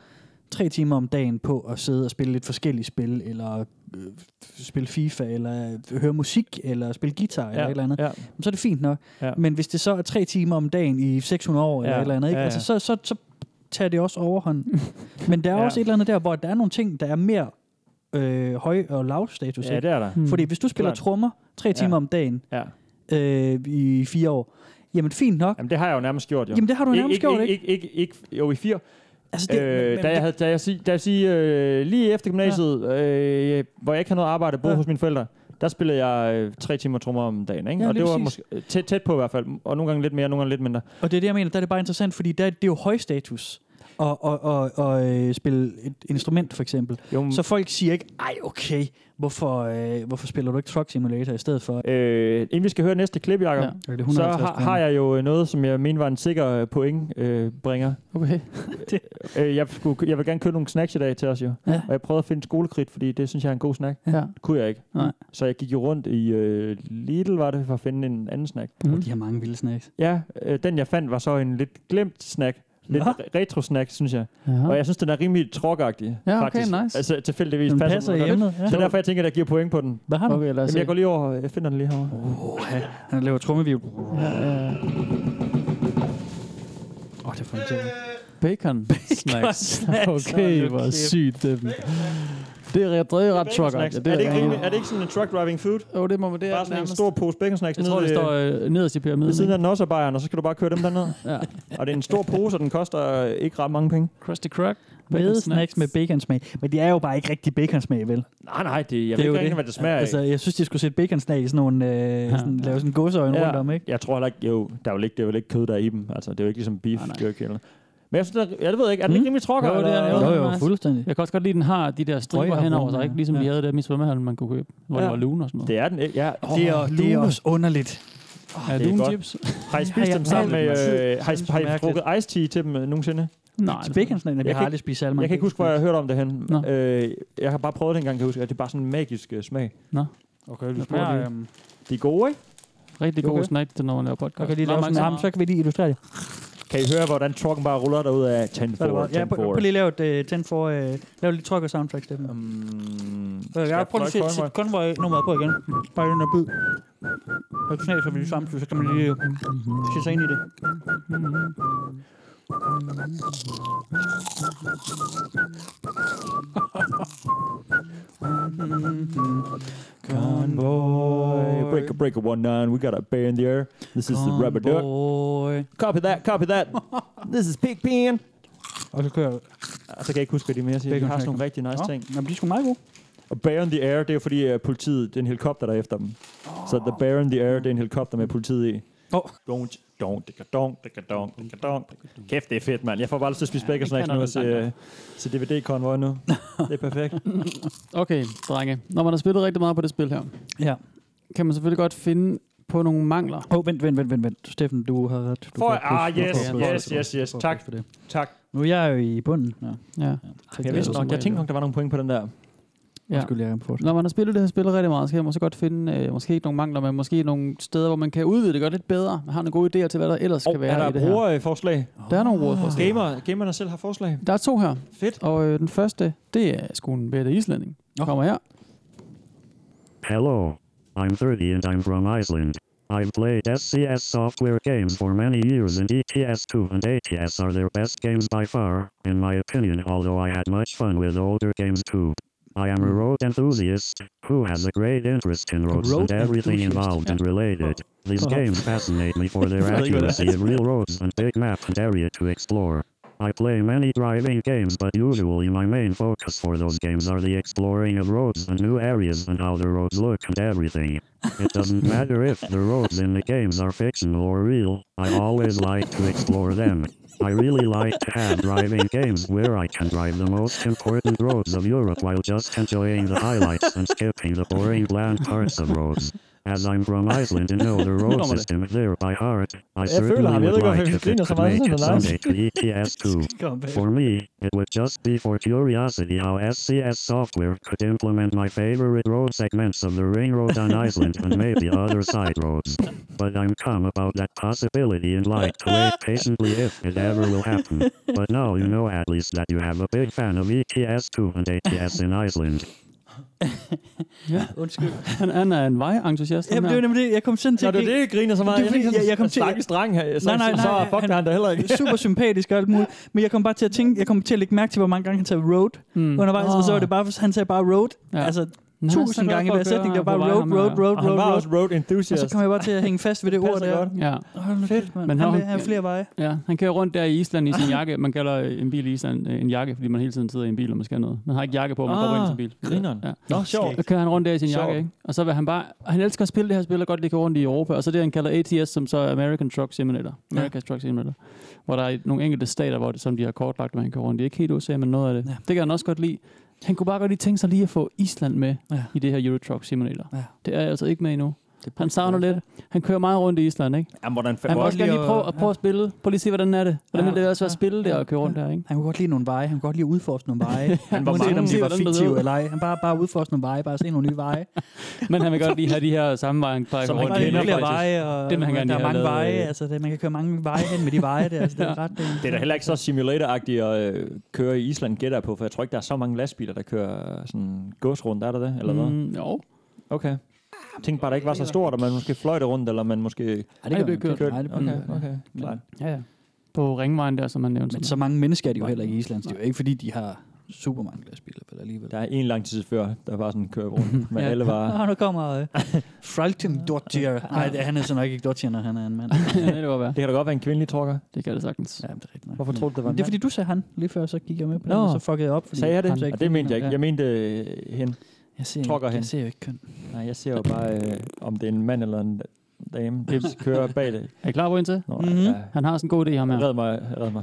3 timer om dagen på at sidde og spille lidt forskellige spil, eller spille FIFA, eller høre musik, eller spille guitar, eller et eller andet, så er det fint nok. Ja. Men hvis det så er 3 timer om dagen i 600 år, eller et eller andet, ikke? Altså, så tager det også overhånd. Men der er også et eller andet der, hvor der er nogle ting, der er mere høj- og lav status. Ja, det er der. Fordi hvis du spiller trommer 3 timer om dagen i 4 år, jamen fint nok. Jamen det har jeg jo nærmest gjort, jo. Jamen det har du nærmest gjort, ikke? Jo, i 4. Altså lige efter gymnasiet, hvor jeg ikke havde noget arbejde, boede hos mine forældre, der spillede jeg 3 timer trommer om dagen, ikke? Ja, og det var måske tæt på i hvert fald, og nogle gange lidt mere, nogle gange lidt mindre. Og det er det, jeg mener, der er det bare interessant, fordi det er jo høj status og spille et instrument, for eksempel. Så folk siger ikke, okay, hvorfor spiller du ikke Truck Simulator i stedet for? Inden vi skal høre næste klip, Jacob, så har jeg jo noget, som jeg mener var en sikker pointbringer. Okay. Jeg vil gerne købe nogle snacks i dag til os, jo. Ja. Og jeg prøvede at finde skolekridt, fordi det synes jeg er en god snack. Ja. Det kunne jeg ikke. Nej. Så jeg gik jo rundt i Lidl, var det, for at finde en anden snack. De har mange vilde snacks. Ja, den jeg fandt var så en lidt glemt snack. Lidt retro-snack, synes jeg. Og jeg synes, den er rimelig trokagtig, faktisk. Okay, nice. Altså, tilfældigvis den passer i emnet. Så derfor jeg tænker, at jeg giver point på den. Hvad har du? Okay, jamen, jeg går lige over, jeg finder den lige herovre. Han laver trommevirvel. Det får en ting. Bacon snacks. Okay, hvor sygt det. Det er ret trucker. Er det ikke sådan en truck driving food? Jo, det må man. Det er bare sådan en stor pose bacon snacks. Jeg tror, det står nederst i pyramiden. Ved siden af nosserbajeren, og så skal du bare køre dem derned. Og det er en stor pose, og den koster ikke ret mange penge. Krusty Crack. Med snacks med baconsmag. Men det er jo bare ikke rigtig baconsmag, vel? Nej, jeg ved ikke rigtig, hvad det smager af. Altså, jeg synes, de skulle sætte baconsnag i sådan nogle, lave sådan gåseøjne rundt om, ikke? Jeg tror heller ikke, det er jo ikke kød, der er i dem. Altså, det er jo ikke ligesom beef jerky eller. Men jeg synes, jeg ved ikke, er det ikke rimelig trokker? Jo, fuldstændig. Jeg kan også godt lide, den har de der striber henover sig, ikke? Ligesom vi havde der i svømmehallen, man kunne købe, hvor det var lune og sådan noget. Det er den, ja. Det er også underligt. Ja, lune-chips. Har I spist dem sammen med... Har I drukket ice tea til dem nogensinde? Nej. Til baconsnagen, jeg har aldrig spist salmon. Jeg kan ikke huske, hvor jeg har hørt om det hen. Jeg har bare prøvet det engang, kan jeg huske, at det er bare sådan en magisk smag. Nå. Okay, du smager... De er gode, ikke? Rigtig gode snack til, når man laver podcast. Okay, så kan vi lige illustrere det. Kan I høre, hvordan trucken bare ruller derud af 10-4? Ja, prøv lige lave et 10-4. Lave lidt trucker soundtrack, Steffen. Jeg prøver lige at sætte konvoj-nummeret på igen. Bare den her byd. Og knæs, så vi lige samtidig, så kan man lige se sig ind i det. Convoy. Breaker 19. We got a bear in the air. This is the rubber duck. Copy that. This is Pigpen. Og så kører så kan jeg ikke huske, hvad de mere siger. De har sådan nogle rigtig nice ting. Jamen, de er sgu meget gode. Og Bear in the Air, det er jo fordi politiet, det er en helikopter, der er efter dem. Så The Bear in the Air, det er en helikopter med politiet i. Kæft, det er fedt, mand. Jeg får bare lyst til at spise bacon nu og se DVD-konvoj nu. Det er perfekt. Okay, drenge. Når man har spillet rigtig meget på det spil her, kan man selvfølgelig godt finde på nogle mangler. Vent. Steffen, du har ret. Yes. Tak for det. Tak. Nu er jeg jo i bunden. Ja. Jeg vidste nok, jeg tænkte nok, der var nogle point på den der. Ja. Når man har spillet det her spil rigtig meget, så kan man også godt finde måske ikke nogle mangler, men måske nogle steder, hvor man kan udvide det godt lidt bedre. Man har nogle gode idéer til, hvad der ellers skal være i det her. Er der brugerforslag? Der er nogle brugerforslag. Gamerne selv har forslag? Der er 2 her. Fedt. Og den første, det er skolen Bette Islanding. Kommer her. Hello. I'm 30 and I'm from Iceland. I've played SCS software games for many years and ETS2 and ATS are their best games by far, in my opinion, although I had much fun with older games too. I am a road enthusiast who has a great interest in roads and everything involved and related. These games fascinate me for their accuracy of real roads and big map and area to explore. I play many driving games, but usually my main focus for those games are the exploring of roads and new areas and how the roads look and everything. It doesn't matter if the roads in the games are fictional or real, I always like to explore them. I really like to have driving games where I can drive the most important roads of Europe while just enjoying the highlights and skipping the boring bland parts of roads. As I'm from Iceland and know the road system there by heart, I certainly would like if it could make it someday to ETS2. For me, it would just be for curiosity how SCS software could implement my favorite road segments of the ring road on Iceland and maybe other side roads. But I'm calm about that possibility and like to wait patiently if it ever will happen. But now you know at least that you have a big fan of ETS2 and ATS in Iceland. Ja, undskyld. Han er en vejentusiast. Jamen, det er nemlig det. Jeg kom sådan til at... Nå, det er det, griner så meget. Jeg kom til... Stakkels dreng her. Nej. Så fuck han da heller ikke. Super sympatisk og alt muligt. Men jeg kom bare til at tænke... Jeg kom til at lægge mærke til, hvor mange gange han tager road undervejs. Og så var det bare... Han sagde bare road. Ja. Altså... 1000 gange i hver sætning, der var bare road. Han var også road enthusiast. Og så kom jeg bare til at hænge fast ved det ord der. Godt. Ja. Fedt, man. Han vil have flere veje. Ja, han kører rundt der i Island i sin jakke. Man kalder en bil i Island en jakke, fordi man hele tiden sidder i en bil, og man skal noget. Man har ikke jakke på, man går ind i sin bil. Grineren. Ja. Nå, sjovt. Så kører han rundt der i sin jakke, ikke? Og så vil han bare... Han elsker at spille det her spil, og godt ligge rundt i Europa. Og så det, han kalder ATS, som så er American Truck Simulator. America's Truck Simulator. Hvor der er nogle enkelte stater, hvor det, som de har kortlagt, hvor han kan rundt. Det er ikke helt USA, men noget af det. Ja. Det kan han også godt lide. Han kunne bare godt lige tænke sig lige at få Island med i det her Euro Truck Simulator. Ja. Det er jeg altså ikke med endnu. Han savner lidt. Han kører meget rundt i Island, ikke? Jamen, han vil også gerne lige prøve at spille. Prøv lige at se, hvordan er det. Hvordan vil det også være at spille det og køre rundt der, ikke? Han kunne godt lide nogle veje. Han kunne godt lide at udforske nogle veje. Han var mange, om det var fiktive eller ej. Han bare udforske nogle veje. Bare se nogle nye veje. Men han vil godt lige have de her samme veje. Som han kender flere veje. Og det, der er mange veje. Altså, man kan køre mange veje hen med de veje der. Altså, det er ret... Det er da heller ikke så simulator-agtigt at køre i Island, gætter på. For jeg tror ikke, der er så mange lastbiler, der kører sådan gods rundt. Er der det? Eller hvad? Jo. Okay. Jeg tænkte bare, der ikke var så stort, at man måske fløjte rundt, eller man måske... Nej, det kørt. Okay, klart. Ja. På ringvejen der, som man nævnte. Men så mange mennesker er de jo heller ikke i Island. Det er jo ikke, fordi de har super mange lastbiler alligevel. Der er en langtidschauffør, der bare sådan kører rundt med alle varer. Nu kommer Fralken Dottir. Nej, han er så nok ikke Dottir, når han er en mand. Det kan da godt være en kvindelig trucker. Det kan det sagtens. Ja, det er rigtigt. Hvorfor troede du, det var en Det er fordi, du sagde han lige før, så gik jeg med på det, og så fuckede jeg op. Sagde jeg det? Og det mente jeg ikke. Jeg mente hende. Jeg ser jo ikke køn. Nej, jeg ser jo bare, om det er en mand eller en dame, der kører bag det. Er I klar på en til? Ja. Han har sådan en god idé, ham her. Red mig.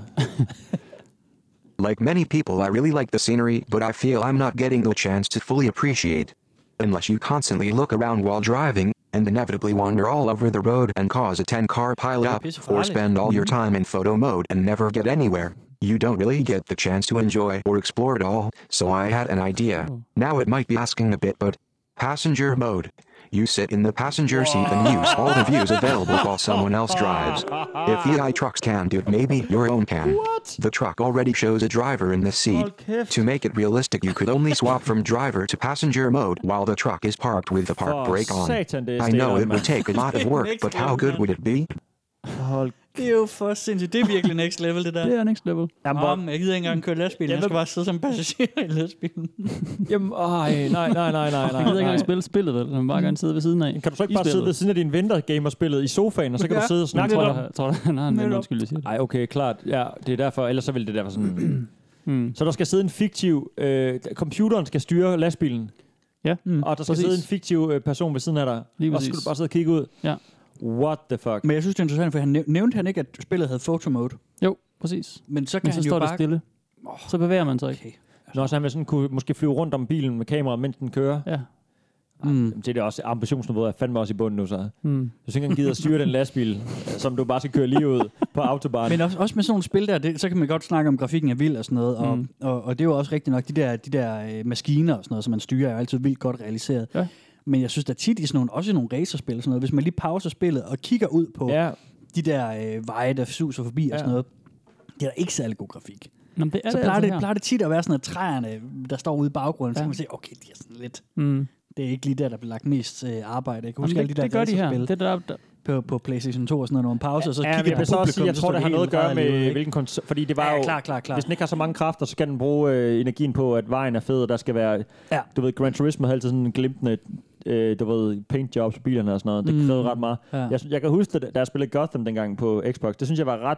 Like many people, I really like the scenery, but I feel I'm not getting the chance to fully appreciate. Unless you constantly look around while driving, and inevitably wander all over the road and cause a 10-car pile-up, or spend all your time in photo mode and never get anywhere. You don't really get the chance to enjoy or explore it all, so I had an idea. Now it might be asking a bit, but passenger mode. You sit in the passenger seat and use all the views available while someone else drives. If EI trucks can do it, maybe your own can. What? The truck already shows a driver in the seat. To make it realistic, you could only swap from driver to passenger mode while the truck is parked with the park brake on. I know it would take a lot of work, but how good would it be? Det er jo for sindssygt. Det er virkelig next level, det der. Det er next level. Jamen, jeg gider ikke engang køre lastbil. Jeg skal bare sidde som passager i lastbilen. Jamen, nej. Jeg gider ikke engang spille spillet, vel? Man bare gerne sidde ved siden af. Kan du så ikke bare sidde ved siden af din vintergamer-spillet i sofaen, og så kan du sidde og snakke lidt om? Jeg tror, han har en ven, undskyld, jeg siger det. Ej, okay, klart. Ja, det er derfor. Ellers så vil det derfor sådan... Så der skal sidde en fiktiv... computeren skal styre lastbilen. Ja, og der skal sidde en fiktiv person ved siden af dig. Og så skal du bare sidde og kigge ud. Ja. What the fuck? Men jeg synes, det er interessant, for han nævnte han ikke, at spillet havde photo mode. Jo, præcis. Men så kan han jo står bare... det stille. Så bevæger man sig ikke. Okay. Nå, så han vil sådan kunne måske flyve rundt om bilen med kamera, mens den kører. Ja. Det er det også ambitionsniveauet, jeg fandme også i bunden nu, så. Du så ikke gider at styre den lastbil, som du bare skal køre lige ud på autobahn. Men også med sådan nogle spil der, så kan man godt snakke om, grafikken er vild og sådan noget, og det er jo også rigtigt nok, de der maskiner og sådan noget, som man styrer, er jo altid vildt godt realiseret. Ja. Men jeg synes, der tit i sådan nogle, også i nogle racerspil og sådan noget, hvis man lige pauser spillet og kigger ud på de der veje, der suser forbi og sådan noget, det er der ikke særlig god grafik. Nå, det er så det plejer det tit at være sådan, at træerne, der står ude i baggrunden, så kan man se, okay, de er sådan lidt... Det er ikke lige der bliver lagt mest arbejde. Jeg kan huske alle de der racerspil. Det der på PlayStation 2 og sådan noget, når man pauser, så kigger jeg på publikum. Sige, jeg tror, det har noget at gøre med hvilken fordi det var jo... Klar. Hvis den ikke har så mange kræfter, så skal den bruge energien på, at vejen er fed, og der skal være... Du ved, Gran Turismo har altid sådan en glimtende du ved, paint jobs på bilerne og sådan noget. Det krævede ret meget. Ja. Jeg kan huske, da jeg spillede Gotham dengang på Xbox, det synes jeg var ret...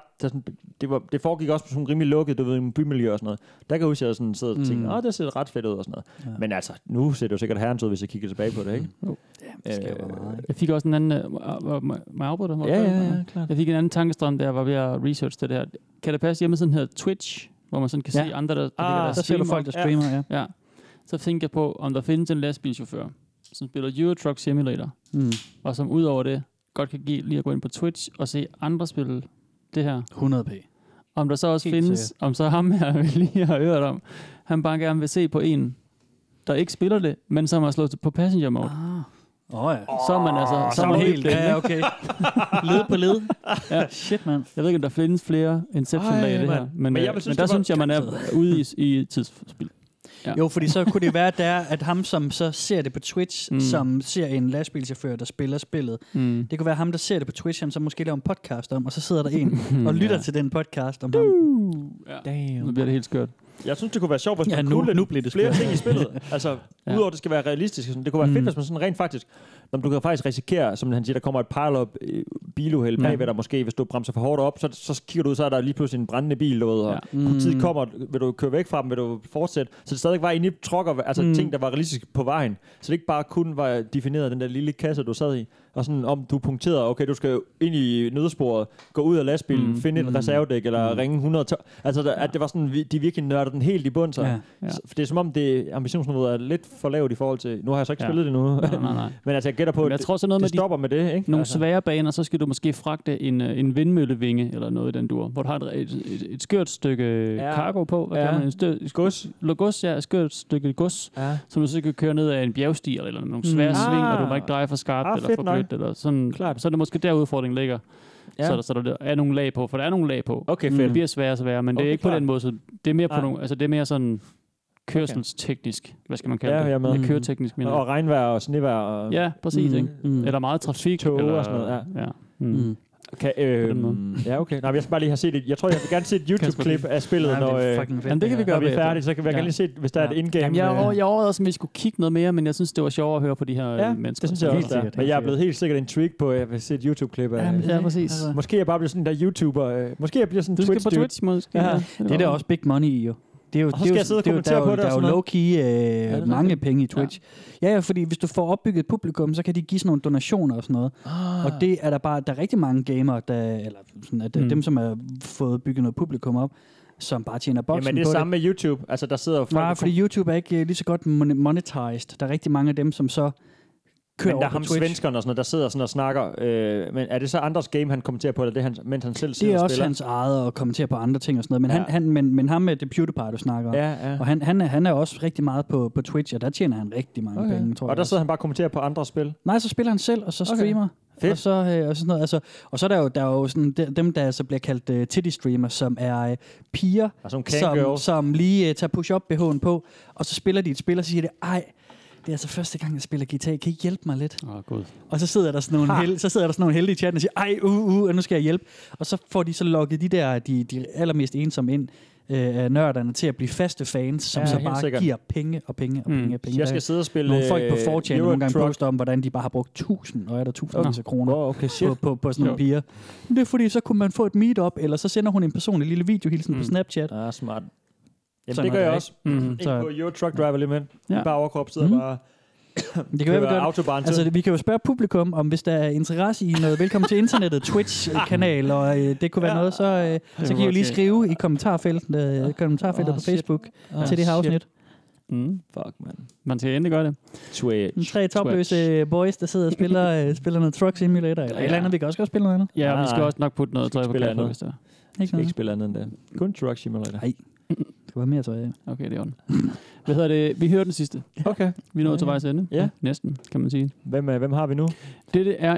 Det foregik også på sådan rimelig lukket, du ved, en bymiljø og sådan noget. Der kan jeg huske, at jeg sådan sidder og tænker, det ser ret fedt ud og sådan noget. Ja. Men altså, nu ser det jo sikkert herrens ud, hvis jeg kigger tilbage på det, ikke? Det skal jo være meget. Jeg fik også en anden... Må jeg afbryde dig? Ja, klart. Jeg fik en anden tankestrøm, der var ved at research det her. Kan det passe hjemmesiden her Twitch, hvor man sådan kan se andre, der ser du folk, der streamer, ja. Så tænker jeg på, om der findes en lastbilchauffør, som spiller Euro Truck Simulator, og som udover det godt kan give lige at gå ind på Twitch og se andre spille det her. 100p. Om der så også findes, om så ham her, vi lige har hørt om, han bare gerne vil se på en, der ikke spiller det, men som har slået på passenger mode. Ja. Så er man altså... Så er man helt... Ja, okay. Led på led. Ja, shit, man. Jeg ved ikke, om der findes flere Inception-lag i det her. Men der synes jeg, man er ude i tidsspil. Ja. Jo, fordi så kunne det være, at ham, som så ser det på Twitch, som ser en lastbilchauffør, der spiller spillet, det kunne være ham, der ser det på Twitch, han så måske laver en podcast om, og så sidder der en og lytter til den podcast om ham. Damn. Nu bliver det helt skørt. Jeg synes, det kunne være sjovt, hvis man kunne nu bliver det flere ting i spillet. Altså, udover det skal være realistisk. Sådan. Det kunne være fedt, hvis man sådan rent faktisk... Du kan faktisk risikere, som han siger, der kommer et pile-up biluheld bagved dig måske, hvis du bremser for hårdt op, så kigger du ud, så er der lige pludselig en brændende bil, og politiet kommer, vil du køre væk fra dem, vil du fortsætte. Så det stadig var inde i trucker, altså ting, der var realistisk på vejen. Så det ikke bare kun var defineret af den der lille kasse, du sad i. Og sådan, om du punkterede, okay, du skal ind i nødsporet, gå ud af lastbilen, finde et reservedæk, eller ringe 100... Altså, at det var sådan, de virkelig nørder den helt i bund, så. Ja. For det er som om, ambitionsniveauet er lidt for lavt i forhold til... Nu har jeg så ikke spillet det nu. Nej. Men altså, jeg gætter på, jeg tror så noget det med stopper med det, ikke? Nogle svære baner, så skal du måske fragte en vindmøllevinge, eller noget i den dur, hvor du har et skørt stykke cargo på. Hvad kan man? Gods, ja. Et skørt stykke gods, som du så kan køre ned af en bjergstig, eller nogle svære sving, og du må ikke dreje for skarpt, eller for blødt, eller sådan. Klart. Så er det måske der udfordringen ligger. Ja. Så der er nogle lag på, for der er nogle lag på. Okay, fedt. Det bliver sværere og sværere, men det er ikke på den måde, så det er mere på nogle, altså det er mere sådan kørselsteknisk, hvad skal man kalde det? Det er køreteknisk, mener. Og regnvejr og snevejr. Og ja, præcis, ikke? Eller meget trafik. Tog eller og sådan noget, ja. Ja, okay. Nej, jeg skal bare lige have set jeg tror, jeg vil gerne se et YouTube-klip af spillet, når det kan vi gøre, når vi er færdige. Så kan vi gerne lige se, hvis der er et in-game. Jamen, jeg overvejede også, om vi skulle kigge noget mere, men jeg synes, det var sjovere at høre på de her mennesker. Det synes jeg også. Men jeg er blevet helt sikkert intrigued på, at jeg vil se et YouTube-klip af. Ja, præcis. Måske jeg bare bliver sådan der YouTuber. Måske jeg bliver sådan Twitch. Du skal på Twitch, måske. Det er der også big money i, jo. Det er jo, der er jo low-key mange penge i Twitch. Ja, fordi hvis du får opbygget et publikum, så kan de give sådan nogle donationer og sådan noget. Og det er der er rigtig mange gamere, dem som har fået bygget noget publikum op, som bare tjener boksen på det. Men det er samme med YouTube. Altså, der sidder folk... Nej, fordi YouTube er ikke lige så godt monetized. Der er rigtig mange af dem, som så kører men der er ham svenskerne og sådan noget, der sidder sådan og snakker. Men er det så andres game, han kommenterer på, eller det han, mens han selv sidder og spiller? Det er også hans eget og kommenterer på andre ting og sådan noget. Men men ham med det PewDiePie, du snakker om. Ja. Og han er også rigtig meget på Twitch, og der tjener han rigtig mange penge, tror jeg. Og der sidder han bare og kommenterer på andre spil? Nej, så spiller han selv, og så streamer. Fedt. Og så sådan noget, altså, og så er der jo sådan dem, der altså bliver kaldt titty streamers, som er piger, som lige tager push-up BH'en på, og så spiller de et spil, og så siger det, det er altså første gang, jeg spiller guitar. Kan I hjælpe mig lidt? God. Og så sidder der sådan nogle heldige i chatten og siger, nu skal jeg hjælpe. Og så får de så lukket de allermest ensomme ind af nørderne til at blive faste fans, som så bare giver penge og penge. Jeg skal sidde og spille nogle folk på 4chan nogle gange poster om, hvordan de bare har brugt 1000 og er der 1000 kroner på sådan nogle piger. Det er fordi, så kunne man få et meetup, eller så sender hun en personlig lille videohilsen på Snapchat. Smart. Jamen, det gør jeg også. Ikke på Euro Truck Driver lige med. Bare overkrop sidder bare... Det kan være, vi kan jo spørge publikum, om hvis der er interesse i noget Velkommen til Internettet Twitch-kanal, og det kunne være noget, så kan I jo lige skrive i kommentarfeltet på Facebook til det her afsnit. Fuck, man. Man skal endelig gøre det. Twitch. 3 topløse boys, der sidder og spiller noget Truck Simulator, eller et eller andet. Vi kan også spille noget andet. Ja, vi skal også nok putte noget tøj på kaffe, hvis der. Vi skal ikke spille andet end det. Kun Truck Simulator. Nej. Det var mere tøj. Okay, det er ondt. Hvad hedder det? Vi hører den sidste. Okay. Vi er nået til vejs ende. Ja. Næsten, kan man sige. Hvem har vi nu? Det er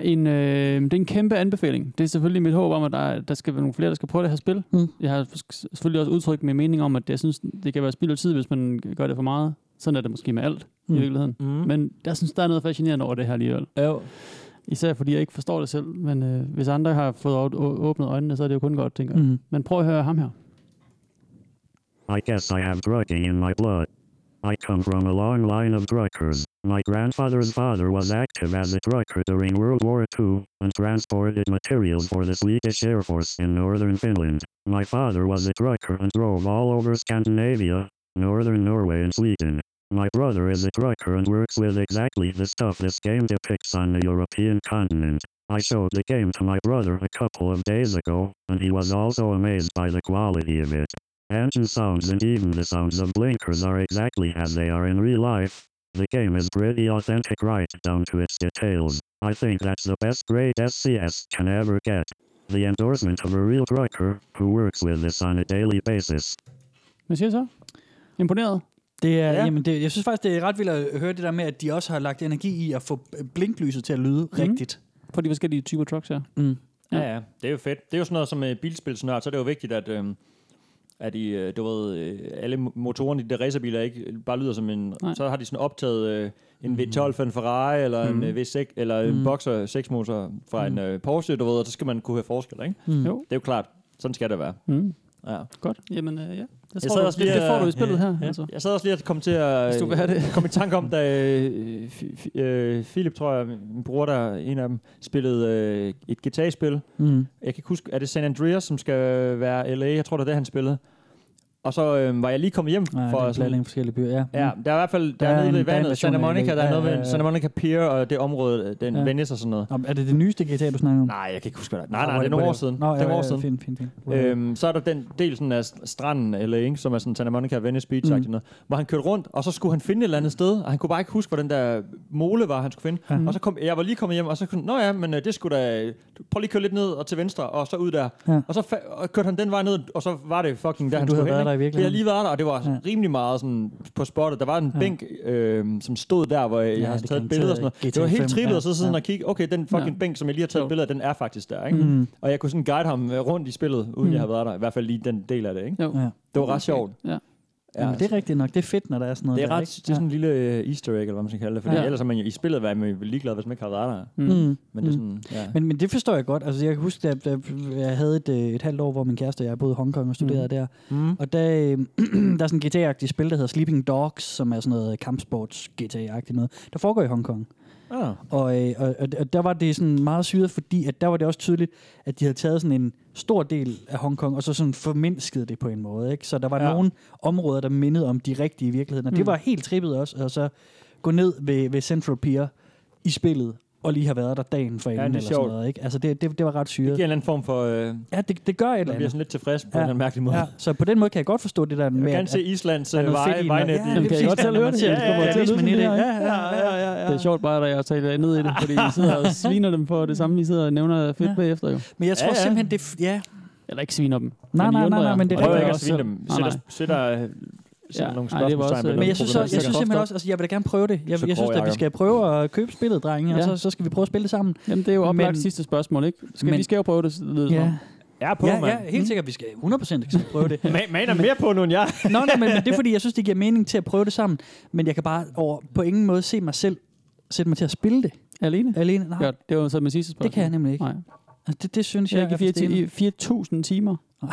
en kæmpe anbefaling. Det er selvfølgelig mit håb om, at der skal være nogle flere, der skal prøve det her spil. Jeg har selvfølgelig også udtrykt min mening om, at jeg synes, det kan være spild af tid, hvis man gør det for meget. Sådan er det måske med alt i virkeligheden. Men jeg synes, der er noget fascinerende over det her alligevel. Jo. Især fordi jeg ikke forstår det selv. Men hvis andre har fået åbnet øjnene, så er det jo kun godt, tænker jeg. Men prøv at høre ham her. I guess I have trucking in my blood. I come from a long line of truckers. My grandfather's father was active as a trucker during World War II and transported materials for the Swedish Air Force in northern Finland. My father was a trucker and drove all over Scandinavia, northern Norway and Sweden. My brother is a trucker and works with exactly the stuff this game depicts on the European continent. I showed the game to my brother a couple of days ago, and he was also amazed by the quality of it. Engine sounds and even the sounds of blinkers are exactly as they are in real life. The game is pretty authentic right down to its details. I think that's the best grade SCS can ever get. The endorsement of a real trucker who works with this on a daily basis. Hvad siger så? Imponeret? Det er, jamen jeg synes faktisk, det er ret vildt at høre det der med, at de også har lagt energi i at få blinklyset til at lyde rigtigt. For de forskellige typer trucks her. Mm. Ja, det er jo fedt. Det er jo sådan noget som bilspilsnørd, så er det jo vigtigt, at du ved, alle motorerne i de racerbiler ikke bare lyder som en... Nej. Så har de sådan optaget en V12 for en Ferrari, eller en V6, eller en Boxer 6-motor fra en Porsche, du ved, og så skal man kunne høre forskel, ikke? Jo. Det er jo klart. Sådan skal det være. Ja. Godt. Jamen, ja. Det får du i spillet her. Altså. Jeg sad også lige at komme til at komme i tanke om, da Philip, tror jeg, min bror, der en af dem, spillede et GTA-spil. Jeg kan ikke huske, er det San Andreas, som skal være LA? Jeg tror, det er det, han spillede. Og så var jeg lige kommet hjem for sådan forskellige byer, ja. Ja, der er i hvert fald der er nede ved vandet, Santa Monica, der er noget med Santa Monica Pier og det område, den Venice og sådan noget. Er det nyeste GTA, du snakker om? Nej, jeg kan ikke huske, hvad det er. Nej, det er nogle år siden. Det er nogle år siden. Fint. Så er der den del sådan af stranden, eller ikke, som er sådan Santa Monica Venice Beach, noget, hvor han kørte rundt, og så skulle han finde et eller andet sted, og han kunne bare ikke huske, hvor den der mole var, han skulle finde. Og så jeg var lige kommet hjem, og så kunne men det skulle da... Prøv lige at køre lidt ned og til venstre, og så ud der. Og så kørte han den vej ned, og så var det fucking der, han skulle hen. Jeg har lige været der, og det var rimelig meget sådan på spottet. Der var en bænk, som stod der, hvor jeg har taget et billede og sådan noget. Det var helt trippet at sidde og kigge. Okay, den fucking bænk, som jeg lige har taget et billede af, den er faktisk der, ikke? Og jeg kunne sådan guide ham rundt i spillet, uden jeg havde været der. I hvert fald lige den del af det, ikke? Det var ret sjovt. Ja, det er rigtigt nok. Det er fedt, når der er sådan noget. Det er sådan en lille easter egg, eller hvad man skal kalde det. Fordi ellers er man jo i spillet været ligeglad, hvis man ikke har været der. Men det er sådan, men det forstår jeg godt. Altså, jeg kan huske, at jeg havde et halvt år, hvor min kæreste og jeg boede i Hongkong og studerede der. Og der er sådan et GTA-agtigt spil, der hedder Sleeping Dogs, som er sådan noget kampsports GTA-agtigt noget. Der foregår i Hongkong. Og der var det sådan meget syret, fordi at der var det også tydeligt, at de havde taget sådan en stor del af Hongkong, og så sådan formindsket det på en måde, ikke? Så der var nogle områder, der mindede om de rigtige virkeligheder. Og det var helt trippet også, og så gå ned ved Central Pier i spillet, og lige have været der dagen for inden, eller sådan noget, ikke? Altså, det var ret syret. Det giver en anden form for... ja, det gør et eller andet. Man bliver sådan lidt tilfreds på en mærkelig måde. Ja, så på den måde kan jeg godt forstå det der med... Jeg kan se Islands vejnet. Ja, kan jeg godt selv høre det. Det er sjovt bare, at jeg tager ned i det, fordi I sidder og sviner dem for det samme, I sidder og nævner fedt bagefter, jo. Men jeg tror simpelthen, det... Ja. Eller ikke sviner dem. Nej, men det er rigtigt. Ikke at svine dem. Sætter nogle spørgsmålstegn. Men jeg synes simpelthen også, altså jeg vil da gerne prøve det. Jeg synes at vi skal prøve at købe spillet, drenge, og så skal vi prøve at spille det sammen. Jamen det er jo oplagt sidste spørgsmål, ikke? Vi skal jo prøve det. Ja, helt sikkert, vi skal 100% prøve det. Man er mere på nu end jeg. Nå, men det er fordi, jeg synes, det giver mening til at prøve det sammen. Men jeg kan bare på ingen måde se mig selv sætte mig til at spille det. Alene? Nej. Ja, det var så med sidste spørgsmål. Det kan jeg nemlig ikke. Nej. Det synes jeg ikke. 4.000 timer.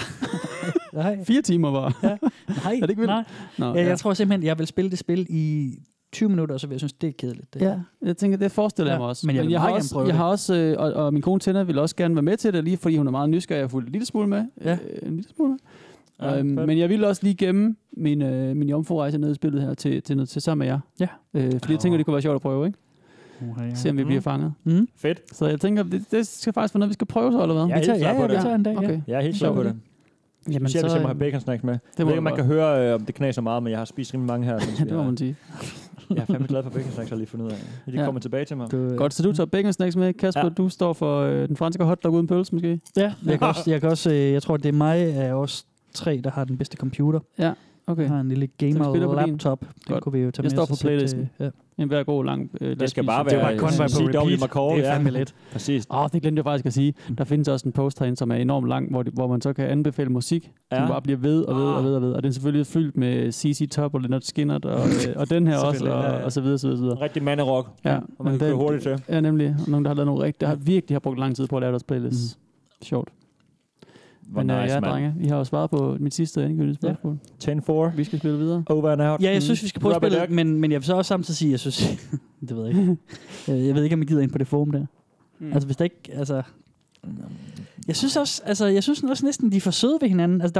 4 timer bare. Nej. Er det ikke vildt? Nej. Jeg tror simpelthen, jeg vil spille det spil i 20 minutter, og så vil jeg synes, det er kedeligt. Det. Ja, jeg tænker, det forestiller jeg mig også. Men jeg har også, og min kone Tina vil også gerne være med til det, lige fordi hun er meget nysgerrig. Jeg har fulgt en lille smule med. En lille smule med. Men jeg vil også lige gemme min jomfrurejse ned i spillet her til sammen med jer. Ja. Fordi jeg tænker, det kunne være sjovt at prøve, ikke? Se om vi bliver fanget. Fedt. Så jeg tænker, det skal faktisk være noget, vi skal prøve så, eller hvad? Jeg er helt klar på det. Vi tager en dag, okay. Jeg er helt klar på det. Jamen, så hvis jeg må have bacon snacks med. Jeg ved ikke, man kan høre, om det knaser meget, men jeg har spist rimelig mange her. Det må man sige. Jeg er fandme glad for bacon snacks, jeg lige fundet ud af. De kommer tilbage til mig. Godt, så du tager bacon snacks med. Kasper, du står for den franske hotdog uden pølse, måske? Ja, jeg kan også, jeg tror, det er mig af os 3, der har den bedste computer. Ja, okay. Jeg har en lille gamer-laptop. Den kunne vi jo tage med. Jeg står på playlisten. En hver god lang det skal bare være CW McCall. Det er fandme let. Præcis. Det glemte jeg faktisk at sige. Der findes også en post herinde, som er enormt lang, hvor man så kan anbefale musik, som bare bliver ved og ved. Og den er selvfølgelig fyldt med CC Top og Leonard Skinner og den her også, og så videre, så videre. Rigtig manderock. Ja. Og man kan køre hurtigt til. Ja, nemlig. Og nogen, der har lavet nogle der har virkelig brugt lang tid på at lave deres playlist. Sjovt. Men nice, drenge, I har jo svaret på mit sidste endegyldige spørgsmål. 10-4. Vi skal spille videre. Over and out. Ja, jeg synes, vi skal prøve at spille, men jeg vil så også samtidig sige, jeg synes, det ved jeg ikke. Jeg ved ikke, om jeg gider ind på det forum der. Altså, hvis der ikke, altså... Jeg synes også næsten, de er for søde ved hinanden. Altså,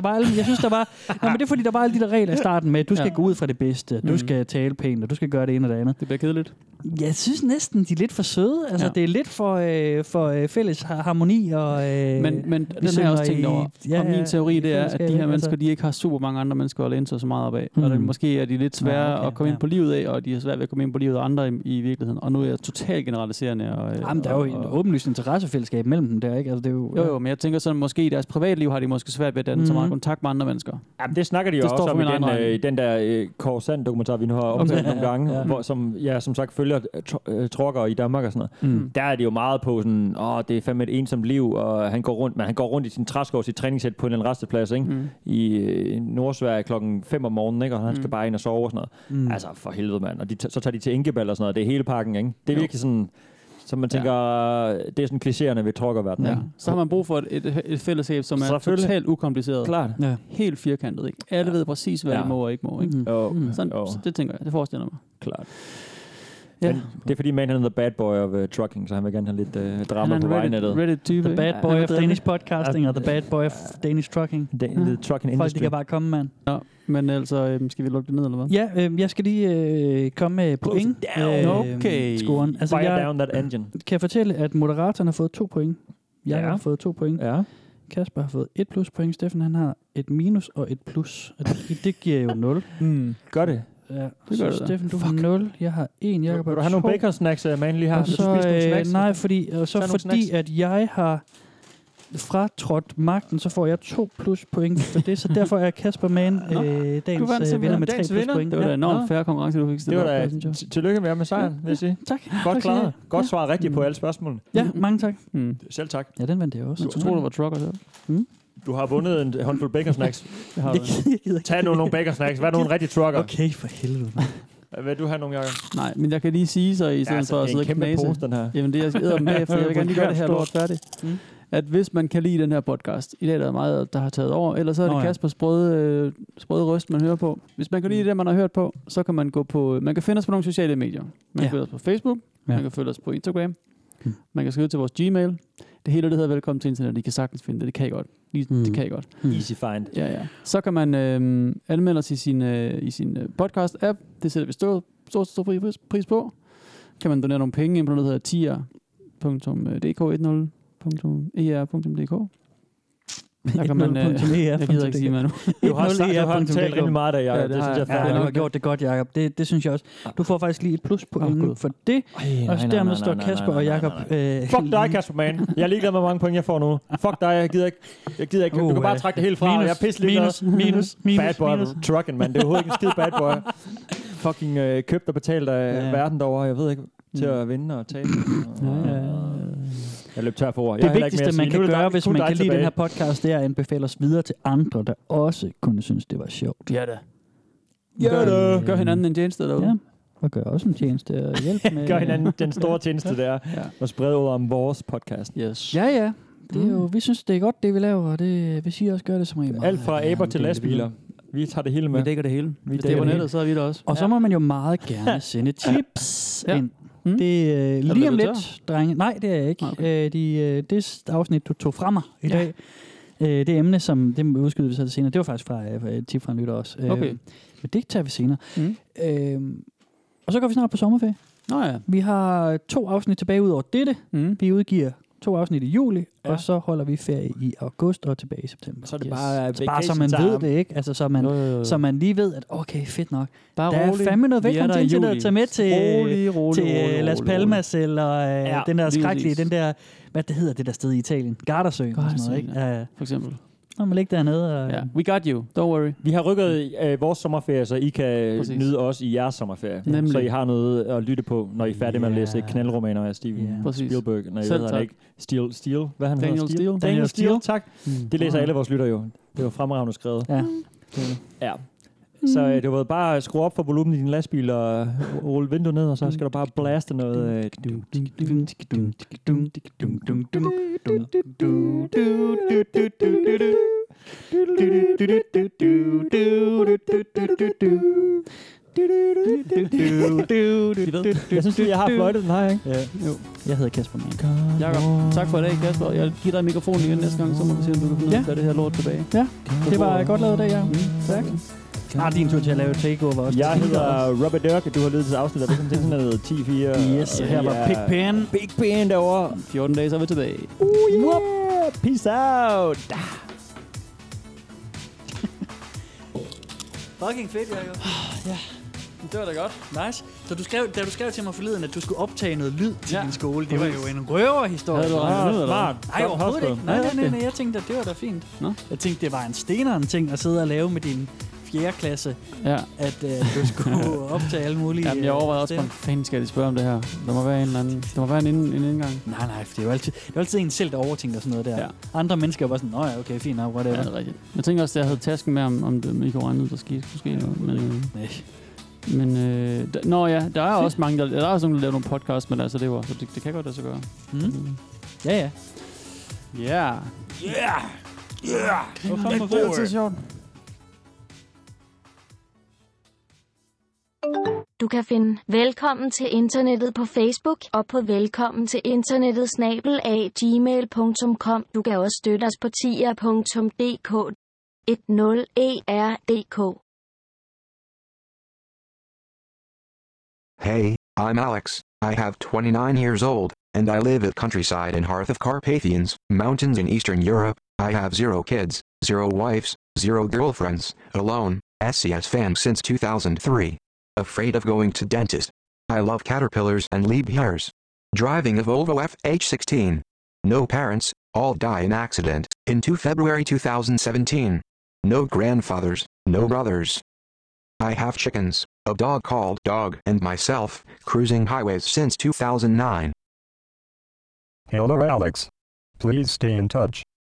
men det er fordi, der var alle de der regler i starten med, at du skal gå ud fra det bedste, du skal tale pænt, og du skal gøre det ene og det andet. Det bliver kedeligt. Jeg synes næsten, de er lidt for søde. Altså, det er lidt for fælles harmoni. Og, men den har jeg også tænkt over. Og min teori, det er, at de her mennesker, de ikke har super mange andre mennesker at læne sig så meget op af. Og måske er de lidt svære at komme ind på livet af, og de er svært ved at komme ind på livet af andre i virkeligheden. Og nu er jeg totalt generaliserende. Jamen, der er jo en åbenlyst interessefællesskab mellem dem der, ikke? Altså, det er jo, men jeg tænker sådan, måske i deres privatliv har de måske svært ved at danne så meget kontakt med andre mennesker. Jamen, det snakker de jo også om i den der Kåre Sand-dokumentar, vi nu har omtalt nogle gange, hvor, som sagt følger truckere i Danmark og sådan noget. Der er det jo meget på sådan, det er fandme et ensomt liv, og han går rundt i sin træskov, sit træningssæt på en resteplads, ikke? I Nordsverige klokken 5 om morgenen, ikke? Og han skal bare ind og sove og sådan noget. Altså, for helvede, mand. Og så tager de til Enkeball og sådan noget. Det er hele pakken, ikke? Det er virkelig sådan... Så man tænker, det er sådan klichéerne ved truckerverdenen. Ja. Så har man brug for et fællesskab, som er totalt ukompliceret. Klart. Ja. Helt firkantet, ikke? Alle ved præcis, hvad de må og ikke må, ikke? Så det tænker jeg, det forestiller mig. Klart. Ja. Men det er fordi, man er the bad boy of trucking, så han vil gerne have lidt drama på vejnettet. The bad boy of Danish podcasting og the bad boy of Danish trucking. The trucking industry. Folk, de kan bare komme, mand. Ja, men altså, skal vi lukke det ned, eller hvad? Ja, jeg skal lige komme med point. Okay. Scoren. Altså, fire down that engine. Kan jeg fortælle, at moderatoren har fået 2 point. Jeg har fået 2 point. Ja. Kasper har fået 1 pluspoint. Steffen, han har et minus og et plus. Det giver jo 0. Gør det. Ja, så Steffen, du har 0. Jeg har 1. Jeg vil du have nogle bacon snacks, man lige har? Og så, nej, fordi at jeg har fratrådt magten, så får jeg 2 pluspoint for det, så derfor er Kasper Mann dagens vinder med 3 pluspoint. Det var da enormt færre konkurrence, du fik stillet. Det var da tillykke med sejren, vil jeg sige. Tak. Godt klaret. Godt svaret rigtigt på alle spørgsmålene. Ja, mange tak. Selv tak. Ja, den vandt jeg også. Jeg tror, du var trucker så. Du har vundet en håndfuld bacon snacks. Tag nogle bacon snacks. Hvad er nogle rigtige trucker? Okay, for helvede. Vil du have nogle, Jacob? Nej, men jeg kan lige sige så, i stedet for at sidde og knase. Jamen det, jeg skal æde med, for jeg vil gerne lige gøre det her lort færdigt. At hvis man kan lide den her podcast, i dag der er meget, der har taget over, eller så er det Kaspers sprøde røst, man hører på. Hvis man kan lide det, man har hørt på, så kan man gå på, man kan finde os på nogle sociale medier. Man kan følge os på Facebook, man kan følge os på Instagram, man kan skrive til vores Gmail. Det hele, det hedder velkommen til internet. I kan sagtens finde det. Det kan I godt. Det kan I godt. Easy find. Ja. Så kan man anmelde os i sin podcast-app. Det sætter vi stor pris på. Kan man donere nogle penge ind på noget, der hedder tier.dk10.er.er.dk. Der kan man... jeg gider ikke sige mig nu. Du har talt rigtig meget af, Jacob. Det synes jeg du har gjort det godt, Jacob. Det synes jeg også. Du får faktisk lige et pluspoint for det. Og dermed står Kasper og Jacob... Fuck dig, Kasper Mann. Jeg er ligeglad med, hvor mange point jeg får nu. Fuck dig, jeg gider ikke. Du kan bare trække det helt fra. Jeg er pisselig minus. Bad boy trucking, man. Det er overhovedet ikke en skide bad boy. Fucking købt og betalt af verden derovre. Jeg ved ikke, til at vinde og tabe. Jeg løb tør for ord. Det vigtigste, man kan gøre, hvis man kan lide den her podcast, det er at anbefale os videre til andre, der også kunne synes, det var sjovt. Ja da. Gør hinanden en tjeneste derude. Ja, og gør også en tjeneste og hjælp med... Gør hinanden den store tjeneste, der og sprede ud om vores podcast. Yes. Ja. Det er jo, vi synes, det er godt, det vi laver, og det vil sige også gøre det som regel. Alt fra aber til lastbiler. Vi tager det hele med. Vi dækker det hele. Hvis det er på nettet, så er vi der også. Og så må man jo meget gerne sende tips ind. Det er lige om lidt, drenge. Nej, det er jeg ikke. Okay. Det afsnit, du tog fra mig i dag, det emne, som det udskyder vi så senere, det var faktisk fra et tip fra en lytter også. Okay. Men det tager vi senere. Og så går vi snart på sommerferie. Vi har 2 afsnit tilbage ud over dette. Vi udgiver 2 afsnit i juli, og så holder vi ferie i august og tilbage i september. Så er det bare bare så man ved det, ikke? Altså så man lige ved, at okay, fedt nok. Bare der rolig. Er fandme noget velkommen til internet at tage med til Las Palmas eller den der skrækkelige, den der, hvad det hedder det der sted i Italien? Gardasøen og sådan noget, ikke? For eksempel. Når man ligger dernede. Og we got you. Don't worry. Vi har rykket vores sommerferie, så I kan nyde os i jeres sommerferie. Nemlig. Så I har noget at lytte på, når I er færdige med at læse knaldromaner af Steven Spielberg. Nej, jeg ved ikke. Steele. Hvad han hedder? Daniel Steele. Tak. Det læser alle vores lytter jo. Det var fremragende skrevet. Ja. Så det var bare at skrue op for volumen i din lastbil og rulle vinduet ned, og så skal du bare blaste noget. Jeg synes, jeg har fløjtet den her, ikke? Ja. Jo. Jeg hedder Kasper Mann. Jakob, tak for i dag, Kasper. Jeg giver dig mikrofonen igen næste gang, så må vi se, om du kan finde ud af det her lort tilbage. Ja, det var godt lavet i dag, ja. Tak. Din tur til at lave takeover også. Jeg hedder Robert Dirk, du har lyttet til afsnittet af Internet 10-4. Yes, her var Big Pen derovre. 14 dage, så er vi tilbage. Yeah! Peace out! Fucking fedt, Jacob. Ja, det var da godt. Nice. Så da du skrev til mig forleden, at du skulle optage noget lyd til din skole, det var jo en røverhistorie. Havde du regnet ud, eller? Nej, overhovedet ikke. Nej, jeg tænkte, at det var da fint. Nå? Jeg tænkte, det var en steneren ting at sidde og lave med din 4. klasse, at du skulle optage alle mulige... Jamen, jeg overvejede også, hvordan fanden skal de spørge om det her? Der må være en eller anden... Der må være en indgang. Nej, for det er jo altid en selv, der overtænker sådan noget der. Ja. Andre mennesker var sådan, nå ja, okay, fint, whatever. Ja, det er rigtigt. Jeg tænker også, at jeg havde tasken med, om det ikke var andet, der skulle ske noget. Men, der er også mange, der er også nogen, der laver nogle podcasts, men altså, det kan godt lade sig gøre. Ja. Yeah. Hvorfor er det så sjovt? Du kan finde Velkommen til Internettet på Facebook og på velkommen til internettet @gmail.com. Du kan også støtte os på tier.dk 10ERDK. Hey, I'm Alex. I have 29 years old, and I live at countryside in hearth of Carpathians, mountains in Eastern Europe. I have 0 kids, 0 wives, 0 girlfriends, alone, SCS fam since 2003. Afraid of going to dentist. I love caterpillars and leap-years. Driving a Volvo FH16. No parents, all die in accident, in February 2017. No grandfathers, no brothers. I have chickens, a dog called Dog, and myself, cruising highways since 2009. Hello, Alex. Please stay in touch.